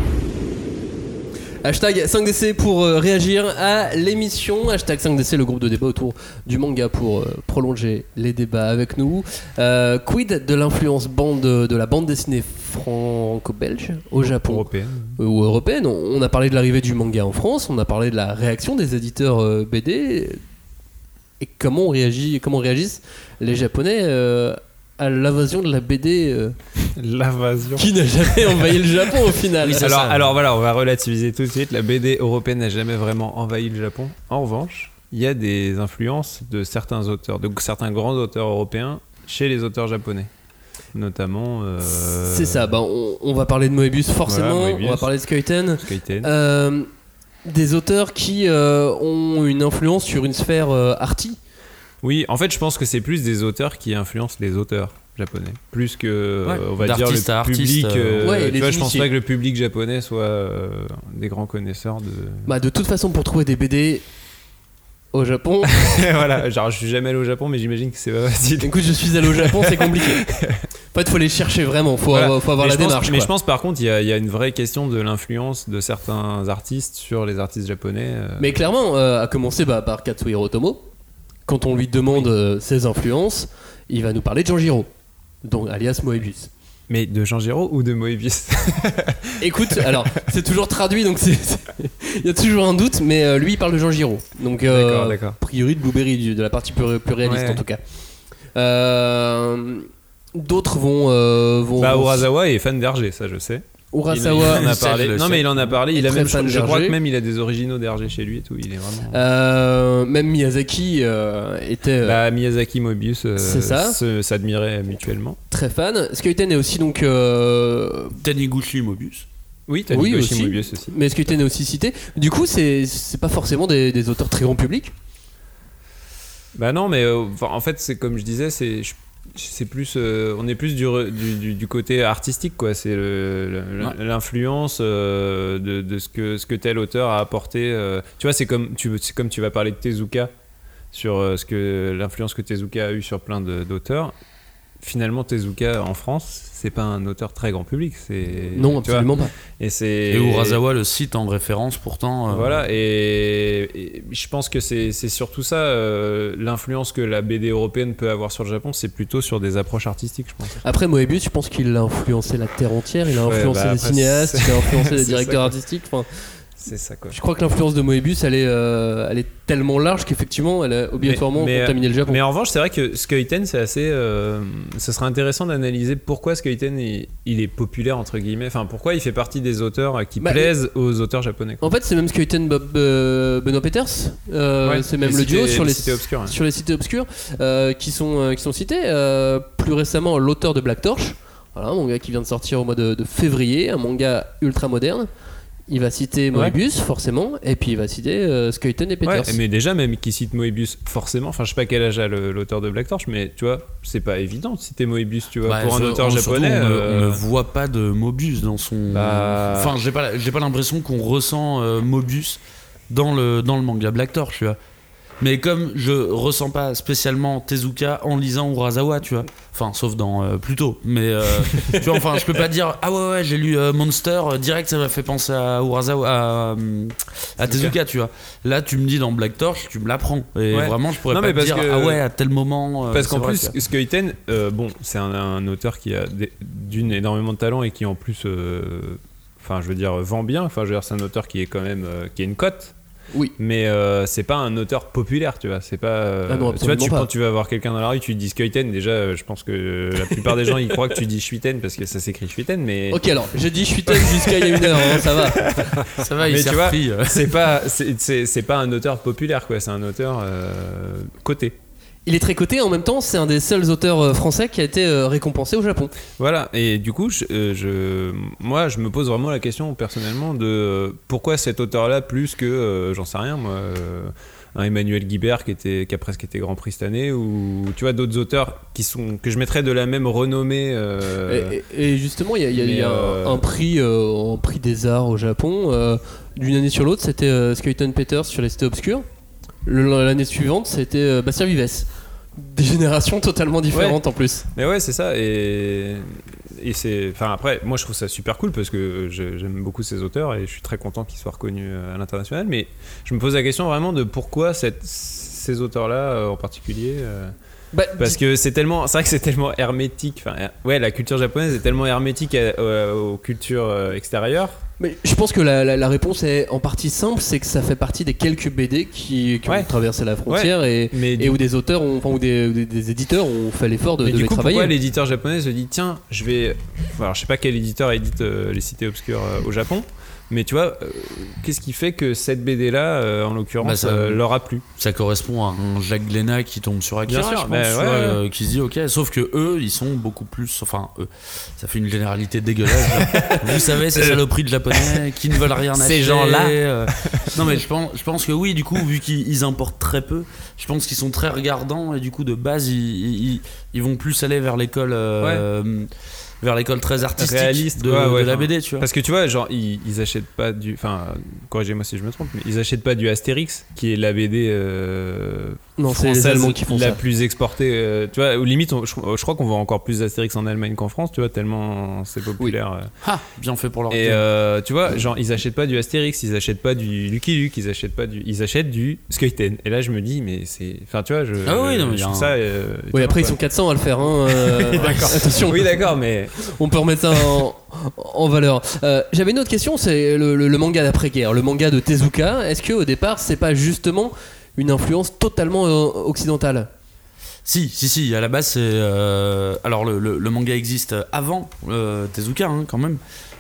[SPEAKER 1] Hashtag cinq D C pour euh, réagir à l'émission. Hashtag cinq D C, le groupe de débat autour du manga pour euh, prolonger les débats avec nous. Euh, quid de l'influence bande de, de la bande dessinée franco-belge au Japon
[SPEAKER 10] Européenne.
[SPEAKER 1] euh, ou européenne. On, on a parlé de l'arrivée du manga en France, on a parlé de la réaction des éditeurs euh, B D et comment, on réagit, comment réagissent les Japonais euh, à l'invasion de la B D euh,
[SPEAKER 10] L'invasion.
[SPEAKER 1] qui n'a jamais envahi le Japon au final.
[SPEAKER 10] Oui, alors, alors voilà, on va relativiser tout de suite. La B D européenne n'a jamais vraiment envahi le Japon. En revanche, il y a des influences de certains auteurs, de certains grands auteurs européens chez les auteurs japonais. Notamment. Euh...
[SPEAKER 1] C'est ça, bah, on, on va parler de Moebius forcément,
[SPEAKER 10] Voilà, Moebius.
[SPEAKER 1] on va parler de Skyten.
[SPEAKER 10] Skyten.
[SPEAKER 1] Euh, des auteurs qui euh, ont une influence sur une sphère euh, arty.
[SPEAKER 10] Oui, en fait, je pense que c'est plus des auteurs qui influencent les auteurs japonais, plus que
[SPEAKER 9] Ouais,
[SPEAKER 10] euh, on va dire le
[SPEAKER 9] à
[SPEAKER 10] public.
[SPEAKER 9] artiste,
[SPEAKER 10] euh,
[SPEAKER 1] euh, ouais,
[SPEAKER 10] tu
[SPEAKER 1] les
[SPEAKER 10] vois, je pense
[SPEAKER 1] initiés.
[SPEAKER 10] pas que le public japonais soit euh, des grands connaisseurs de.
[SPEAKER 1] Bah, de toute façon, pour trouver des B D au Japon,
[SPEAKER 10] Voilà, genre je suis jamais allé au Japon, mais j'imagine que c'est pas facile.
[SPEAKER 1] écoute, je suis allé au Japon, c'est compliqué. En fait, faut les chercher vraiment, faut,
[SPEAKER 10] Voilà.
[SPEAKER 1] avoir, faut avoir
[SPEAKER 10] mais
[SPEAKER 1] la
[SPEAKER 10] je pense,
[SPEAKER 1] démarche.
[SPEAKER 10] mais
[SPEAKER 1] quoi.
[SPEAKER 10] je pense par contre, il y, a- il y a une vraie question de l'influence de certains artistes sur les artistes japonais. euh.
[SPEAKER 1] Mais clairement, euh, à commencer bah, par Katsuhiro Otomo, quand on lui demande euh, ses influences, il va nous parler de Janjiro, donc alias Moebius.
[SPEAKER 10] Mais de Janjiro ou de Moebius?
[SPEAKER 1] Écoute, alors c'est toujours traduit, donc c'est- c'est- il y a toujours un doute, mais euh, lui il parle de Janjiro, donc euh,
[SPEAKER 10] D'accord, d'accord.
[SPEAKER 1] a priori de Blueberry, du- de la partie plus, plus réaliste
[SPEAKER 10] Ouais.
[SPEAKER 1] en tout cas. Euh, D'autres vont, euh, vont
[SPEAKER 10] Bah,
[SPEAKER 1] vont-
[SPEAKER 10] Urasawa est fan d'Hergé, ça je sais.
[SPEAKER 1] Urasawa.
[SPEAKER 10] Il, il en a parlé. Non, mais il en a parlé. Il a même, je, je crois que même il a des originaux d'Hergé chez lui et tout. Il est vraiment.
[SPEAKER 1] Euh, même Miyazaki euh, était.
[SPEAKER 10] Bah, Miyazaki, Moebius, euh,
[SPEAKER 1] c'est ça.
[SPEAKER 10] Se, s'admiraient mutuellement.
[SPEAKER 1] Très fan. Skyten est aussi donc. Euh...
[SPEAKER 9] Taniguchi, Moebius.
[SPEAKER 10] Oui, Taniguchi,
[SPEAKER 1] oui, aussi.
[SPEAKER 10] Moebius aussi.
[SPEAKER 1] Mais Skyten est aussi cité. Du coup, c'est c'est pas forcément des, des auteurs très grand public.
[SPEAKER 10] Bah non, mais euh, en fait, c'est comme je disais, c'est. Je, c'est plus euh, on est plus du, du, du, du côté artistique quoi, c'est le, le, ouais. l'influence euh, de, de ce que ce que tel auteur a apporté euh, tu vois, c'est comme tu c'est comme tu vas parler de Tezuka sur euh, ce que l'influence que Tezuka a eu sur plein de, d'auteurs. Finalement, Tezuka en France, c'est pas un auteur très grand public, c'est
[SPEAKER 1] non, absolument pas.
[SPEAKER 10] Et c'est
[SPEAKER 9] et Urasawa le cite en référence pourtant. Euh...
[SPEAKER 10] Voilà, et, et je pense que c'est c'est surtout ça euh, l'influence que la B D européenne peut avoir sur le Japon, c'est plutôt sur des approches artistiques, je pense.
[SPEAKER 1] Après Moebius, je pense qu'il a influencé la terre entière, il a influencé ouais, bah, des cinéastes, c'est... il a influencé des directeurs ça, artistiques. Enfin,
[SPEAKER 10] c'est ça quoi.
[SPEAKER 1] Je crois que l'influence de Moebius, elle est, euh, elle est tellement large qu'effectivement, elle a obligatoirement mais, mais, contaminé le Japon.
[SPEAKER 10] Mais en revanche, c'est vrai que Skyten, c'est assez. Euh, ce serait intéressant d'analyser pourquoi Skyten est, il est populaire entre guillemets. Enfin, pourquoi il fait partie des auteurs qui bah, plaisent et... aux auteurs japonais. Quoi.
[SPEAKER 1] En fait, c'est même Skyten Bob euh, Benoît Peters. Euh, ouais, c'est même le duo sur les, les cités obscures, ouais. sur les cités obscures euh, qui sont euh, qui sont cités. Euh, plus récemment, l'auteur de Black Torch. Voilà, un manga qui vient de sortir au mois de, de février, un manga ultra moderne. Il va citer Moebius, ouais. forcément, et puis il va citer euh, Skyten et Peters.
[SPEAKER 10] Ouais, mais déjà, même qui cite Moebius, forcément, enfin, je sais pas quel âge a le, l'auteur de Black Torch, mais tu vois, c'est pas évident de citer Moebius, tu vois, bah, pour un auteur japonais.
[SPEAKER 9] On,
[SPEAKER 10] euh...
[SPEAKER 9] on ne voit pas de Moebius dans son. Bah... Enfin, j'ai pas, j'ai pas l'impression qu'on ressent euh, Moebius dans le, dans le manga Black Torch, tu vois. Mais comme je ressens pas spécialement Tezuka en lisant Urasawa, tu vois. Enfin, sauf dans euh, Pluto. Mais euh, tu vois, enfin, je peux pas dire ah ouais ouais j'ai lu euh, Monster euh, direct, ça m'a fait penser à Urasawa, à, à Tezuka, tu vois. Là, tu me dis dans Black Torch, tu me l'apprends. Et ouais. vraiment, je pourrais non, pas te dire que, ah ouais à tel moment.
[SPEAKER 10] Euh, parce qu'en vrai, plus, Skyten, euh, bon, c'est un, un auteur qui a des, d'une énormément de talent et qui en plus, enfin, euh, je veux dire, vend bien. Enfin, je veux dire, c'est un auteur qui est quand même euh, qui a une cote.
[SPEAKER 1] Oui.
[SPEAKER 10] Mais euh, c'est pas un auteur populaire, tu vois. C'est pas. Euh,
[SPEAKER 1] ah non,
[SPEAKER 10] tu vois, tu,
[SPEAKER 1] pas.
[SPEAKER 10] quand tu vas voir quelqu'un dans la rue, tu dis Skyten. Déjà, euh, je pense que la plupart des gens ils croient que tu dis Shuiten parce que ça s'écrit Shuiten, mais.
[SPEAKER 1] Ok, alors, je dis Shuiten jusqu'à il y a une heure, hein, ça va.
[SPEAKER 9] Ça va, il s'est repris.
[SPEAKER 10] C'est pas, c'est, c'est, c'est pas un auteur populaire, quoi. C'est un auteur euh, coté.
[SPEAKER 1] Il est très coté, en même temps, c'est un des seuls auteurs français qui a été récompensé au Japon. Voilà,
[SPEAKER 10] et du coup, je, je, moi, je me pose vraiment la question personnellement de pourquoi cet auteur-là plus que, euh, j'en sais rien, moi, euh, un Emmanuel Guibert qui, était, qui a presque été Grand Prix cette année, ou tu vois, d'autres auteurs qui sont, que je mettrais de la même renommée. Euh,
[SPEAKER 1] et, et justement, il y a, y a, y a euh, un, un prix, euh, un prix des arts au Japon, euh, d'une année sur l'autre, c'était euh, Skyten Peters sur les cités obscures. L'année suivante, c'était euh, Bastien Vives. Des générations totalement différentes
[SPEAKER 10] ouais.
[SPEAKER 1] en plus.
[SPEAKER 10] Mais ouais, c'est ça. Et, et c'est. Enfin, après, moi je trouve ça super cool parce que je, j'aime beaucoup ces auteurs et je suis très content qu'ils soient reconnus à l'international. Mais je me pose la question vraiment de pourquoi cette, ces auteurs-là en particulier. Euh, Bah, parce que c'est tellement, c'est vrai que c'est tellement hermétique. Enfin, ouais, la culture japonaise est tellement hermétique à, à, aux cultures extérieures.
[SPEAKER 1] Mais je pense que la, la, la réponse est en partie simple, c'est que ça fait partie des quelques B D qui, qui ouais. ont traversé la frontière ouais. et, mais et du... où des auteurs, ont, enfin où des, des, des éditeurs ont fait l'effort de, de
[SPEAKER 10] les
[SPEAKER 1] coup,
[SPEAKER 10] travailler.
[SPEAKER 1] Pourquoi
[SPEAKER 10] l'éditeur japonais se dit tiens, je vais, alors je sais pas quel éditeur édite euh, les cités obscures euh, au Japon. Mais tu vois, euh, qu'est-ce qui fait que cette B D-là, euh, en l'occurrence, bah ça, euh, leur a plu ?
[SPEAKER 9] Ça correspond à un Jacques Glénat qui tombe sur Akira,
[SPEAKER 10] Bien sûr,
[SPEAKER 9] je pense,
[SPEAKER 10] bah, ouais,
[SPEAKER 9] vois,
[SPEAKER 10] ouais.
[SPEAKER 9] Euh, qui se dit ok, sauf que eux, ils sont beaucoup plus, enfin eux, ça fait une généralité dégueulasse. Vous savez, ces saloperies de japonais qui ne veulent rien acheter.
[SPEAKER 10] Ces gens-là.
[SPEAKER 9] Euh, non mais je pense, je pense que oui, du coup, vu qu'ils importent très peu, je pense qu'ils sont très regardants et du coup de base, ils, ils, ils vont plus aller vers l'école. Euh, ouais. vers l'école très artistique réaliste de, ouais, ouais, de la B D, tu vois.
[SPEAKER 10] Parce que tu vois, genre ils, ils achètent pas du, enfin, corrigez-moi si je me trompe, mais ils achètent pas du Astérix qui est la B D euh,
[SPEAKER 1] non, c'est les Allemands qui font
[SPEAKER 10] la
[SPEAKER 1] ça.
[SPEAKER 10] plus exportée, euh, tu vois, ou limite, on, je, je crois qu'on voit encore plus d'Astérix en Allemagne qu'en France, tu vois, tellement c'est populaire.
[SPEAKER 9] Oui. Ah, bien fait pour leur.
[SPEAKER 10] Et euh, tu vois, genre ils achètent pas du Astérix, ils achètent pas du Lucky Luke, ils achètent pas du, ils achètent du Skyten. Et là, je me dis, mais c'est, enfin, tu vois, je.
[SPEAKER 9] Ah oui, non, mais
[SPEAKER 10] je trouve
[SPEAKER 9] un...
[SPEAKER 10] ça. Euh,
[SPEAKER 1] oui, après ils sont quatre cents à le faire, hein. Euh,
[SPEAKER 10] d'accord.
[SPEAKER 1] Attention.
[SPEAKER 10] Oui, d'accord, mais
[SPEAKER 1] on peut remettre ça en, en valeur. Euh, j'avais une autre question, c'est le, le, le manga d'après-guerre, le manga de Tezuka. Est-ce que au départ, c'est pas justement une influence totalement euh, occidentale ?
[SPEAKER 9] Si, si, si. À la base, c'est euh, alors le, le, le manga existe avant euh, Tezuka, hein, quand même.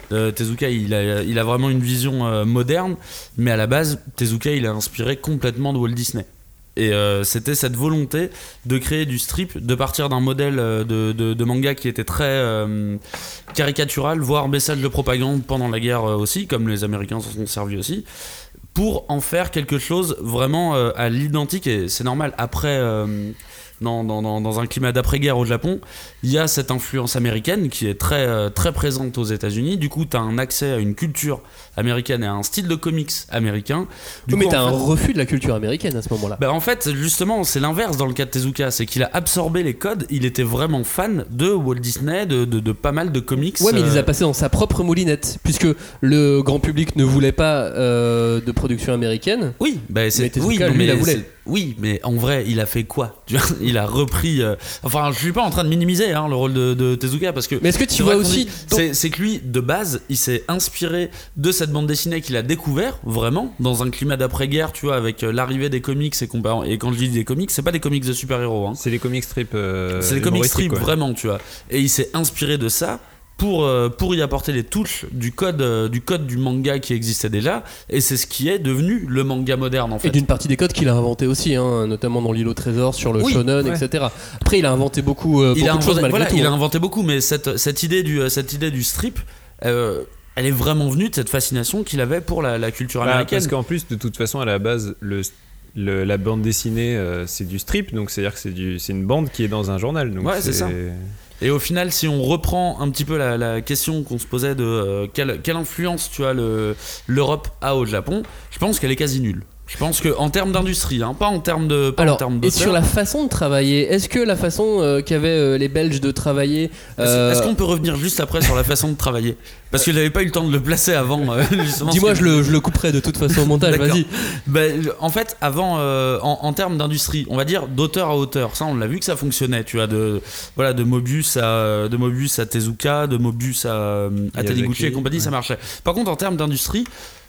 [SPEAKER 9] Euh, Tezuka, il a, il a vraiment une vision euh, moderne, mais à la base, Tezuka, il est inspiré complètement de Walt Disney. Et euh, c'était cette volonté de créer du strip, de partir d'un modèle de, de, de manga qui était très euh, caricatural, voire message de propagande pendant la guerre aussi, comme les Américains s'en sont servis aussi, pour en faire quelque chose vraiment euh, à l'identique. Et c'est normal, après... Euh, Dans, dans, dans un climat d'après-guerre au Japon, il y a cette influence américaine qui est très, euh, très présente aux États-Unis. Du coup, tu as un accès à une culture américaine et à un style de comics américain. Du
[SPEAKER 1] oui,
[SPEAKER 9] coup,
[SPEAKER 1] mais tu as un
[SPEAKER 9] fait,
[SPEAKER 1] refus de la culture américaine à ce moment-là.
[SPEAKER 9] Bah en fait, justement, c'est l'inverse dans le cas de Tezuka. C'est qu'il a absorbé les codes, il était vraiment fan de Walt Disney, de, de, de pas mal de comics.
[SPEAKER 1] Ouais, mais il les a passés dans sa propre moulinette, puisque le grand public ne voulait pas euh, de production américaine.
[SPEAKER 9] Oui, bah c'est,
[SPEAKER 1] mais Tezuka,
[SPEAKER 9] oui, non,
[SPEAKER 1] lui,
[SPEAKER 9] mais
[SPEAKER 1] la voulait.
[SPEAKER 9] Oui, mais en vrai, il a fait quoi? Il a repris. Euh, enfin, je suis pas en train de minimiser hein, le rôle de, de Tezuka parce que.
[SPEAKER 1] Mais est-ce que tu vois aussi
[SPEAKER 9] dit, c'est, c'est que lui, de base, il s'est inspiré de cette bande dessinée qu'il a découvert vraiment dans un climat d'après-guerre, tu vois, avec l'arrivée des comics et, compa- et quand je dis des comics, c'est pas des comics de super-héros. Hein.
[SPEAKER 10] C'est des comics strip. Euh,
[SPEAKER 9] c'est des comics strip
[SPEAKER 10] quoi.
[SPEAKER 9] Vraiment, tu vois. Et il s'est inspiré de ça. Pour, euh, pour y apporter les touches du code, euh, du code du manga qui existait déjà, et c'est ce qui est devenu le manga moderne en fait.
[SPEAKER 1] Et d'une partie des codes qu'il a inventé aussi, hein, notamment dans l'île au trésor, sur le
[SPEAKER 9] oui,
[SPEAKER 1] shonen,
[SPEAKER 9] ouais.
[SPEAKER 1] et cetera. Après, il a inventé beaucoup, euh,
[SPEAKER 9] il
[SPEAKER 1] beaucoup
[SPEAKER 9] a
[SPEAKER 1] de
[SPEAKER 9] inventé,
[SPEAKER 1] choses malgré
[SPEAKER 9] voilà,
[SPEAKER 1] tout.
[SPEAKER 9] Il
[SPEAKER 1] hein.
[SPEAKER 9] a inventé beaucoup, mais cette, cette, idée, du, cette idée du strip, euh, elle est vraiment venue de cette fascination qu'il avait pour la, la culture
[SPEAKER 10] bah,
[SPEAKER 9] américaine.
[SPEAKER 10] Parce qu'en plus, de toute façon, à la base, le Le, la bande dessinée, euh, c'est du strip, donc c'est-à-dire que c'est, du, c'est une bande qui est dans un journal. Donc
[SPEAKER 9] ouais, c'est, c'est ça. Et au final, si on reprend un petit peu la, la question qu'on se posait de euh, quelle, quelle influence tu as le, l'Europe a au Japon, je pense qu'elle est quasi nulle. Je pense qu'en termes d'industrie, hein, pas en termes de. Pas
[SPEAKER 1] Alors,
[SPEAKER 9] en termes
[SPEAKER 1] et sur la façon de travailler, est-ce que la façon euh, qu'avaient euh, les Belges de travailler.
[SPEAKER 9] Euh... Est-ce, est-ce qu'on peut revenir juste après sur la façon de travailler? Parce qu'il n'avait pas eu le temps de le placer avant. Euh,
[SPEAKER 1] Dis-moi, je le, je le couperai de toute façon au montage, vas-y.
[SPEAKER 9] Ben, en fait, avant, euh, en, en termes d'industrie, on va dire d'auteur à auteur, ça on l'a vu que ça fonctionnait, tu vois, de, voilà, de Mobius à, de Mobius à Tezuka, de Mobius à, à Taniguchi et compagnie, ouais. Ça marchait. Par contre, en termes d'industrie,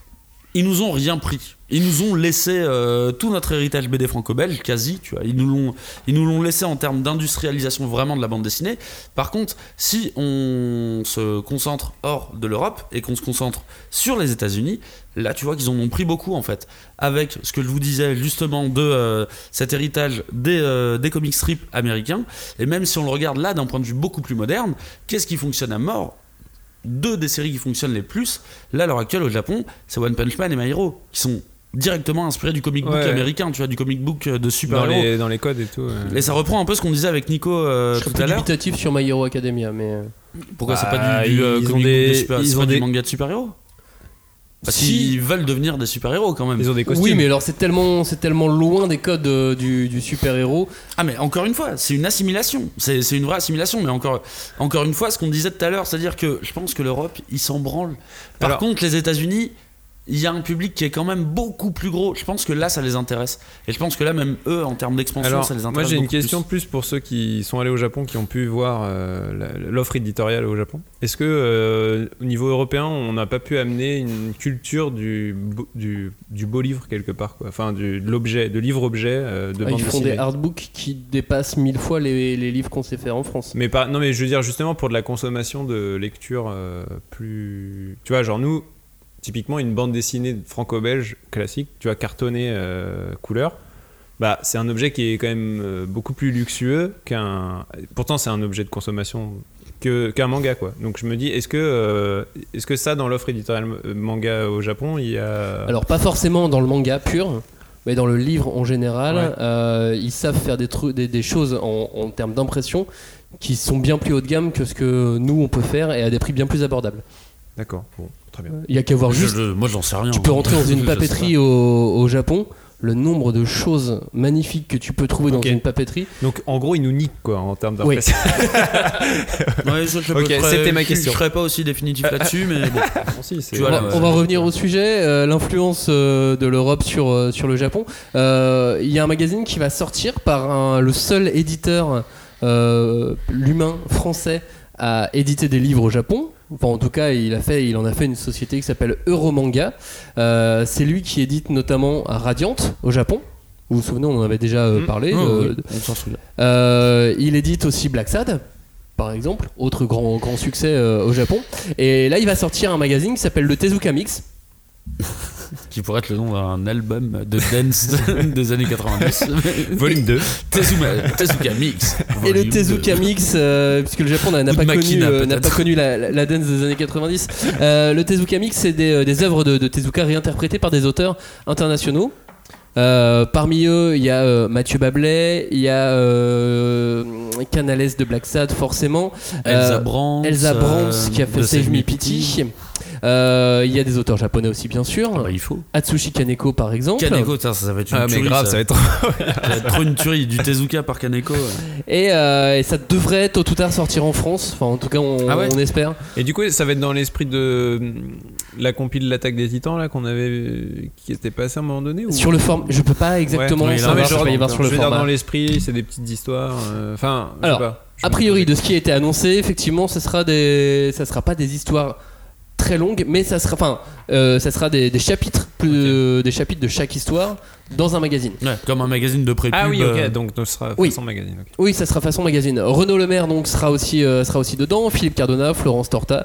[SPEAKER 9] ils nous ont rien pris. Ils nous ont laissé euh, tout notre héritage B D franco-belge, quasi, tu vois. Ils nous l'ont, ils nous l'ont laissé en termes d'industrialisation vraiment de la bande dessinée. Par contre, si on se concentre hors de l'Europe et qu'on se concentre sur les États-Unis, là, tu vois qu'ils en ont pris beaucoup en fait. Avec ce que je vous disais justement de euh, cet héritage des, euh, des comic strips américains. Et même si on le regarde là d'un point de vue beaucoup plus moderne, qu'est-ce qui fonctionne à mort? Deux des séries qui fonctionnent les plus, là à l'heure actuelle au Japon, c'est One Punch Man et My Hero, qui sont directement inspirés du comic book ouais. américain, tu vois, du comic book de super-héros.
[SPEAKER 10] Dans les, dans les codes et tout. Ouais.
[SPEAKER 9] Et ça reprend un peu ce qu'on disait avec Nico euh,
[SPEAKER 1] Je
[SPEAKER 9] tout
[SPEAKER 1] suis
[SPEAKER 9] à l'heure.
[SPEAKER 1] dubitatif sur My Hero Academia, mais.
[SPEAKER 9] Pourquoi
[SPEAKER 10] bah,
[SPEAKER 9] c'est pas du, du euh, comic
[SPEAKER 10] des,
[SPEAKER 9] book de super, c'est pas
[SPEAKER 10] des...
[SPEAKER 9] du manga de super-héros? Parce
[SPEAKER 1] si.
[SPEAKER 9] qu'ils veulent devenir des super-héros quand même.
[SPEAKER 10] Ils ont des costumes.
[SPEAKER 1] Oui, mais alors c'est tellement, c'est tellement loin des codes euh, du, du super-héros.
[SPEAKER 9] Ah, mais encore une fois, c'est une assimilation. C'est, c'est une vraie assimilation. Mais encore, encore une fois, ce qu'on disait tout à l'heure, c'est-à-dire que je pense que l'Europe, ils s'en branlent. Par alors, contre, les États-Unis, il y a un public qui est quand même beaucoup plus gros. Je pense que là, ça les intéresse. Et je pense que là, même eux, en termes d'expansion,
[SPEAKER 10] alors,
[SPEAKER 9] ça les intéresse.
[SPEAKER 10] Moi, j'ai une
[SPEAKER 9] plus.
[SPEAKER 10] question plus pour ceux qui sont allés au Japon, qui ont pu voir euh, la, l'offre éditoriale au Japon. Est-ce que, euh, au niveau européen, on n'a pas pu amener une culture du, du, du beau livre quelque part, quoi. Enfin, du, de l'objet, de livre-objet, euh, de
[SPEAKER 1] ah,
[SPEAKER 10] bande
[SPEAKER 1] Ils font
[SPEAKER 10] dessinée.
[SPEAKER 1] des artbooks qui dépassent mille fois les, les livres qu'on sait faire en France.
[SPEAKER 10] Mais pas, non, mais je veux dire justement pour de la consommation de lecture euh, plus. Tu vois, genre nous. Typiquement, une bande dessinée franco-belge classique, tu vois, cartonnée euh, couleur, bah, c'est un objet qui est quand même euh, beaucoup plus luxueux qu'un. Pourtant, c'est un objet de consommation que, qu'un manga, quoi. Donc, je me dis, est-ce que, euh, est-ce que ça, dans l'offre éditoriale manga au Japon, il y a.
[SPEAKER 1] Alors, pas forcément dans le manga pur, mais dans le livre en général,
[SPEAKER 10] ouais.
[SPEAKER 1] euh, ils savent faire des, trucs, des, des choses en, en termes d'impression qui sont bien plus haut de gamme que ce que nous, on peut faire et à des prix bien plus abordables.
[SPEAKER 10] D'accord, bon.
[SPEAKER 1] Il y a qu'à voir juste.
[SPEAKER 9] Je, je, moi, j'en sais rien.
[SPEAKER 1] Tu peux rentrer dans une papeterie au, au Japon. Le nombre de choses magnifiques que tu peux trouver
[SPEAKER 10] okay.
[SPEAKER 1] dans une papeterie.
[SPEAKER 10] Donc, en gros, ils nous niquent, quoi, en termes d'impression.
[SPEAKER 9] Oui. ouais, je, je
[SPEAKER 10] ok,
[SPEAKER 9] serais,
[SPEAKER 10] c'était ma question.
[SPEAKER 9] Je serais pas aussi définitif là-dessus, mais bon.
[SPEAKER 10] bon si,
[SPEAKER 1] tu vois, on, va, on va revenir au sujet. Euh, l'influence euh, de l'Europe sur euh, sur le Japon. Il euh, y a un magazine qui va sortir par un, le seul éditeur, euh, l'humain français, à éditer des livres au Japon. Enfin, en tout cas, il, a fait, il en a fait une société qui s'appelle Euromanga. Euh, c'est lui qui édite notamment Radiant au Japon. Vous vous souvenez, on en avait déjà euh, parlé.
[SPEAKER 9] Mmh.
[SPEAKER 1] Euh,
[SPEAKER 9] oui, on s'en souvient.
[SPEAKER 1] Euh, il édite aussi Black Sad. par exemple, autre grand, grand succès euh, au Japon. Et là, il va sortir un magazine qui s'appelle le Tezuka Mix.
[SPEAKER 9] Qui pourrait être le nom d'un album de dance des années quatre-vingt-dix.
[SPEAKER 11] Volume deux.
[SPEAKER 9] Tezuka, Tezuka Mix.
[SPEAKER 1] Et le Tezuka deux. Mix, euh, puisque le Japon n'a, n'a, pas, connu, euh, n'a pas connu la, la, la dance des années quatre-vingt-dix. Euh, le Tezuka Mix, c'est des, des œuvres de, de Tezuka réinterprétées par des auteurs internationaux. Euh, parmi eux, il y a euh, Mathieu Bablet, il y a euh, Canales de Black Sad, forcément.
[SPEAKER 9] Elsa
[SPEAKER 1] euh,
[SPEAKER 9] Brands,
[SPEAKER 1] Elsa Brands
[SPEAKER 9] euh,
[SPEAKER 1] qui a fait Save Me Pity. Euh, il y a des auteurs japonais aussi, bien sûr.
[SPEAKER 9] Ah bah, il faut.
[SPEAKER 1] Atsushi Kaneko, par exemple.
[SPEAKER 9] Kaneko, ça, ça va être une
[SPEAKER 11] ah,
[SPEAKER 9] tuerie.
[SPEAKER 11] Mais grave,
[SPEAKER 9] ça,
[SPEAKER 11] ça va être
[SPEAKER 9] ça va être trop une tuerie. Du Tezuka par Kaneko. Ouais.
[SPEAKER 1] Et, euh, et ça devrait tôt ou tard sortir en France. Enfin, en tout cas, on, ah ouais. on espère.
[SPEAKER 10] Et du coup, ça va être dans l'esprit de la compile de l'Attaque des Titans là qu'on avait, qui était passé à un moment donné. Ou...
[SPEAKER 1] Sur le format, je peux pas exactement
[SPEAKER 10] ouais,
[SPEAKER 1] savoir.
[SPEAKER 10] Genre,
[SPEAKER 1] je vais y voir sur le format.
[SPEAKER 10] Dans l'esprit, c'est des petites histoires. Enfin, euh,
[SPEAKER 1] alors,
[SPEAKER 10] je sais pas.
[SPEAKER 1] a priori, de ce qui a été annoncé, effectivement, ça sera des, ça sera pas des histoires très longues, mais ça sera, enfin, euh, ça sera des, des chapitres, plus, okay. euh, des chapitres de chaque histoire dans un magazine.
[SPEAKER 9] Ouais, comme un magazine de pré-pub.
[SPEAKER 10] Ah oui, ok,
[SPEAKER 9] euh...
[SPEAKER 10] donc ça sera
[SPEAKER 1] oui.
[SPEAKER 10] façon magazine. Okay.
[SPEAKER 1] Oui, ça sera façon magazine. Renaud Lemaire donc sera aussi euh, sera aussi dedans. Philippe Cardona, Florence Torta,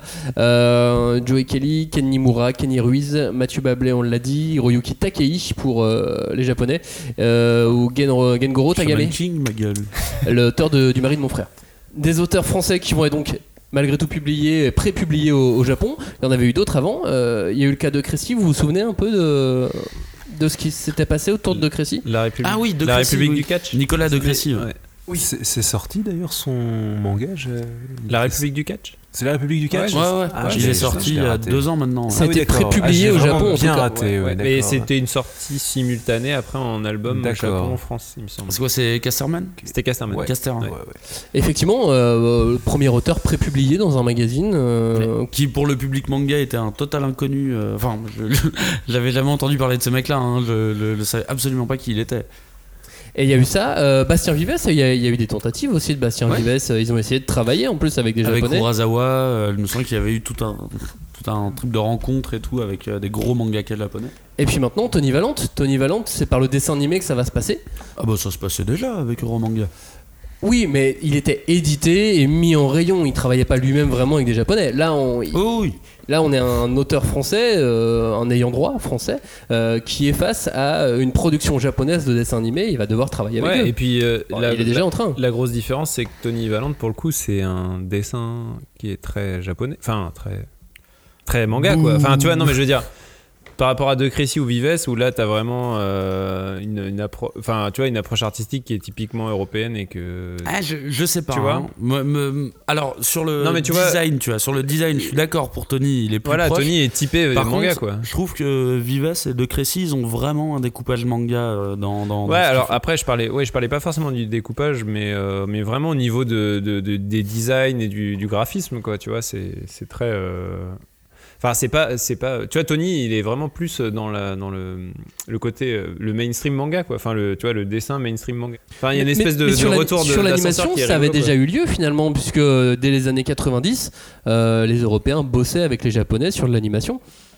[SPEAKER 1] euh, Joey Kelly, Ken Nimura, Kenny Ruiz, Mathieu Bablet, on l'a dit, Hiroyuki Takei pour euh, les Japonais, euh, ou Gen, Gengoro Tagame,
[SPEAKER 9] King, ma gueule.
[SPEAKER 1] l'auteur de, du mari de mon frère. Des auteurs français qui vont être donc malgré tout publié, pré-publié au, au Japon. Il y en avait eu d'autres avant. Euh, il y a eu le cas de Crécy. Vous vous souvenez un peu de, de ce qui s'était passé autour de De Crécy ?
[SPEAKER 10] La République,
[SPEAKER 9] ah oui, de
[SPEAKER 10] la
[SPEAKER 9] Crécy,
[SPEAKER 10] République
[SPEAKER 9] oui.
[SPEAKER 10] du catch.
[SPEAKER 9] Nicolas De Crécy. Ouais.
[SPEAKER 11] Ouais. Oui, c'est, c'est sorti d'ailleurs son manga. Je...
[SPEAKER 10] La République du catch.
[SPEAKER 11] C'est la République du catch.
[SPEAKER 9] Ouais, ouais. ouais.
[SPEAKER 11] Ah,
[SPEAKER 9] il est sorti il y a deux ans maintenant.
[SPEAKER 1] Ça a
[SPEAKER 11] ah,
[SPEAKER 1] été
[SPEAKER 11] oui,
[SPEAKER 1] pré-publié
[SPEAKER 11] ah,
[SPEAKER 1] au Japon. En
[SPEAKER 11] bien
[SPEAKER 1] tout cas.
[SPEAKER 11] raté. Ouais, ouais,
[SPEAKER 10] mais c'était une sortie simultanée après en album d'accord. Au Japon, en France, il me semble.
[SPEAKER 9] C'est quoi, c'est Casterman ?
[SPEAKER 10] C'était Casterman.
[SPEAKER 9] Ouais. Casterman.
[SPEAKER 10] Ouais.
[SPEAKER 9] Ouais, ouais.
[SPEAKER 1] Effectivement, euh, le premier auteur pré-publié dans un magazine. Euh...
[SPEAKER 9] Ouais. Qui pour le public manga était un total inconnu. Euh, enfin, je, je, j'avais jamais entendu parler de ce mec-là. Hein, je ne savais absolument pas qui il était.
[SPEAKER 1] Et il y a eu ça, euh, Bastien Vives, il y, y a eu des tentatives aussi de Bastien
[SPEAKER 9] ouais.
[SPEAKER 1] Vives, ils ont essayé de travailler en plus avec des
[SPEAKER 9] avec
[SPEAKER 1] Japonais.
[SPEAKER 9] Avec Urasawa, euh, il me semble qu'il y avait eu tout un, tout un truc de rencontre et tout avec euh, des gros mangaka japonais.
[SPEAKER 1] Et puis maintenant, Tony Valente, Tony Valente, c'est par le dessin animé que ça va se passer.
[SPEAKER 9] Ah bah ça se passait déjà avec Euromanga.
[SPEAKER 1] Oui, mais il était édité et mis en rayon, il travaillait pas lui-même vraiment avec des Japonais. Là, on...
[SPEAKER 9] Oh oui.
[SPEAKER 1] Là, on est un auteur français, euh, un ayant droit français, euh, qui est face à une production japonaise de dessin animé. Il va devoir travailler avec
[SPEAKER 10] ouais,
[SPEAKER 1] eux.
[SPEAKER 10] Et puis, euh,
[SPEAKER 1] bon,
[SPEAKER 10] la,
[SPEAKER 1] il est déjà
[SPEAKER 10] la,
[SPEAKER 1] en train.
[SPEAKER 10] La grosse différence, c'est que Tony Valente, pour le coup, c'est un dessin qui est très japonais. Enfin, très, très manga, quoi. Enfin, tu vois, non, mais je veux dire, par rapport à De Crécy ou Vives, où là, t'as vraiment euh, une, une, appro- enfin, tu vois, une approche artistique qui est typiquement européenne et que.
[SPEAKER 9] Ah, je, je sais pas.
[SPEAKER 10] Tu vois
[SPEAKER 9] hein. me, me, alors, sur le
[SPEAKER 10] non, mais tu
[SPEAKER 9] design,
[SPEAKER 10] vois,
[SPEAKER 9] tu vois, sur le design, je suis d'accord pour Tony, il est plus
[SPEAKER 10] voilà,
[SPEAKER 9] proche.
[SPEAKER 10] Tony est typé
[SPEAKER 9] Par
[SPEAKER 10] manga,
[SPEAKER 9] contre,
[SPEAKER 10] quoi.
[SPEAKER 9] Je trouve que Vives et De Crécy, ils ont vraiment un découpage manga dans. dans
[SPEAKER 10] ouais,
[SPEAKER 9] dans
[SPEAKER 10] alors après, je parlais, ouais, je parlais pas forcément du découpage, mais, euh, mais vraiment au niveau de, de, de, des designs et du, du graphisme, quoi. Tu vois, c'est, c'est très. Euh... Enfin, c'est pas, c'est pas. Tu vois, Tony, il est vraiment plus dans la, dans le, le côté, le mainstream manga, quoi. Enfin, le, tu vois, le dessin mainstream manga. Enfin, il y a une espèce
[SPEAKER 1] mais,
[SPEAKER 10] de,
[SPEAKER 1] mais
[SPEAKER 10] de
[SPEAKER 1] la,
[SPEAKER 10] retour de
[SPEAKER 1] sur l'animation. Ça avait déjà eu lieu finalement, puisque dès les années quatre-vingt-dix, euh, les Européens bossaient avec les Japonais sur de l'animation.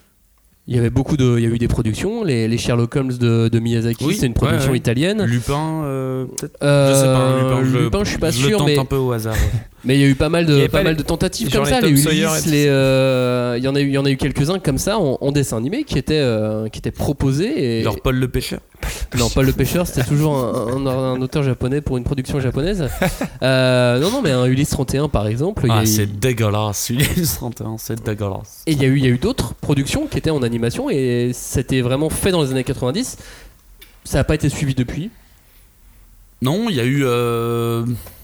[SPEAKER 1] Il y avait beaucoup de, il y a eu des productions, les, les Sherlock Holmes de, de Miyazaki, oui, c'est une production
[SPEAKER 9] ouais, ouais.
[SPEAKER 1] italienne.
[SPEAKER 9] Lupin, euh, peut-être.
[SPEAKER 1] Euh,
[SPEAKER 9] je sais pas. Lupin, je,
[SPEAKER 1] Lupin, je suis pas
[SPEAKER 9] je
[SPEAKER 1] sûr,
[SPEAKER 9] le tente
[SPEAKER 1] mais
[SPEAKER 9] un peu au hasard. Ouais.
[SPEAKER 1] Mais il y a eu pas mal de, pas
[SPEAKER 10] pas
[SPEAKER 1] mal
[SPEAKER 10] les,
[SPEAKER 1] de tentatives comme ça, les Ulysse, les, euh, il y en a eu, il y en a eu quelques-uns comme ça en, en dessin animé qui étaient, euh, qui étaient proposés. Et...
[SPEAKER 9] Genre Paul le Pêcheur.
[SPEAKER 1] Non, Paul le Pêcheur, c'était toujours un, un, un auteur japonais pour une production japonaise. Euh, non, non, mais un Ulysse trente et un par exemple.
[SPEAKER 9] Ah,
[SPEAKER 1] eu...
[SPEAKER 9] c'est dégueulasse, Ulysse trente et un, c'est dégueulasse.
[SPEAKER 1] Et il y a eu, il y a eu d'autres productions qui étaient en animation et c'était vraiment fait dans les années quatre-vingt-dix. Ça n'a pas été suivi depuis.
[SPEAKER 9] Non, il y a eu. Euh...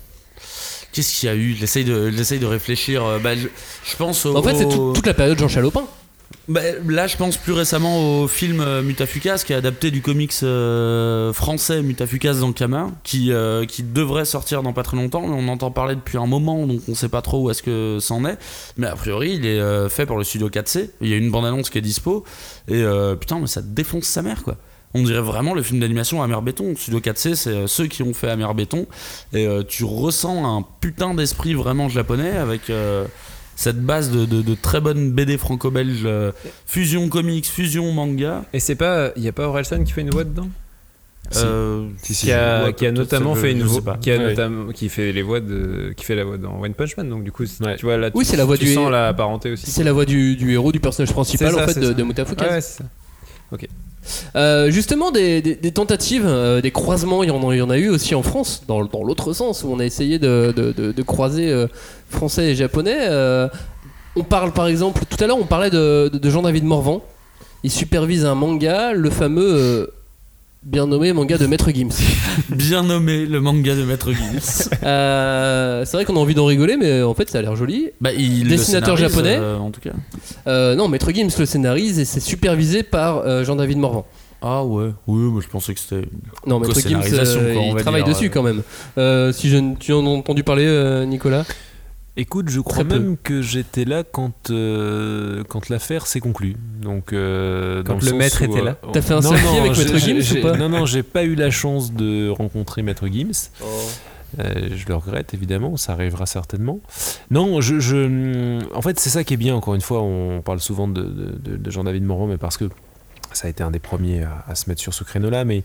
[SPEAKER 9] Qu'est-ce qu'il y a eu ? J'essaye de, j'essaye de réfléchir. Bah, je, je pense au,
[SPEAKER 1] en fait, c'est tout, toute la période Jean Chalopin.
[SPEAKER 9] Bah, là, je pense plus récemment au film euh, Mutafukas, qui est adapté du comics euh, français Mutafukas d'Ankama, qui, euh, qui devrait sortir dans pas très longtemps. Mais on entend parler depuis un moment, donc on sait pas trop où est-ce que ça en est. Mais a priori, il est euh, fait par le studio quatre C. Il y a une bande-annonce qui est dispo. Et euh, putain, mais ça défonce sa mère, quoi. On dirait vraiment le film d'animation Amer Béton. Studio quatre C, c'est euh, ceux qui ont fait Amer Béton. Et euh, tu ressens un putain d'esprit vraiment japonais avec euh, cette base de, de, de très bonne B D franco-belge, euh, fusion comics, fusion manga.
[SPEAKER 10] Et c'est pas, il y a pas Orelsan qui fait une voix dedans ?
[SPEAKER 9] Euh,
[SPEAKER 10] si, si, qui a, ouais, qui a notamment fait une voix, qui a
[SPEAKER 11] ouais.
[SPEAKER 10] notamment qui fait les voix de, qui fait la voix dans One Punch Man. Donc du coup, ouais. tu vois là,
[SPEAKER 1] oui,
[SPEAKER 10] tu,
[SPEAKER 1] c'est la voix
[SPEAKER 10] tu
[SPEAKER 1] du
[SPEAKER 10] sens la parenté aussi.
[SPEAKER 1] C'est la voix du, du héros, du personnage principal
[SPEAKER 10] ça,
[SPEAKER 1] en fait de, de Mutafuka.
[SPEAKER 10] Ouais, c'est ça. Ok.
[SPEAKER 1] Euh, justement, des, des, des tentatives, euh, des croisements, il y, en a, il y en a eu aussi en France, dans, dans l'autre sens, où on a essayé de, de, de, de croiser euh, français et japonais. Euh, on parle par exemple, tout à l'heure, on parlait de, de, de Jean-David Morvan. Il supervise un manga, le fameux euh, bien nommé manga de Maître Gims.
[SPEAKER 9] Bien nommé le manga de Maître Gims.
[SPEAKER 1] euh, c'est vrai qu'on a envie d'en rigoler, mais en fait ça a l'air joli.
[SPEAKER 9] Bah, il
[SPEAKER 1] Dessinateur
[SPEAKER 9] le
[SPEAKER 1] japonais.
[SPEAKER 9] Euh, en tout cas.
[SPEAKER 1] Euh, non, Maître Gims le scénarise et c'est supervisé par euh, Jean-David Morvan.
[SPEAKER 9] Ah ouais, oui, moi je pensais que c'était.
[SPEAKER 1] Non, Maître Gims, euh,
[SPEAKER 9] quoi,
[SPEAKER 1] il travaille
[SPEAKER 9] dire,
[SPEAKER 1] dessus
[SPEAKER 9] ouais.
[SPEAKER 1] quand même. Euh, si je, tu en as entendu parler, euh, Nicolas ?
[SPEAKER 11] Écoute, je crois même que j'étais là quand, euh, quand l'affaire s'est conclue. Donc, euh,
[SPEAKER 10] quand
[SPEAKER 11] dans
[SPEAKER 10] le,
[SPEAKER 11] le
[SPEAKER 10] maître
[SPEAKER 11] où,
[SPEAKER 10] était là.
[SPEAKER 11] euh,
[SPEAKER 1] T'as fait un
[SPEAKER 11] non,
[SPEAKER 1] selfie
[SPEAKER 11] non,
[SPEAKER 1] avec Maître Gims
[SPEAKER 11] j'ai,
[SPEAKER 1] ou pas ?
[SPEAKER 11] Non, non, j'ai pas eu la chance de rencontrer Maître Gims. Oh. Euh, je le regrette évidemment, ça arrivera certainement. Non, je, je, en fait, c'est ça qui est bien. Encore une fois, on parle souvent de, de, de Jean-David Morvan, mais parce que ça a été un des premiers à, à se mettre sur ce créneau-là, mais.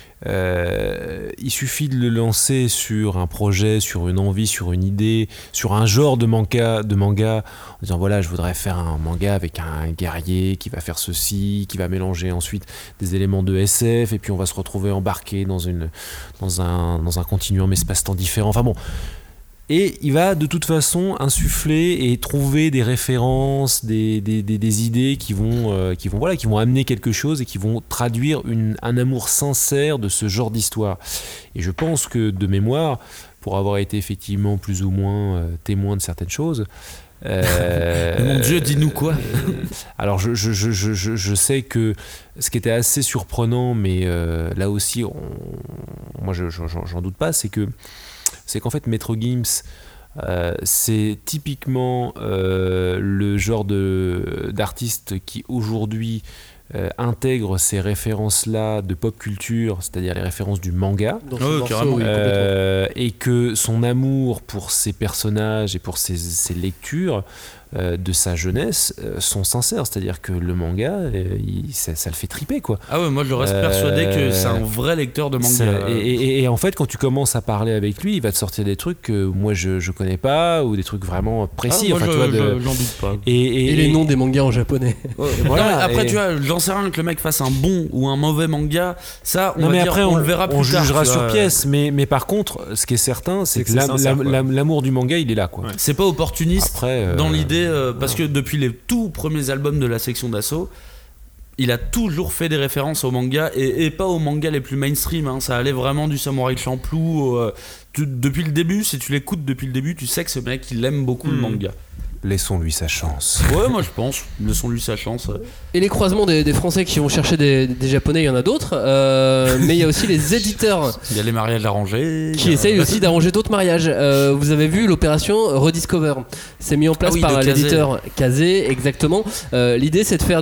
[SPEAKER 11] Euh, il suffit de le lancer sur un projet, sur une envie, sur une idée, sur un genre de manga, de manga en disant voilà, je voudrais faire un manga avec un guerrier qui va faire ceci, qui va mélanger ensuite des éléments de S F, et puis on va se retrouver embarqué dans, une, dans, un, dans un continuum espace-temps différent. Enfin bon. Et il va de toute façon insuffler et trouver des références, des, des, des, des idées qui vont, euh, qui, vont, voilà, qui vont amener quelque chose et qui vont traduire une, un amour sincère de ce genre d'histoire. Et je pense que de mémoire, pour avoir été effectivement plus ou moins euh, témoin de certaines choses...
[SPEAKER 9] Euh, Mon Dieu, dis-nous quoi.
[SPEAKER 11] euh, Alors je, je, je, je, je sais que ce qui était assez surprenant, mais euh, là aussi, on, moi je, je, j'en doute pas, c'est que c'est qu'en fait Maître Gims euh, c'est typiquement euh, le genre de, d'artiste qui aujourd'hui euh, intègre ces références-là de pop culture, c'est-à-dire les références du manga,
[SPEAKER 1] Dans oh, morceau, oui,
[SPEAKER 11] euh, et que son amour pour ses personnages et pour ses, ses lectures euh, de sa jeunesse euh, sont sincères, c'est-à-dire que le manga euh, il, ça, ça le fait triper quoi.
[SPEAKER 9] Ah ouais, moi je reste euh, persuadé que c'est un vrai lecteur de manga.
[SPEAKER 11] Et, et, et en fait quand tu commences à parler avec lui, il va te sortir des trucs que moi je, je connais pas, ou des trucs vraiment précis.
[SPEAKER 9] Ah, moi
[SPEAKER 11] enfin,
[SPEAKER 9] je,
[SPEAKER 11] tu vois, de...
[SPEAKER 9] je, j'en doute pas.
[SPEAKER 11] Et, et,
[SPEAKER 1] et les noms des mangas en japonais.
[SPEAKER 9] Ouais, voilà, non, après et... tu vois, j'en sais rien que le mec fasse un bon ou un mauvais manga, ça on
[SPEAKER 11] non,
[SPEAKER 9] va
[SPEAKER 11] mais
[SPEAKER 9] dire,
[SPEAKER 11] après
[SPEAKER 9] on,
[SPEAKER 11] on
[SPEAKER 9] le verra plus
[SPEAKER 11] on
[SPEAKER 9] tard.
[SPEAKER 11] jugera sur pièce, mais, mais par contre ce qui est certain c'est, c'est que, que c'est la, sincère, la, la, l'amour du manga il est là quoi.
[SPEAKER 9] Ouais. C'est pas opportuniste
[SPEAKER 11] après, euh...
[SPEAKER 9] dans l'idée euh, parce que depuis les tout premiers albums de la section d'assaut, il a toujours fait des références au manga et, et pas aux mangas les plus mainstream, hein. Ça allait vraiment du Samouraï Champloo euh, tu, depuis le début. Si tu l'écoutes depuis le début, tu sais que ce mec il aime beaucoup mmh. le manga.
[SPEAKER 11] Laissons-lui sa chance.
[SPEAKER 9] Ouais, moi je pense. Laissons-lui sa chance.
[SPEAKER 1] Et les croisements des, des Français qui vont chercher des, des Japonais, il y en a d'autres. Euh, mais il y a aussi les éditeurs.
[SPEAKER 9] Il y a les mariages arrangés.
[SPEAKER 1] Qui
[SPEAKER 9] a...
[SPEAKER 1] essayent aussi d'arranger d'autres mariages. Euh, vous avez vu l'opération Rediscover. C'est mis en place ah oui, par l'éditeur Kazé, exactement. Euh, l'idée c'est de faire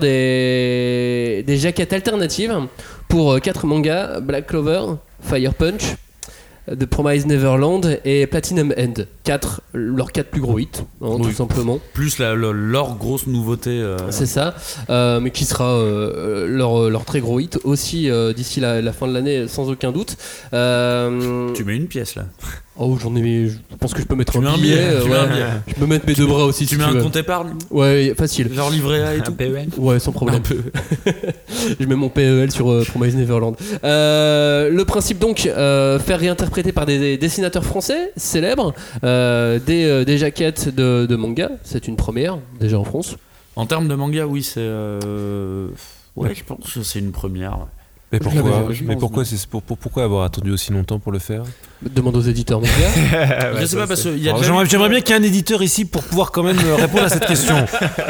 [SPEAKER 1] des, des jaquettes alternatives pour quatre mangas: Black Clover, Fire Punch, The Promised Neverland et Platinum End. Quatre, leurs quatre plus gros hits, hein, oui. tout simplement.
[SPEAKER 9] Plus la, la, leur grosse nouveauté. Euh...
[SPEAKER 1] C'est ça, euh, mais qui sera euh, leur, leur très gros hit aussi euh, d'ici la, la fin de l'année, sans aucun doute. Euh...
[SPEAKER 9] Tu mets une pièce là.
[SPEAKER 1] Oh, j'en ai mis. Je pense que je peux mettre
[SPEAKER 9] tu
[SPEAKER 1] un billet.
[SPEAKER 9] billet,
[SPEAKER 1] euh, ouais. Je peux mettre mes
[SPEAKER 9] tu
[SPEAKER 1] deux
[SPEAKER 9] mets,
[SPEAKER 1] bras aussi.
[SPEAKER 9] Tu
[SPEAKER 1] si
[SPEAKER 9] mets
[SPEAKER 1] tu
[SPEAKER 9] un
[SPEAKER 1] veux.
[SPEAKER 9] compte épargne.
[SPEAKER 1] Ouais, facile.
[SPEAKER 9] Genre livret A et
[SPEAKER 10] un
[SPEAKER 9] tout.
[SPEAKER 10] P E L.
[SPEAKER 1] Ouais, sans problème.
[SPEAKER 9] Un peu.
[SPEAKER 1] Je mets mon P E L sur euh, Promised Neverland. Euh, le principe donc, euh, faire réinterpréter par des, des dessinateurs français célèbres euh, des, euh, des jaquettes de, de manga. C'est une première déjà en France.
[SPEAKER 9] En termes de manga, oui, c'est. Euh... Ouais, je pense que c'est une première. Ouais.
[SPEAKER 11] Mais pourquoi, mais pourquoi, c'est pour, pour, pourquoi avoir attendu aussi longtemps pour le faire ?
[SPEAKER 1] Demande aux éditeurs manga.
[SPEAKER 9] Je sais pas parce que y a
[SPEAKER 11] Alors, j'aimerais, j'aimerais bien qu'il y ait un éditeur ici pour pouvoir quand même répondre à cette question.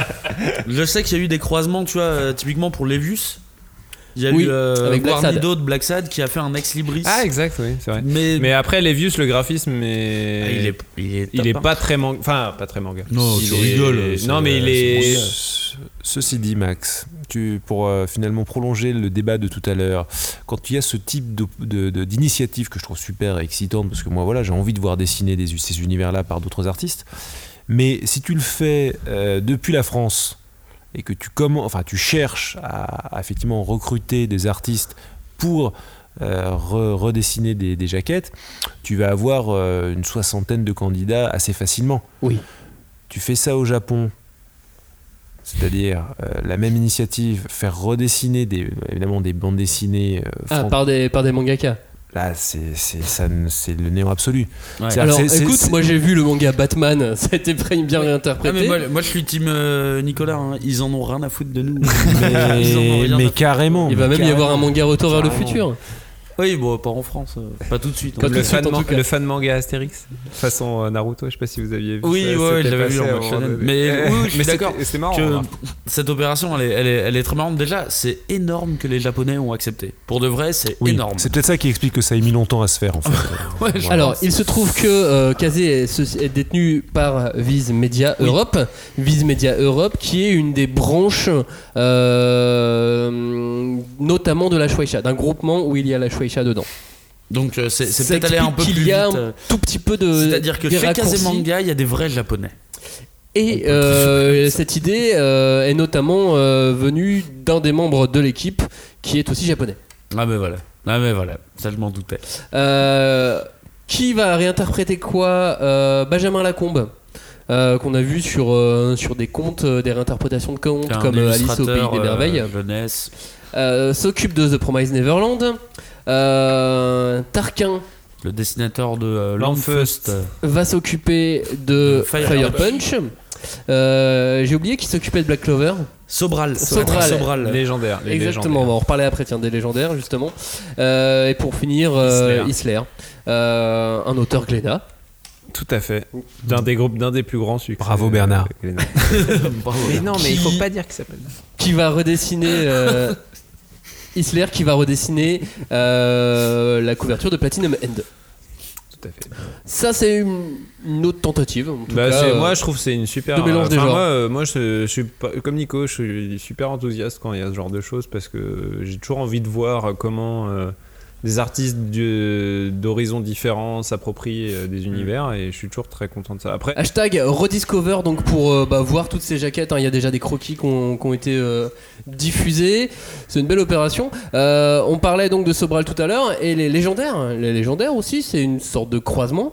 [SPEAKER 9] Je sais qu'il y a eu des croisements, tu vois, typiquement pour Levius. Il y a
[SPEAKER 1] oui,
[SPEAKER 9] eu euh,
[SPEAKER 1] avec
[SPEAKER 9] Guarnido de Black Sad qui a fait un ex libris.
[SPEAKER 10] Ah exact, oui, c'est vrai.
[SPEAKER 9] Mais,
[SPEAKER 10] mais après Levius, le graphisme est...
[SPEAKER 9] Ah, il est, il est,
[SPEAKER 10] il est pas très manga. Enfin, pas très manga.
[SPEAKER 9] Non,
[SPEAKER 10] il
[SPEAKER 9] tu
[SPEAKER 10] est...
[SPEAKER 9] rigoles.
[SPEAKER 10] Non, mais il est.
[SPEAKER 11] Ceci dit, Max, tu, pour euh, finalement prolonger le débat de tout à l'heure, quand il y a ce type de, de, de, d'initiative que je trouve super excitante, parce que moi, voilà, j'ai envie de voir dessiner des, ces univers-là par d'autres artistes, mais si tu le fais euh, depuis la France et que tu, comment, enfin, tu cherches à, à effectivement recruter des artistes pour euh, re- redessiner des, des jaquettes, tu vas avoir euh, une soixantaine de candidats assez facilement.
[SPEAKER 1] Oui.
[SPEAKER 11] Tu fais ça au Japon, c'est-à-dire euh, la même initiative, faire redessiner des, évidemment des bandes dessinées. Euh,
[SPEAKER 1] ah,
[SPEAKER 11] fran-
[SPEAKER 1] par des, par des mangaka.
[SPEAKER 11] Là, c'est, c'est, ça, c'est le néant absolu.
[SPEAKER 1] Ouais. Alors, c'est, écoute, c'est, moi j'ai vu le manga Batman, ça a été bien réinterprété.
[SPEAKER 9] Ah, mais moi, moi je suis team euh, Nicolas, hein. Ils en ont rien à foutre de nous.
[SPEAKER 11] mais
[SPEAKER 9] Ils en ont rien
[SPEAKER 11] mais
[SPEAKER 9] à
[SPEAKER 11] carrément.
[SPEAKER 1] Il va
[SPEAKER 11] mais
[SPEAKER 1] même
[SPEAKER 11] carrément.
[SPEAKER 1] y avoir un manga Retour vers le futur.
[SPEAKER 9] Oui, bon, pas en France, euh, pas tout de suite.
[SPEAKER 10] Comme
[SPEAKER 9] hein.
[SPEAKER 10] le,
[SPEAKER 1] suite,
[SPEAKER 10] fan
[SPEAKER 1] en
[SPEAKER 10] man-
[SPEAKER 1] tout cas.
[SPEAKER 10] le fan manga Astérix, façon euh, Naruto, je sais pas si vous aviez vu.
[SPEAKER 9] Oui,
[SPEAKER 10] ça,
[SPEAKER 9] ouais, je
[SPEAKER 10] c'était
[SPEAKER 9] l'avais vu
[SPEAKER 10] passé
[SPEAKER 9] en
[SPEAKER 10] à un
[SPEAKER 9] mode
[SPEAKER 10] moment
[SPEAKER 9] shonen.
[SPEAKER 10] donné.
[SPEAKER 9] Mais oui, oui, je suis
[SPEAKER 10] mais
[SPEAKER 9] d'accord
[SPEAKER 10] c'était, c'était marrant.
[SPEAKER 9] que
[SPEAKER 10] hein.
[SPEAKER 9] cette opération, elle est, elle, est, elle est très marrante. Déjà, c'est énorme que les Japonais ont accepté. Pour de vrai, c'est
[SPEAKER 11] Oui,
[SPEAKER 9] énorme.
[SPEAKER 11] c'est peut-être ça qui explique que ça ait mis longtemps à se faire en fait.
[SPEAKER 9] Ouais,
[SPEAKER 11] Voilà.
[SPEAKER 1] Alors, il se trouve que euh, Kazé est, ce- est détenu par Viz Media
[SPEAKER 9] Oui.
[SPEAKER 1] Europe, Viz Media Europe, qui est une des branches, euh, notamment de la Shueisha, d'un groupement où il y a la Shueisha dedans.
[SPEAKER 9] Donc euh, c'est, c'est
[SPEAKER 1] Ça
[SPEAKER 9] peut-être aller un peu
[SPEAKER 1] explique
[SPEAKER 9] plus
[SPEAKER 1] qu'il y a
[SPEAKER 9] vite.
[SPEAKER 1] un
[SPEAKER 9] euh,
[SPEAKER 1] tout petit peu de.
[SPEAKER 9] C'est-à-dire que
[SPEAKER 1] des
[SPEAKER 9] chez
[SPEAKER 1] raccourcis.
[SPEAKER 9] Kazemanga, il y a des vrais Japonais.
[SPEAKER 1] Et euh, cette idée euh, est notamment euh, venue d'un des membres de l'équipe qui est aussi japonais.
[SPEAKER 9] Ah mais voilà, ah mais voilà, ça je m'en doutais.
[SPEAKER 1] Euh, qui va réinterpréter quoi euh, Benjamin Lacombe. Euh, qu'on a vu sur, euh, sur des contes, euh, des réinterprétations de contes
[SPEAKER 9] Un
[SPEAKER 1] comme euh, Alice au Pays
[SPEAKER 9] illustrateur,
[SPEAKER 1] des Merveilles.
[SPEAKER 9] euh, jeunesse.
[SPEAKER 1] Euh, s'occupe de The Promised Neverland. Euh, Tarquin
[SPEAKER 9] Le dessinateur de euh,
[SPEAKER 10] Landfust.
[SPEAKER 9] Landfust.
[SPEAKER 1] va s'occuper de
[SPEAKER 9] Fire
[SPEAKER 1] Fire, Punch. Euh, j'ai oublié qui s'occupait de Black Clover.
[SPEAKER 9] Sobral.
[SPEAKER 1] Sobral.
[SPEAKER 9] Sobral.
[SPEAKER 10] Légendaire. Les
[SPEAKER 1] Exactement, on
[SPEAKER 10] légendaires.
[SPEAKER 1] va en reparler après, tiens, des légendaires justement. Euh, et pour finir, euh,
[SPEAKER 10] Isler.
[SPEAKER 1] Isler, euh, un auteur Glénat.
[SPEAKER 10] Tout à fait. D'un des groupes, d'un des plus grands succès.
[SPEAKER 11] Bravo, Bernard.
[SPEAKER 10] euh, Glénat.
[SPEAKER 9] Bravo.
[SPEAKER 10] Mais non, mais il faut
[SPEAKER 1] Qui-
[SPEAKER 10] pas dire qu'il s'appelle.
[SPEAKER 1] Qui va redessiner euh, Isler, qui va redessiner euh, la couverture de Platinum End.
[SPEAKER 10] Tout à fait.
[SPEAKER 1] Ça, c'est une, une autre tentative. En tout
[SPEAKER 10] Bah,
[SPEAKER 1] cas,
[SPEAKER 10] c'est,
[SPEAKER 1] euh,
[SPEAKER 10] moi, je trouve que c'est une super.
[SPEAKER 1] de mélange des
[SPEAKER 10] enfin,
[SPEAKER 1] genres.
[SPEAKER 10] Moi, euh, moi je, je suis pas, comme Nico, je suis super enthousiaste quand il y a ce genre de choses parce que j'ai toujours envie de voir comment euh, des artistes du- d'horizons différents s'approprient euh, des univers et je suis toujours très content de ça. Après,
[SPEAKER 1] Hashtag rediscover donc pour euh, bah, voir toutes ces jaquettes, hein. Il y a déjà des croquis qui ont, qui ont été euh, diffusés. C'est une belle opération. Euh, on parlait donc de Sobral tout à l'heure et les légendaires. Les légendaires aussi, c'est une sorte de croisement.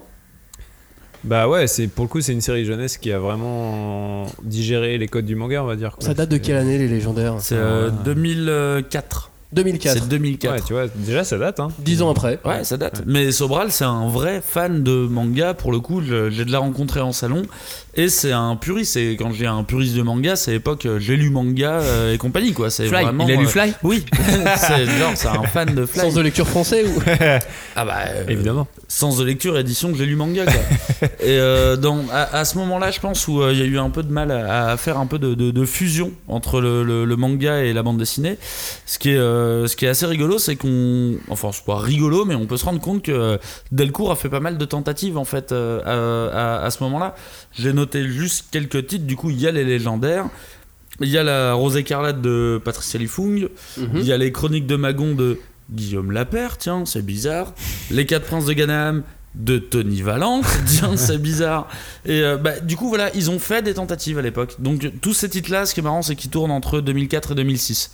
[SPEAKER 10] bah ouais, c'est pour le coup, c'est une série jeunesse qui a vraiment digéré les codes du manga, on va dire. quoi.
[SPEAKER 1] Ça date de
[SPEAKER 10] C'est-
[SPEAKER 1] quelle année les légendaires?
[SPEAKER 9] C'est euh,
[SPEAKER 10] Ah.
[SPEAKER 9] deux mille quatre.
[SPEAKER 1] deux mille quatre.
[SPEAKER 9] C'est deux mille quatre.
[SPEAKER 10] Ouais, tu vois, déjà ça date. Hein.
[SPEAKER 1] Dix ans après.
[SPEAKER 9] Ouais, ça date. Mais Sobral, c'est un vrai fan de manga. Pour le coup, je- j'ai de la rencontré en salon. Et c'est un puriste. Et quand j'ai un puriste de manga, c'est l'époque euh, j'ai lu manga euh, et compagnie, quoi. C'est
[SPEAKER 10] Fly,
[SPEAKER 9] vraiment.
[SPEAKER 10] il a lu
[SPEAKER 9] euh,
[SPEAKER 10] Fly
[SPEAKER 9] Oui. c'est genre, c'est un fan de Fly.
[SPEAKER 1] Sens de lecture français ou
[SPEAKER 9] Ah bah. euh,
[SPEAKER 10] Évidemment.
[SPEAKER 9] Sens de lecture, édition, j'ai lu manga, quoi. Et euh, dans, à, à ce moment-là, je pense, où euh, il y a eu un peu de mal à, à faire un peu de, de, de fusion entre le, le, le manga et la bande dessinée. Ce qui est, euh, ce qui est assez rigolo, c'est qu'on. Enfin, c'est pas rigolo, mais on peut se rendre compte que euh, Delcourt a fait pas mal de tentatives, en fait, euh, à, à, à ce moment-là. J'ai noté juste quelques titres. Du coup, il y a les légendaires. Il y a la Rose écarlate de Patricia Lifung.
[SPEAKER 1] Mhm.
[SPEAKER 9] Il y a les Chroniques de Magon de Guillaume Lapère, tiens, c'est bizarre. Les Quatre Princes de Ganam de Tony Valente, tiens, c'est bizarre. Et euh, bah, du coup, voilà, ils ont fait des tentatives à l'époque. Donc, tous ces titres-là, ce qui est marrant, c'est qu'ils tournent entre deux mille quatre et deux mille six.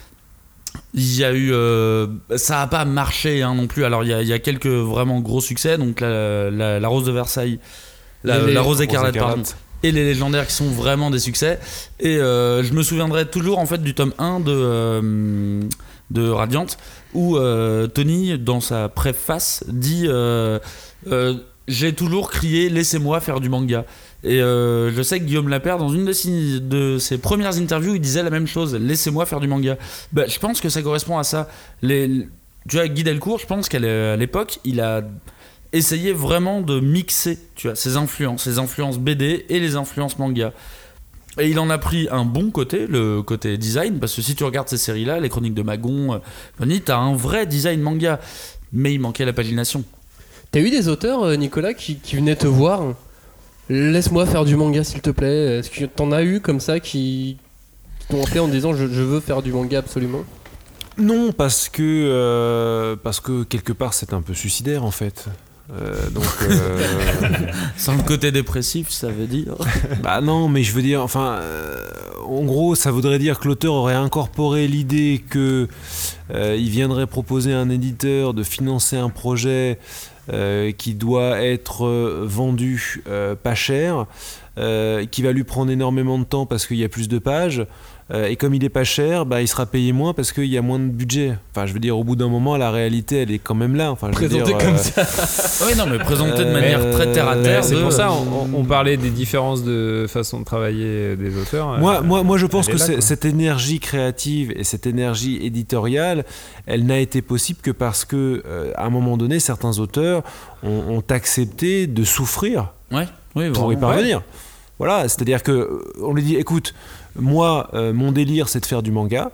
[SPEAKER 9] Il y a eu. Euh, ça n'a pas marché hein, non plus. Alors, il y, a, il y a quelques vraiment gros succès. Donc, la, la, la Rose de Versailles, la,
[SPEAKER 1] Les-
[SPEAKER 9] la Rose
[SPEAKER 10] Rose
[SPEAKER 9] écarlate,
[SPEAKER 10] écarlate.
[SPEAKER 9] pardon. Et les légendaires qui sont vraiment des succès. Et euh, je me souviendrai toujours en fait du tome un de, euh, de Radiant où euh, Tony, dans sa préface, dit euh, euh, j'ai toujours crié laissez-moi faire du manga. Et euh, je sais que Guillaume Lapère, dans une de ses, de ses premières interviews, il disait la même chose, laissez-moi faire du manga. Bah, je pense que ça correspond à ça. Les, tu vois, Guy Delcourt, je pense qu'à l'époque, il a essayer vraiment de mixer, tu vois, ses influences, ses influences B D et les influences manga. Et il en a pris un bon côté, le côté design, parce que si tu regardes ces séries-là, les Chroniques de Magon, euh, t'as un vrai design manga, mais il manquait la pagination.
[SPEAKER 1] T'as eu des auteurs, euh, Nicolas, qui, qui venaient te voir? Laisse-moi faire du manga, s'il te plaît. Est-ce que t'en as eu comme ça qui, qui t'ont appelé en disant je, je veux faire du manga absolument?
[SPEAKER 11] Non, parce que euh, parce que quelque part c'est un peu suicidaire en fait. Euh, donc euh...
[SPEAKER 9] sans le côté dépressif, ça veut dire.
[SPEAKER 11] Bah non, mais je veux dire, enfin, euh, en gros, ça voudrait dire que l'auteur aurait incorporé l'idée que euh, il viendrait proposer à un éditeur de financer un projet euh, qui doit être euh, vendu euh, pas cher, euh, qui va lui prendre énormément de temps parce qu'il y a plus de pages. Euh, et comme il est pas cher, bah, il sera payé moins parce qu'il y a moins de budget. Enfin, je veux dire, au bout d'un moment, la réalité, elle est quand même là. Enfin, je
[SPEAKER 1] présenté
[SPEAKER 11] veux dire,
[SPEAKER 1] comme
[SPEAKER 11] euh,
[SPEAKER 1] ça.
[SPEAKER 9] Oui, non, mais présenté de manière
[SPEAKER 11] euh,
[SPEAKER 9] très terre à terre.
[SPEAKER 10] C'est
[SPEAKER 9] de...
[SPEAKER 10] pour ça, on, on parlait des différences de façon de travailler des auteurs.
[SPEAKER 11] Moi,
[SPEAKER 10] euh,
[SPEAKER 11] moi, moi, je pense que
[SPEAKER 10] là,
[SPEAKER 11] c'est, cette énergie créative et cette énergie éditoriale, elle n'a été possible que parce que, euh, à un moment donné, certains auteurs ont, ont accepté de souffrir
[SPEAKER 9] ouais, oui,
[SPEAKER 11] pour y parvenir. Ouais. Voilà, c'est-à-dire que on lui dit, écoute, moi, euh, mon délire, c'est de faire du manga.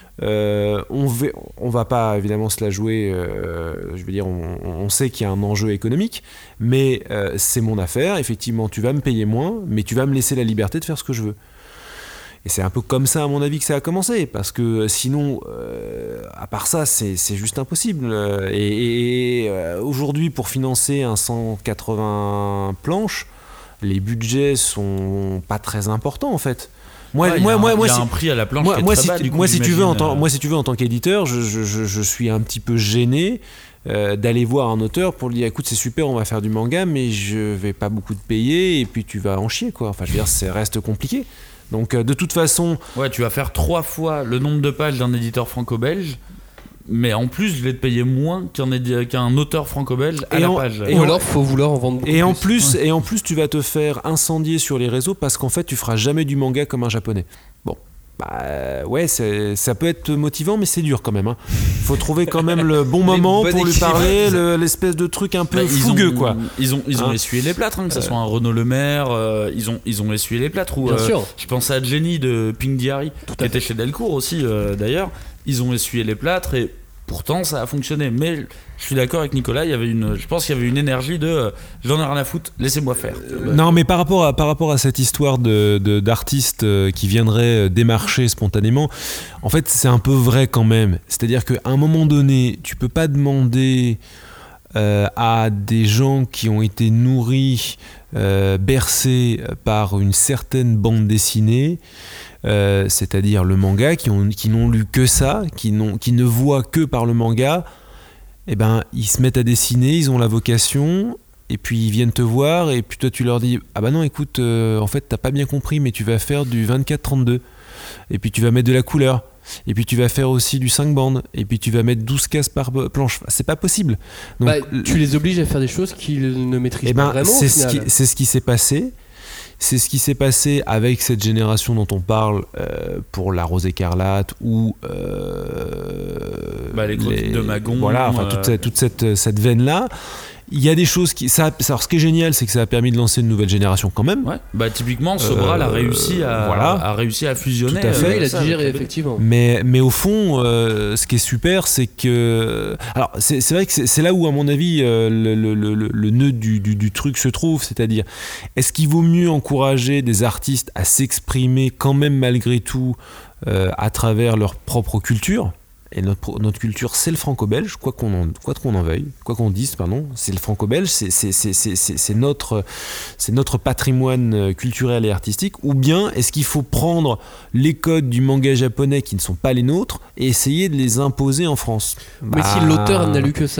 [SPEAKER 11] Euh, on, va, on va pas évidemment se la jouer. Euh, je veux dire, on, on sait qu'il y a un enjeu économique, mais euh, c'est mon affaire. Effectivement, tu vas me payer moins, mais tu vas me laisser la liberté de faire ce que je veux. Et c'est un peu comme ça, à mon avis, que ça a commencé, parce que sinon, euh, à part ça, c'est, c'est juste impossible. Et, et, et euh, aujourd'hui, pour financer un cent quatre-vingts planches, les budgets sont pas très importants en fait.
[SPEAKER 9] Moi, ouais, moi, moi, moi, il y a si, un prix à la planche
[SPEAKER 11] moi,
[SPEAKER 9] qui est
[SPEAKER 11] moi,
[SPEAKER 9] très
[SPEAKER 11] si,
[SPEAKER 9] bas, du coup,
[SPEAKER 11] moi, si tu veux, en tant,
[SPEAKER 9] euh...
[SPEAKER 11] moi, si tu veux, en tant qu'éditeur, je, je, je, je suis un petit peu gêné euh, d'aller voir un auteur pour lui dire, écoute, c'est super, on va faire du manga, mais je vais pas beaucoup te payer et puis tu vas en chier, quoi. Enfin, je veux dire, ça reste compliqué. Donc, euh, de toute façon,
[SPEAKER 9] ouais, tu vas faire trois fois le nombre de pages d'un éditeur franco-belge. Mais en plus, je vais te payer moins qu'un, édi- qu'un auteur franco-belge à
[SPEAKER 11] et
[SPEAKER 9] la
[SPEAKER 11] en,
[SPEAKER 9] page.
[SPEAKER 1] Ou alors, faut vouloir en vendre beaucoup
[SPEAKER 11] et en
[SPEAKER 1] plus.
[SPEAKER 11] plus, ouais. Et en plus, tu vas te faire incendier sur les réseaux parce qu'en fait, tu feras jamais du manga comme un japonais. Bon, bah ouais, c'est, ça peut être motivant, mais c'est dur quand même. Hein. Faut trouver quand même le bon moment pour lui parler, le, l'espèce de truc un peu bah, fougueux,
[SPEAKER 9] ont,
[SPEAKER 11] quoi.
[SPEAKER 9] Ils ont, ils ont
[SPEAKER 11] hein
[SPEAKER 9] essuyé les plâtres, hein, que ce soit un Renaud Lemaire, euh, ils ont, ils ont essuyé les plâtres. Ou,
[SPEAKER 1] Bien
[SPEAKER 9] euh,
[SPEAKER 1] sûr.
[SPEAKER 9] Je pensais à Jenny de Pink Diary, qui était chez Delcourt aussi, euh, d'ailleurs. Ils ont essuyé les plâtres et pourtant, ça a fonctionné, mais je suis d'accord avec Nicolas. Il y avait une, je pense qu'il y avait une énergie de euh, j'en ai rien à foutre, laissez-moi faire.
[SPEAKER 11] Euh, non, mais par rapport à par rapport à cette histoire de, de d'artistes euh, qui viendraient démarcher spontanément, en fait, c'est un peu vrai quand même. C'est-à-dire qu'à un moment donné, tu peux pas demander euh, à des gens qui ont été nourris, euh, bercés par une certaine bande dessinée. Euh, c'est-à-dire le manga, qui, ont, qui n'ont lu que ça, qui, n'ont, qui ne voient que par le manga, et ben ils se mettent à dessiner, ils ont la vocation, et puis ils viennent te voir, et puis toi tu leur dis ah bah non écoute, euh, en fait t'as pas bien compris, mais tu vas faire du vingt-quatre trente-deux, et puis tu vas mettre de la couleur, et puis tu vas faire aussi du cinq bandes, et puis tu vas mettre douze cases par planche. C'est pas possible. Donc,
[SPEAKER 1] bah, tu les obliges à faire des choses qu'ils ne maîtrisent
[SPEAKER 11] ben,
[SPEAKER 1] pas vraiment.
[SPEAKER 11] C'est ce, qui, c'est ce qui s'est passé. C'est ce qui s'est passé avec cette génération dont on parle euh, pour La Rose écarlate ou euh,
[SPEAKER 9] bah, les chroniques de Magon.
[SPEAKER 11] Voilà, enfin,
[SPEAKER 9] euh...
[SPEAKER 11] toute, cette, toute cette, cette veine-là. Il y a des choses qui. Ça, alors, ce qui est génial, c'est que ça a permis de lancer une nouvelle génération quand même.
[SPEAKER 9] Ouais. Bah, typiquement, Sobral euh, a, réussi à,
[SPEAKER 11] voilà.
[SPEAKER 9] a réussi à fusionner.
[SPEAKER 11] Tout à fait.
[SPEAKER 1] Euh, il a digéré, effectivement.
[SPEAKER 11] Mais, mais au fond, euh, ce qui est super, c'est que. Alors, c'est, c'est vrai que c'est, c'est là où, à mon avis, euh, le, le, le, le nœud du, du, du truc se trouve. C'est-à-dire, est-ce qu'il vaut mieux encourager des artistes à s'exprimer quand même, malgré tout, euh, à travers leur propre culture ? Et notre, notre culture, c'est le franco-belge, quoi qu'on en, quoi qu'on en veuille, quoi qu'on dise, pardon, c'est le franco-belge, c'est, c'est, c'est, c'est, c'est, notre, c'est notre patrimoine culturel et artistique. Ou bien est-ce qu'il faut prendre les codes du manga japonais qui ne sont pas les nôtres et essayer de les imposer en France ?
[SPEAKER 1] Mais
[SPEAKER 11] bah,
[SPEAKER 1] si l'auteur n'a lu que ça ?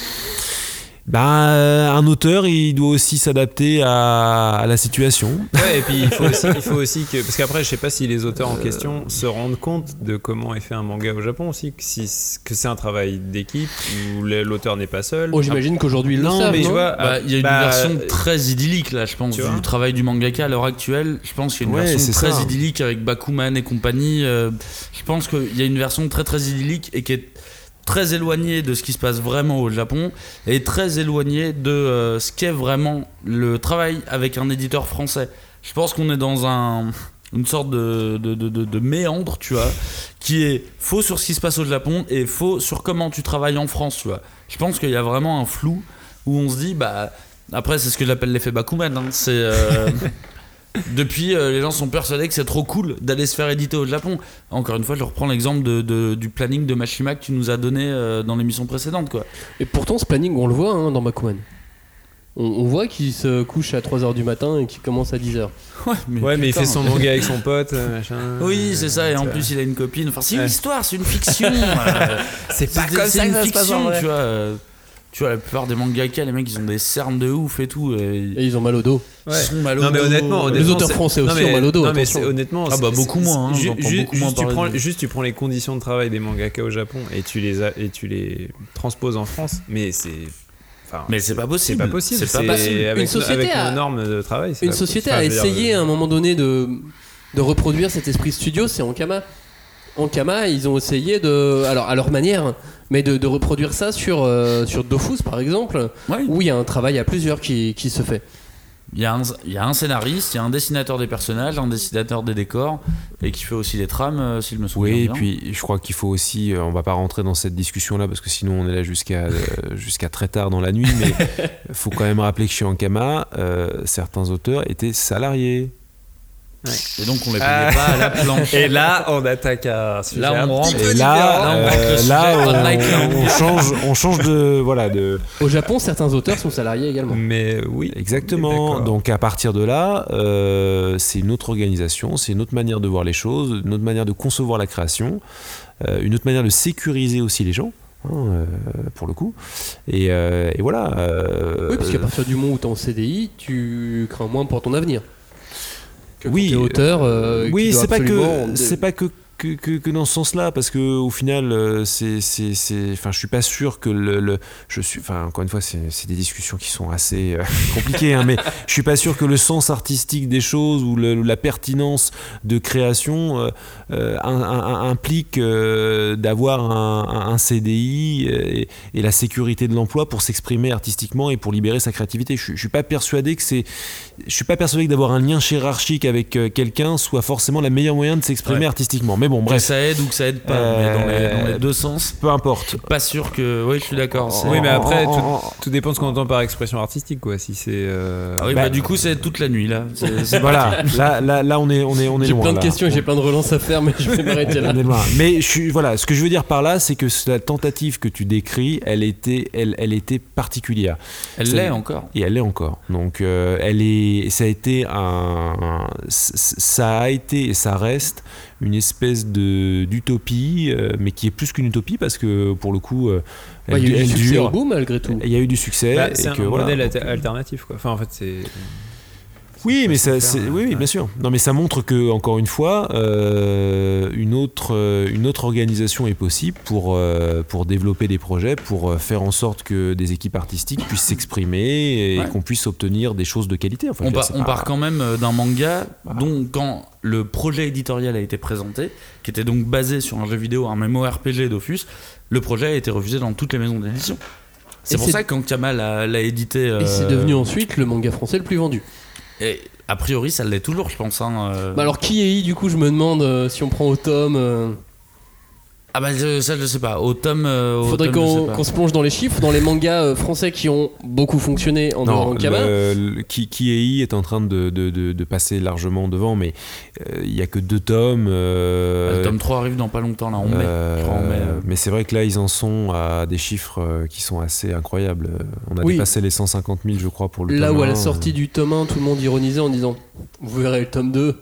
[SPEAKER 11] Ben, un auteur, il doit aussi s'adapter à, à la situation.
[SPEAKER 10] Ouais, et puis il faut aussi, il faut aussi que, parce qu'après, je sais pas si les auteurs en question se rendent compte de comment est fait un manga au Japon aussi, que, si, que c'est un travail d'équipe où l'auteur n'est pas seul.
[SPEAKER 1] Oh, j'imagine qu'aujourd'hui ils le savent.
[SPEAKER 10] Mais
[SPEAKER 1] non
[SPEAKER 10] tu vois,
[SPEAKER 9] bah, il y a une
[SPEAKER 10] bah,
[SPEAKER 9] version très idyllique là, je pense, du
[SPEAKER 10] vois
[SPEAKER 9] travail du mangaka à l'heure actuelle. Je pense qu'il y a une
[SPEAKER 11] ouais,
[SPEAKER 9] version très
[SPEAKER 11] ça.
[SPEAKER 9] idyllique avec Bakuman et compagnie. Euh, je pense qu'il y a une version très très idyllique et qui est très éloigné de ce qui se passe vraiment au Japon et très éloigné de euh, ce qu'est vraiment le travail avec un éditeur français. Je pense qu'on est dans un, une sorte de, de, de, de, de méandre, tu vois, qui est faux sur ce qui se passe au Japon et faux sur comment tu travailles en France, tu vois. Je pense qu'il y a vraiment un flou où on se dit, bah, après c'est ce que j'appelle l'effet Bakuman, hein, c'est... Euh, Depuis, euh, les gens sont persuadés que c'est trop cool d'aller se faire éditer au Japon. Encore une fois, je reprends l'exemple de, de, du planning de Mashima que tu nous as donné euh, dans l'émission précédente, quoi.
[SPEAKER 1] Et pourtant, ce planning, on le voit hein, dans Bakuman. On, on voit qu'il se couche à trois heures du matin et qu'il commence à dix heures.
[SPEAKER 10] Ouais, mais, ouais, mais il fait son manga avec son pote, machin.
[SPEAKER 9] Oui, c'est ça, et en plus il a une copine. Enfin, c'est une ouais. histoire, c'est une fiction.
[SPEAKER 10] euh, c'est pas
[SPEAKER 9] c'est,
[SPEAKER 10] comme
[SPEAKER 9] c'est
[SPEAKER 10] ça
[SPEAKER 9] une
[SPEAKER 10] que ça
[SPEAKER 9] fiction,
[SPEAKER 10] se passe en vrai.
[SPEAKER 9] Tu vois. Euh, tu vois, la plupart des mangaka, les mecs, ils ont des cernes de ouf et tout. Et,
[SPEAKER 1] et ils ont mal au dos.
[SPEAKER 9] Ouais. Ils sont mal au
[SPEAKER 10] non, mais
[SPEAKER 9] dos.
[SPEAKER 10] honnêtement, honnêtement
[SPEAKER 1] les auteurs français aussi
[SPEAKER 10] mais,
[SPEAKER 1] ont mal au dos.
[SPEAKER 10] Non, mais c'est, honnêtement,
[SPEAKER 9] ah bah beaucoup moins. Hein,
[SPEAKER 10] ju- ju-
[SPEAKER 9] beaucoup
[SPEAKER 10] juste,
[SPEAKER 9] moins
[SPEAKER 10] tu prends,
[SPEAKER 9] de...
[SPEAKER 10] juste tu prends les conditions de travail des mangaka au Japon et tu les a, et tu les transposes en France, mais c'est.
[SPEAKER 9] Enfin, mais c'est pas possible.
[SPEAKER 10] C'est pas possible.
[SPEAKER 9] C'est pas possible.
[SPEAKER 10] Avec,
[SPEAKER 1] une société
[SPEAKER 10] avec
[SPEAKER 1] a,
[SPEAKER 10] nos normes de travail.
[SPEAKER 1] C'est une société a essayé
[SPEAKER 10] dire,
[SPEAKER 1] à un moment donné de, de reproduire cet esprit studio, c'est Ankama. Ankama, ils ont essayé de, alors à leur manière, mais de, de reproduire ça sur, euh, sur Dofus par exemple,
[SPEAKER 9] ouais.
[SPEAKER 1] où il y a un travail à plusieurs qui, qui se fait.
[SPEAKER 9] Il y, a un, il y a un scénariste, il y a un dessinateur des personnages, un dessinateur des décors, et qui fait aussi les trames, euh, s'il me souviens
[SPEAKER 11] oui,
[SPEAKER 9] bien.
[SPEAKER 11] Oui, et puis je crois qu'il faut aussi, euh, on va pas rentrer dans cette discussion-là, parce que sinon on est là jusqu'à, euh, jusqu'à très tard dans la nuit, mais il faut quand même rappeler que chez Ankama, euh, certains auteurs étaient salariés.
[SPEAKER 9] Ouais. Et donc on les payait ah. pas à la planche.
[SPEAKER 10] Et là on attaque à sujet
[SPEAKER 9] là on rentre
[SPEAKER 11] et là, euh, là on, on change on change de voilà de
[SPEAKER 1] au Japon certains auteurs sont salariés également.
[SPEAKER 10] Mais oui
[SPEAKER 11] exactement. D'accord. Donc à partir de là euh, c'est une autre organisation, c'est une autre manière de voir les choses, une autre manière de concevoir la création, euh, une autre manière de sécuriser aussi les gens. Hein, euh, pour le coup et, euh, et voilà euh,
[SPEAKER 1] oui parce qu'à partir du moment où tu es en C D I tu crains moins pour ton avenir. Que
[SPEAKER 11] oui,
[SPEAKER 1] auteur, euh,
[SPEAKER 11] oui, c'est pas que
[SPEAKER 1] dé...
[SPEAKER 11] c'est pas que, que que que dans ce sens-là, parce que au final, c'est c'est c'est, enfin, je suis pas sûr que le, le je suis, enfin, encore une fois, c'est c'est des discussions qui sont assez euh, compliquées, hein, mais je suis pas sûr que le sens artistique des choses ou le, la pertinence de création euh, euh, un, un, implique euh, d'avoir un, un C D I et, et la sécurité de l'emploi pour s'exprimer artistiquement et pour libérer sa créativité. Je, je suis pas persuadé que c'est Je suis pas persuadé que d'avoir un lien hiérarchique avec euh, quelqu'un soit forcément la meilleure moyen de s'exprimer ouais. artistiquement. Mais bon, bref.
[SPEAKER 9] Que ça aide ou que ça aide pas, euh, mais dans les, dans les deux sens.
[SPEAKER 11] Peu importe.
[SPEAKER 9] Je suis pas sûr que. Oui, je suis d'accord.
[SPEAKER 10] C'est... Oui, mais après, tout, tout dépend de ce qu'on entend par expression artistique, quoi. Si c'est. Euh...
[SPEAKER 9] Ah oui, bah, bah du coup, c'est toute la nuit là. C'est, c'est
[SPEAKER 11] voilà. là, là, là, on est, on est, on est
[SPEAKER 1] j'ai
[SPEAKER 11] loin.
[SPEAKER 1] J'ai plein de
[SPEAKER 11] là.
[SPEAKER 1] questions, et j'ai plein de relances à faire, mais je vais m'arrêter là.
[SPEAKER 11] On est loin. Mais je suis, voilà, ce que je veux dire par là, c'est que la tentative que tu décris, elle était, elle, elle était particulière.
[SPEAKER 9] Elle c'est... l'est encore.
[SPEAKER 11] Et elle l'est encore. Donc, euh, elle est, ça a été un, un, ça a été et ça reste une espèce de d'utopie, euh, mais qui est plus qu'une utopie parce que pour le coup, euh,
[SPEAKER 1] bah,
[SPEAKER 11] elle,
[SPEAKER 1] il y a eu
[SPEAKER 11] elle
[SPEAKER 1] du succès
[SPEAKER 11] dure.
[SPEAKER 1] au bout malgré tout.
[SPEAKER 11] Il y a eu du succès.
[SPEAKER 10] Bah,
[SPEAKER 11] et
[SPEAKER 10] c'est
[SPEAKER 11] que,
[SPEAKER 10] un
[SPEAKER 11] voilà.
[SPEAKER 10] modèle alter- alternatif, quoi. Enfin, en fait, c'est.
[SPEAKER 11] Oui, mais ça, c'est, oui, oui, bien sûr. Non, mais ça montre que, encore une fois, euh, une autre, une autre organisation est possible pour euh, pour développer des projets, pour faire en sorte que des équipes artistiques puissent s'exprimer et ouais. qu'on puisse obtenir des choses de qualité. Enfin,
[SPEAKER 9] on
[SPEAKER 11] dire,
[SPEAKER 9] part, on
[SPEAKER 11] pas...
[SPEAKER 9] part quand même d'un manga ah. dont quand le projet éditorial a été présenté, qui était donc basé sur un jeu vidéo, un MMORPG Dofus, le projet a été refusé dans toutes les maisons d'édition. C'est et pour c'est... ça qu'Ankama l'a, l'a édité. Euh...
[SPEAKER 1] Et c'est devenu ensuite le manga français le plus vendu.
[SPEAKER 9] Et a priori, ça l'est toujours, je pense. Hein, euh...
[SPEAKER 1] bah alors, qui est du coup, je me demande euh, si on prend au tome. Euh...
[SPEAKER 9] Ah bah je, ça je sais pas. Au tome. Euh,
[SPEAKER 1] Faudrait
[SPEAKER 9] au tome,
[SPEAKER 1] qu'on, qu'on se plonge dans les chiffres, dans les mangas euh, français qui ont beaucoup fonctionné en dehors d'Ankama.
[SPEAKER 11] Kiei est en train de, de, de, de passer largement devant, mais il euh, y a que deux tomes. Euh,
[SPEAKER 9] bah, le tome trois arrive dans pas longtemps là, en mai.
[SPEAKER 11] Euh,
[SPEAKER 9] en mai euh.
[SPEAKER 11] Mais c'est vrai que là ils en sont à des chiffres qui sont assez incroyables. On a oui. dépassé les cent cinquante mille, je crois, pour le
[SPEAKER 1] là
[SPEAKER 11] tome
[SPEAKER 1] où
[SPEAKER 11] un.
[SPEAKER 1] à la sortie du tome un, tout le monde ironisait en disant vous verrez le tome deux.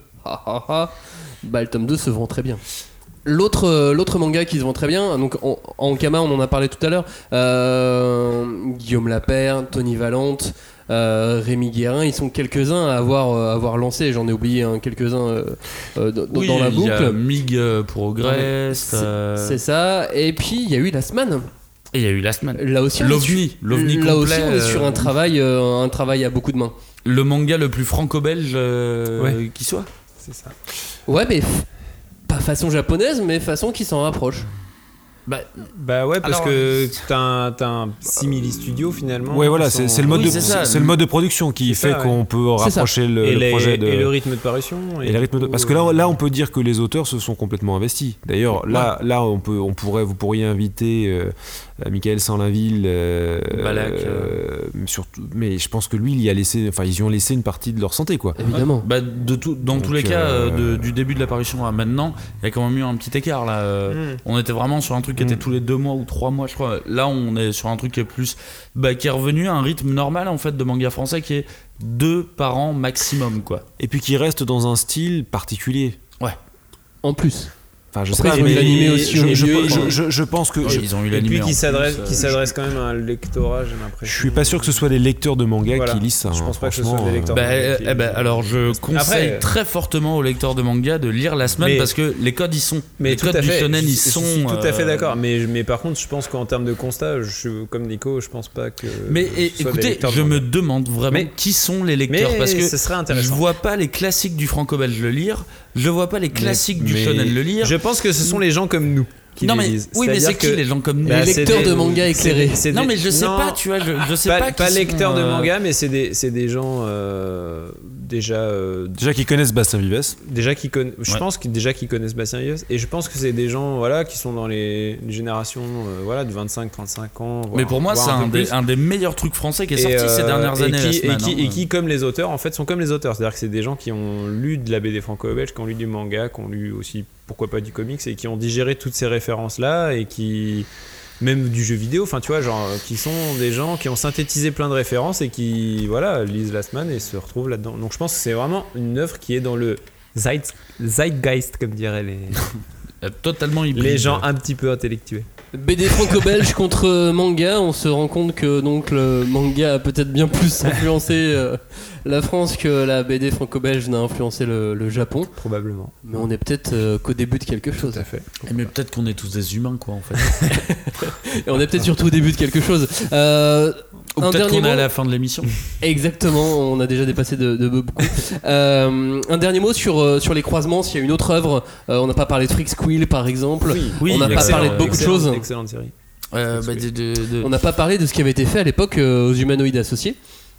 [SPEAKER 1] Bah le tome deux se vend très bien. L'autre, euh, l'autre manga qui se vend très bien, donc en, en Ankama on en a parlé tout à l'heure, euh, Guillaume Lapère, Tony Valente, euh, Rémi Guérin, ils sont quelques-uns à avoir, euh, avoir lancé, j'en ai oublié hein, quelques-uns euh, euh, d-
[SPEAKER 9] oui,
[SPEAKER 1] dans la boucle.
[SPEAKER 9] Il y a Mig pour Ogrest.
[SPEAKER 1] C'est, euh... c'est ça, et puis il y a eu Last Man.
[SPEAKER 9] Et il y a eu Last Man.
[SPEAKER 1] Là aussi,
[SPEAKER 9] l'OVNI, l'OVNI
[SPEAKER 1] là
[SPEAKER 9] complet,
[SPEAKER 1] aussi on est sur un travail, euh, un travail à beaucoup de mains.
[SPEAKER 9] Le manga le plus franco-belge euh, ouais. qui soit.
[SPEAKER 10] C'est ça.
[SPEAKER 1] Ouais, mais... pas façon japonaise, mais façon qui s'en rapproche.
[SPEAKER 10] Bah, bah ouais, parce alors, que t'as un, t'as un simili studio finalement.
[SPEAKER 11] Ouais, voilà, c'est, c'est, le mode oui, de, c'est, c'est, c'est le mode de production qui
[SPEAKER 10] c'est
[SPEAKER 11] fait
[SPEAKER 10] ça,
[SPEAKER 11] qu'on
[SPEAKER 10] ouais.
[SPEAKER 11] peut rapprocher le,
[SPEAKER 10] et
[SPEAKER 11] le
[SPEAKER 10] les,
[SPEAKER 11] projet de.
[SPEAKER 10] Et le rythme de parution.
[SPEAKER 11] Et, et le rythme de, parce que là, là, on peut dire que les auteurs se sont complètement investis. D'ailleurs, ouais. là, là, on peut, on pourrait, vous pourriez inviter euh, Michael Sanlaville, euh,
[SPEAKER 9] Balak,
[SPEAKER 11] euh, surtout, mais je pense que lui, il y a laissé, enfin, ils y ont laissé une partie de leur santé, quoi.
[SPEAKER 1] Évidemment.
[SPEAKER 9] Bah, de tout, dans Donc, tous les cas, euh, de, du début de l'apparition à maintenant, il y a quand même eu un petit écart là. Mm. On était vraiment sur un truc qui était tous les deux mois ou trois mois, je crois. Là, on est sur un truc qui est plus, bah, qui est revenu à un rythme normal en fait de manga français qui est deux par an maximum, quoi.
[SPEAKER 11] Et puis qui reste dans un style particulier.
[SPEAKER 9] Ouais.
[SPEAKER 1] En plus.
[SPEAKER 11] Enfin, je sais
[SPEAKER 1] Après,
[SPEAKER 11] pas,
[SPEAKER 1] ils ont
[SPEAKER 11] mais
[SPEAKER 1] eu l'animé aussi
[SPEAKER 11] je,
[SPEAKER 1] au
[SPEAKER 11] je,
[SPEAKER 1] milieu,
[SPEAKER 11] je,
[SPEAKER 1] et-
[SPEAKER 11] je, je pense que
[SPEAKER 9] Ouais,
[SPEAKER 11] je,
[SPEAKER 9] ils ont eu
[SPEAKER 10] Et
[SPEAKER 9] l'animé
[SPEAKER 10] puis
[SPEAKER 9] en
[SPEAKER 10] qui
[SPEAKER 9] plus,
[SPEAKER 10] s'adresse,
[SPEAKER 9] euh,
[SPEAKER 10] qui s'adresse quand même à un lectorat, j'ai l'impression.
[SPEAKER 11] je suis pas sûr que ce soit des lecteurs de manga
[SPEAKER 10] Voilà.
[SPEAKER 11] qui lisent ça.
[SPEAKER 10] Je
[SPEAKER 11] hein,
[SPEAKER 10] pense pas que ce
[SPEAKER 11] franchement,
[SPEAKER 10] soit des lecteurs
[SPEAKER 9] Bah,
[SPEAKER 10] de manga qui-
[SPEAKER 9] eh ben, alors je conseille
[SPEAKER 10] Après,
[SPEAKER 9] très fortement aux lecteurs de manga de lire la semaine
[SPEAKER 10] Mais-
[SPEAKER 9] parce que les codes ils sont
[SPEAKER 10] Mais
[SPEAKER 9] les
[SPEAKER 10] tout
[SPEAKER 9] codes
[SPEAKER 10] à
[SPEAKER 9] du
[SPEAKER 10] fait,
[SPEAKER 9] shonen
[SPEAKER 10] je,
[SPEAKER 9] ils
[SPEAKER 10] je
[SPEAKER 9] sont
[SPEAKER 10] suis tout à fait
[SPEAKER 9] euh,
[SPEAKER 10] d'accord. Mais, mais par contre, je pense qu'en termes de constat, je suis comme Nico, je pense pas que.
[SPEAKER 9] mais et,
[SPEAKER 10] ce soit des
[SPEAKER 9] écoutez,
[SPEAKER 10] lecteurs de
[SPEAKER 9] je me
[SPEAKER 10] manga.
[SPEAKER 9] demande vraiment
[SPEAKER 10] Mais-
[SPEAKER 9] qui sont les lecteurs
[SPEAKER 10] mais
[SPEAKER 9] parce que
[SPEAKER 10] ce serait
[SPEAKER 9] je
[SPEAKER 10] intéressant.
[SPEAKER 9] vois pas les classiques du franco-belge le lire, je vois pas les classiques du
[SPEAKER 10] Mais
[SPEAKER 9] shonen le lire.
[SPEAKER 10] Je pense que ce sont les gens comme nous qui
[SPEAKER 9] non
[SPEAKER 10] les
[SPEAKER 9] mais
[SPEAKER 10] lisent.
[SPEAKER 9] oui mais c'est
[SPEAKER 10] C'est-à-dire
[SPEAKER 9] qui
[SPEAKER 10] que-
[SPEAKER 9] les gens comme nous
[SPEAKER 10] Bah,
[SPEAKER 1] Les
[SPEAKER 10] c'est
[SPEAKER 1] lecteurs
[SPEAKER 10] des-
[SPEAKER 1] de manga éclairés.
[SPEAKER 10] c'est des-
[SPEAKER 9] Non mais je sais
[SPEAKER 10] non,
[SPEAKER 9] pas, tu vois, je, je sais
[SPEAKER 10] pas,
[SPEAKER 9] pas,
[SPEAKER 10] pas
[SPEAKER 9] qui
[SPEAKER 10] lecteurs
[SPEAKER 9] sont,
[SPEAKER 10] de
[SPEAKER 9] euh,
[SPEAKER 10] manga, mais c'est des, c'est des gens euh, déjà, euh,
[SPEAKER 11] déjà qui connaissent Bastien Vives.
[SPEAKER 10] déjà qui connaissent. Je
[SPEAKER 9] Ouais.
[SPEAKER 10] pense que déjà qui connaissent Bastien Vives, et je pense que c'est des gens voilà qui sont dans les, les générations euh, voilà de vingt-cinq trente-cinq ans.
[SPEAKER 9] Mais
[SPEAKER 10] voire-
[SPEAKER 9] pour moi,
[SPEAKER 10] voire
[SPEAKER 9] c'est
[SPEAKER 10] un
[SPEAKER 9] un
[SPEAKER 10] peu
[SPEAKER 9] des,
[SPEAKER 10] plus.
[SPEAKER 9] un des meilleurs trucs français qui est
[SPEAKER 10] Et,
[SPEAKER 9] sorti
[SPEAKER 10] euh,
[SPEAKER 9] ces dernières
[SPEAKER 10] et
[SPEAKER 9] années.
[SPEAKER 10] qui,
[SPEAKER 9] la
[SPEAKER 10] et,
[SPEAKER 9] semaine,
[SPEAKER 10] qui,
[SPEAKER 9] hein.
[SPEAKER 10] et qui, comme les auteurs, en fait, sont comme les auteurs. C'est-à-dire que c'est des gens qui ont lu de la B D franco-belge, qui ont lu du manga, qui ont lu aussi, pourquoi pas, du comics, et qui ont digéré toutes ces références-là, et qui, même du jeu vidéo, enfin, tu vois, genre, qui sont des gens qui ont synthétisé plein de références et qui, voilà, lisent Last Man et se retrouvent là-dedans. Donc, je pense que c'est vraiment une œuvre qui est dans le zeit- zeitgeist, comme diraient les,
[SPEAKER 9] Euh, totalement hybride.
[SPEAKER 10] les gens un petit peu intellectuels.
[SPEAKER 1] B D franco-belge contre manga, on se rend compte que donc le manga a peut-être bien plus influencé euh, la France que la B D franco-belge n'a influencé le, le Japon.
[SPEAKER 10] Probablement.
[SPEAKER 1] Mais on est peut-être euh, qu'au début de quelque chose.
[SPEAKER 10] Tout à fait.
[SPEAKER 9] Eh, mais peut-être qu'on est tous des humains, quoi, en fait.
[SPEAKER 1] Et on est peut-être surtout au début de quelque chose. Euh,
[SPEAKER 9] Ou
[SPEAKER 1] un
[SPEAKER 9] peut-être
[SPEAKER 1] dernier
[SPEAKER 9] qu'on est à
[SPEAKER 1] mot.
[SPEAKER 9] la fin de l'émission.
[SPEAKER 1] Exactement, on a déjà dépassé de, de beaucoup. Euh, un dernier mot sur, euh, sur les croisements. S'il y a une autre œuvre, euh, on n'a pas parlé de Freak Squill par exemple.
[SPEAKER 9] Oui,
[SPEAKER 1] on n'a pas
[SPEAKER 9] excellent,
[SPEAKER 1] parlé de beaucoup de
[SPEAKER 10] Excellente-
[SPEAKER 1] choses.
[SPEAKER 10] Excellente série.
[SPEAKER 9] Euh, bah, de- de- de-
[SPEAKER 1] On n'a pas parlé de ce qui avait été fait à l'époque euh, aux humanoïdes associés.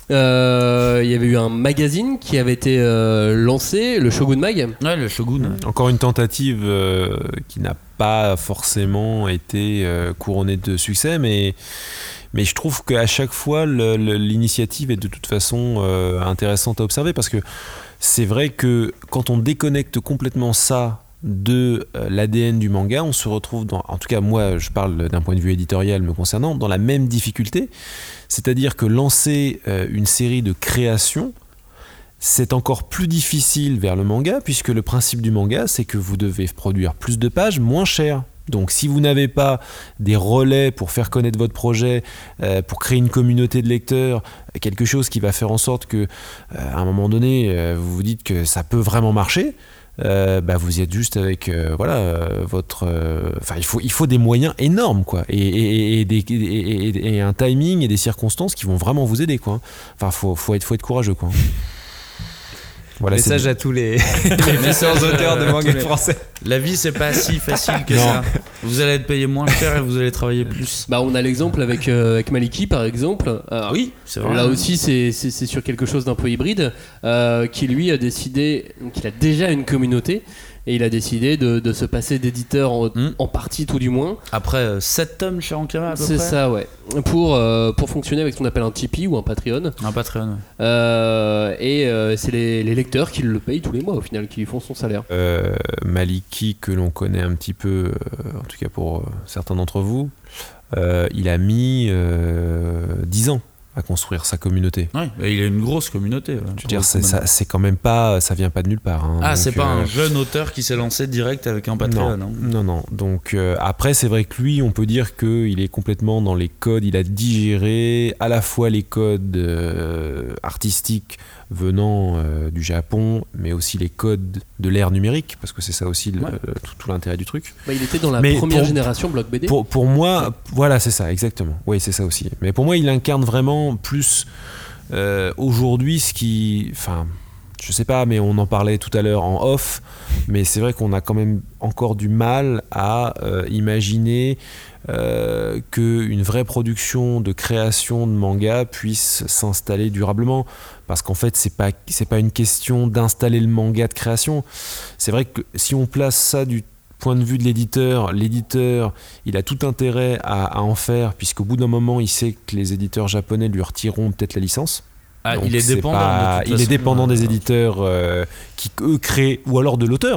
[SPEAKER 1] Euh, Il y avait eu un magazine qui avait été euh, lancé, le Shogun Mag.
[SPEAKER 9] Ouais, le Shogun.
[SPEAKER 11] Encore une tentative euh, qui n'a pas forcément été euh, couronnée de succès, mais, mais je trouve qu'à chaque fois, le- le- l'initiative est de toute façon euh, intéressante à observer, parce que c'est vrai que quand on déconnecte complètement ça de euh, l'A D N du manga, on se retrouve dans, en tout cas moi je parle d'un point de vue éditorial me concernant, dans la même difficulté, c'est-à-dire que lancer euh, une série de créations, c'est encore plus difficile vers le manga, puisque le principe du manga, c'est que vous devez produire plus de pages, moins cher. Donc si vous n'avez pas des relais pour faire connaître votre projet, euh, pour créer une communauté de lecteurs, quelque chose qui va faire en sorte que, euh, à un moment donné, euh, vous vous dites que ça peut vraiment marcher, euh, bah vous y êtes juste avec euh, voilà euh, votre enfin euh, il faut il faut des moyens énormes quoi, et, et, et, des, et, et, et un timing et des circonstances qui vont vraiment vous aider quoi. Enfin faut faut être faut être courageux quoi.
[SPEAKER 10] Voilà, message à tous les, les messeurs auteurs de manga français.
[SPEAKER 9] La vie, c'est pas si facile que non. ça. Vous allez être payé moins cher et vous allez travailler plus.
[SPEAKER 1] Bah, on a l'exemple avec, euh, avec Maliki, par exemple. Alors,
[SPEAKER 9] oui, c'est vrai.
[SPEAKER 1] Là aussi, c'est, c'est, c'est sur quelque chose d'un peu hybride, euh, qui lui a décidé, qu'il a déjà une communauté. Et il a décidé de, de se passer d'éditeur en, mmh. en partie, tout du moins.
[SPEAKER 9] Après euh, sept tomes chez Ankama, à peu
[SPEAKER 1] C'est
[SPEAKER 9] près.
[SPEAKER 1] ça, ouais. Pour, euh, pour fonctionner avec ce qu'on appelle un Tipeee ou un Patreon.
[SPEAKER 9] Un Patreon, ouais.
[SPEAKER 1] Euh, et euh, c'est les, les lecteurs qui le payent tous les mois, au final, qui lui font son salaire.
[SPEAKER 11] Euh, Maliki, que l'on connaît un petit peu, euh, en tout cas pour euh, certains d'entre vous, euh, il a mis euh, dix ans à construire sa communauté.
[SPEAKER 9] Ouais, il a une grosse communauté. Ouais,
[SPEAKER 11] je veux dire, c'est, ça, c'est quand même pas, ça vient pas de nulle part. Hein,
[SPEAKER 9] ah,
[SPEAKER 11] donc,
[SPEAKER 9] c'est pas
[SPEAKER 11] euh,
[SPEAKER 9] un jeune auteur qui s'est lancé direct avec un Patreon.
[SPEAKER 11] Non,
[SPEAKER 9] hein.
[SPEAKER 11] non, non. Donc euh, après, c'est vrai que lui, on peut dire qu'il est complètement dans les codes. Il a digéré à la fois les codes euh, artistiques venant euh, du Japon, mais aussi les codes de l'ère numérique, parce que c'est ça aussi le,
[SPEAKER 1] ouais.
[SPEAKER 11] euh, tout, tout l'intérêt du truc.
[SPEAKER 1] Bah, il était dans la
[SPEAKER 11] mais
[SPEAKER 1] première
[SPEAKER 11] pour,
[SPEAKER 1] génération Block B D.
[SPEAKER 11] Pour, pour moi, voilà, c'est ça, exactement. Oui, c'est ça aussi. Mais pour moi, il incarne vraiment plus euh, aujourd'hui ce qui... Enfin, je sais pas, mais on en parlait tout à l'heure en off, mais c'est vrai qu'on a quand même encore du mal à euh, imaginer euh, qu'une vraie production de création de manga puisse s'installer durablement. Parce qu'en fait, c'est pas, c'est pas une question d'installer le manga de création. C'est vrai que si on place ça du point de vue de l'éditeur, l'éditeur, il a tout intérêt à, à en faire, puisqu'au bout d'un moment, il sait que les éditeurs japonais lui retireront peut-être la licence.
[SPEAKER 9] Ah,
[SPEAKER 11] Donc
[SPEAKER 9] il est dépendant.
[SPEAKER 11] Pas,
[SPEAKER 9] de toute
[SPEAKER 11] il
[SPEAKER 9] façon,
[SPEAKER 11] est dépendant
[SPEAKER 9] euh,
[SPEAKER 11] des éditeurs euh, qui eux créent, ou alors de l'auteur,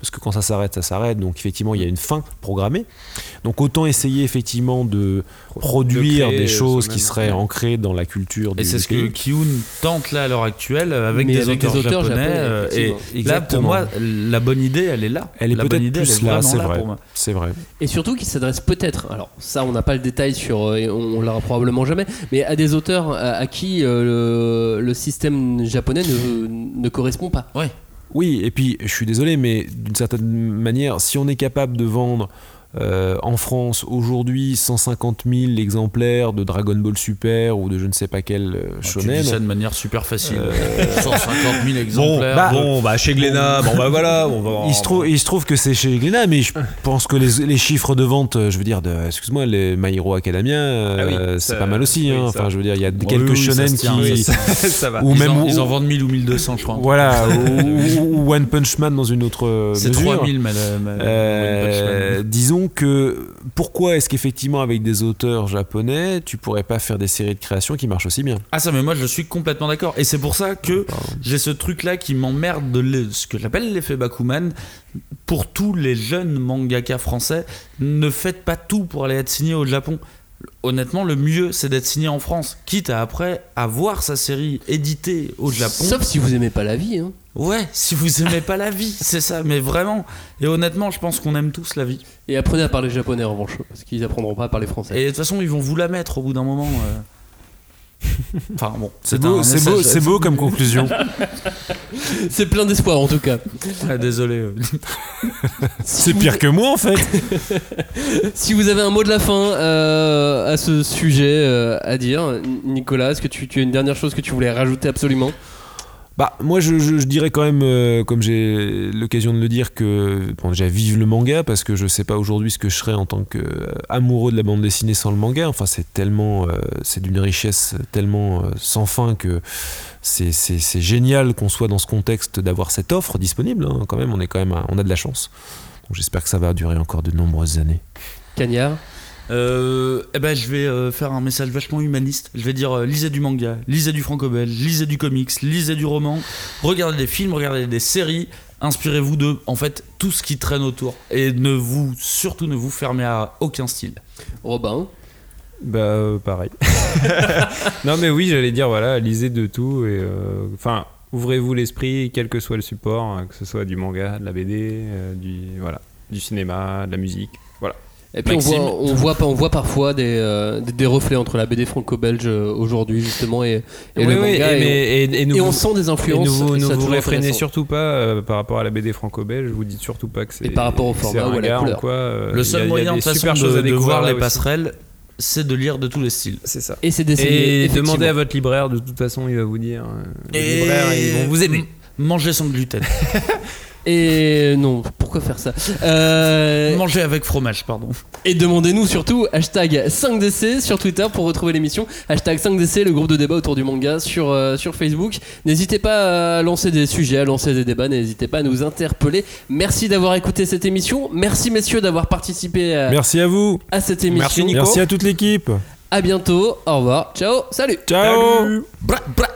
[SPEAKER 11] parce que quand ça s'arrête, ça s'arrête. Donc effectivement, il y a une fin programmée. Donc autant essayer effectivement de produire de des choses qui seraient ancrées dans la culture
[SPEAKER 9] et
[SPEAKER 11] du
[SPEAKER 9] c'est ce
[SPEAKER 11] pays.
[SPEAKER 9] que Ki-hoon tente là à l'heure actuelle avec, des,
[SPEAKER 1] avec
[SPEAKER 9] auteurs
[SPEAKER 1] des auteurs
[SPEAKER 9] japonais,
[SPEAKER 1] japonais.
[SPEAKER 9] euh, et
[SPEAKER 11] Exactement.
[SPEAKER 9] là pour moi la bonne idée elle est là.
[SPEAKER 11] Elle est
[SPEAKER 9] la
[SPEAKER 11] peut-être
[SPEAKER 9] bonne idée,
[SPEAKER 11] plus
[SPEAKER 9] elle est
[SPEAKER 11] là,
[SPEAKER 9] vraiment
[SPEAKER 11] c'est
[SPEAKER 9] là
[SPEAKER 11] vrai.
[SPEAKER 9] pour moi.
[SPEAKER 11] C'est vrai.
[SPEAKER 1] Et surtout qui s'adresse peut-être, alors ça on n'a pas le détail sur, euh, et on, on l'aura probablement jamais, mais à des auteurs à, à qui euh, le, le système japonais ne, ne correspond pas.
[SPEAKER 9] Ouais.
[SPEAKER 11] Oui, et puis je suis désolé, mais d'une certaine manière, si on est capable de vendre euh, en France aujourd'hui cent cinquante mille exemplaires de Dragon Ball Super ou de je ne sais pas quel euh, shonen.
[SPEAKER 9] Tu dis ça de manière super facile.
[SPEAKER 11] Euh...
[SPEAKER 9] cent cinquante mille exemplaires.
[SPEAKER 10] Bon, bah, bon, bah chez Glénat, bon, bon bah voilà. On va...
[SPEAKER 11] il, se trouve, il se trouve que c'est chez Glénat, mais je pense que les, les chiffres de vente, je veux dire, de, excuse-moi, les My Hero Academia, euh, ah oui, c'est ça, pas mal aussi. Oui, hein. Enfin, je veux dire, il y a
[SPEAKER 9] oh,
[SPEAKER 11] quelques
[SPEAKER 9] oui,
[SPEAKER 11] shonen
[SPEAKER 9] oui,
[SPEAKER 11] qui.
[SPEAKER 9] Oui, ça, ça va.
[SPEAKER 11] Ou
[SPEAKER 9] ils,
[SPEAKER 11] même,
[SPEAKER 9] en,
[SPEAKER 11] ou...
[SPEAKER 9] ils en vendent mille ou mille deux cents, je crois.
[SPEAKER 11] Voilà, ou, ou One Punch Man dans une autre
[SPEAKER 9] c'est
[SPEAKER 11] mesure.
[SPEAKER 9] trois mille, madame.
[SPEAKER 11] Euh, disons que. Pourquoi est-ce qu'effectivement avec des auteurs japonais tu pourrais pas faire des séries de création qui marchent aussi bien?
[SPEAKER 9] Ah ça mais moi je suis complètement d'accord et c'est pour ça que Pardon. j'ai ce truc là qui m'emmerde de le, ce que j'appelle l'effet Bakuman. Pour tous les jeunes mangaka français, ne faites pas tout pour aller être signé au Japon. Honnêtement, le mieux c'est d'être signé en France, quitte à après avoir sa série éditée au Japon.
[SPEAKER 1] Sauf si vous aimez pas la vie, hein.
[SPEAKER 9] Ouais, si vous aimez pas la vie, c'est ça, mais vraiment. Et honnêtement, je pense qu'on aime tous la vie.
[SPEAKER 1] Et apprenez à parler japonais en revanche, parce qu'ils apprendront pas à parler français.
[SPEAKER 9] Et de toute façon, ils vont vous la mettre au bout d'un moment. Euh... Enfin bon,
[SPEAKER 11] c'est, c'est beau, c'est beau, c'est beau comme conclusion.
[SPEAKER 1] C'est plein d'espoir en tout cas.
[SPEAKER 9] Ah, désolé.
[SPEAKER 11] C'est pire que moi en fait.
[SPEAKER 1] Si vous avez un mot de la fin euh, à ce sujet euh, à dire, Nicolas, est-ce que tu, tu as une dernière chose que tu voulais rajouter absolument?
[SPEAKER 11] Bah moi je, je, je dirais quand même euh, comme j'ai l'occasion de le dire que bon, déjà vive le manga parce que je sais pas aujourd'hui ce que je serais en tant que euh, amoureux de la bande dessinée sans le manga. Enfin c'est tellement euh, c'est d'une richesse tellement euh, sans fin que c'est, c'est, c'est génial qu'on soit dans ce contexte d'avoir cette offre disponible hein, quand même on est quand même à, on a de la chance. Donc j'espère que ça va durer encore de nombreuses années.
[SPEAKER 1] Cagnard.
[SPEAKER 9] Euh, eh ben, je vais euh, faire un message vachement humaniste. Je vais dire euh, lisez du manga, lisez du franco-belge, lisez du comics, lisez du roman, regardez des films, regardez des séries, inspirez-vous de en fait tout ce qui traîne autour et ne vous surtout ne vous fermez à aucun style.
[SPEAKER 1] Robin.
[SPEAKER 10] Bah euh, pareil. Non mais oui, j'allais dire voilà, lisez de tout et enfin. Euh, ouvrez-vous l'esprit, quel que soit le support, hein, que ce soit du manga, de la B D, euh, du voilà, du cinéma, de la musique, voilà.
[SPEAKER 1] Et puis on voit, on, voit, on voit parfois des, euh, des reflets entre la B D franco-belge aujourd'hui justement et, et
[SPEAKER 10] oui,
[SPEAKER 1] le
[SPEAKER 10] oui,
[SPEAKER 1] manga
[SPEAKER 10] et,
[SPEAKER 1] et,
[SPEAKER 10] et,
[SPEAKER 1] on,
[SPEAKER 10] et, nous,
[SPEAKER 1] et on sent des influences.
[SPEAKER 10] Et nous,
[SPEAKER 1] et
[SPEAKER 10] nous
[SPEAKER 1] ça
[SPEAKER 10] vous réfrénez surtout pas euh, par rapport à la B D franco-belge, vous dites surtout pas que c'est.
[SPEAKER 1] Et par rapport au format ou à la couleur.
[SPEAKER 10] Quoi, euh,
[SPEAKER 9] le seul
[SPEAKER 10] y a,
[SPEAKER 9] moyen
[SPEAKER 10] y a
[SPEAKER 9] de façon de, de voir les passerelles, c'est de lire de tous les styles.
[SPEAKER 10] C'est ça.
[SPEAKER 1] Et c'est d'essayer.
[SPEAKER 10] Et demandez à votre libraire, de toute façon, il va vous dire. Les
[SPEAKER 9] et
[SPEAKER 10] libraires, ils vont vous aider.
[SPEAKER 9] Manger sans gluten.
[SPEAKER 1] Et non, pourquoi faire ça euh...
[SPEAKER 9] Manger avec fromage, pardon.
[SPEAKER 1] Et demandez-nous surtout hashtag cinq D C sur Twitter pour retrouver l'émission. Hashtag cinq D C, le groupe de débat autour du manga sur, euh, sur Facebook. N'hésitez pas à lancer des sujets, à lancer des débats. N'hésitez pas à nous interpeller. Merci d'avoir écouté cette émission. Merci messieurs d'avoir participé à,
[SPEAKER 11] Merci à vous.
[SPEAKER 1] à cette émission.
[SPEAKER 11] Merci Nico. Merci à toute l'équipe.
[SPEAKER 1] À bientôt. Au revoir. Ciao. Salut.
[SPEAKER 11] Ciao.
[SPEAKER 9] Salut. Bra, bra.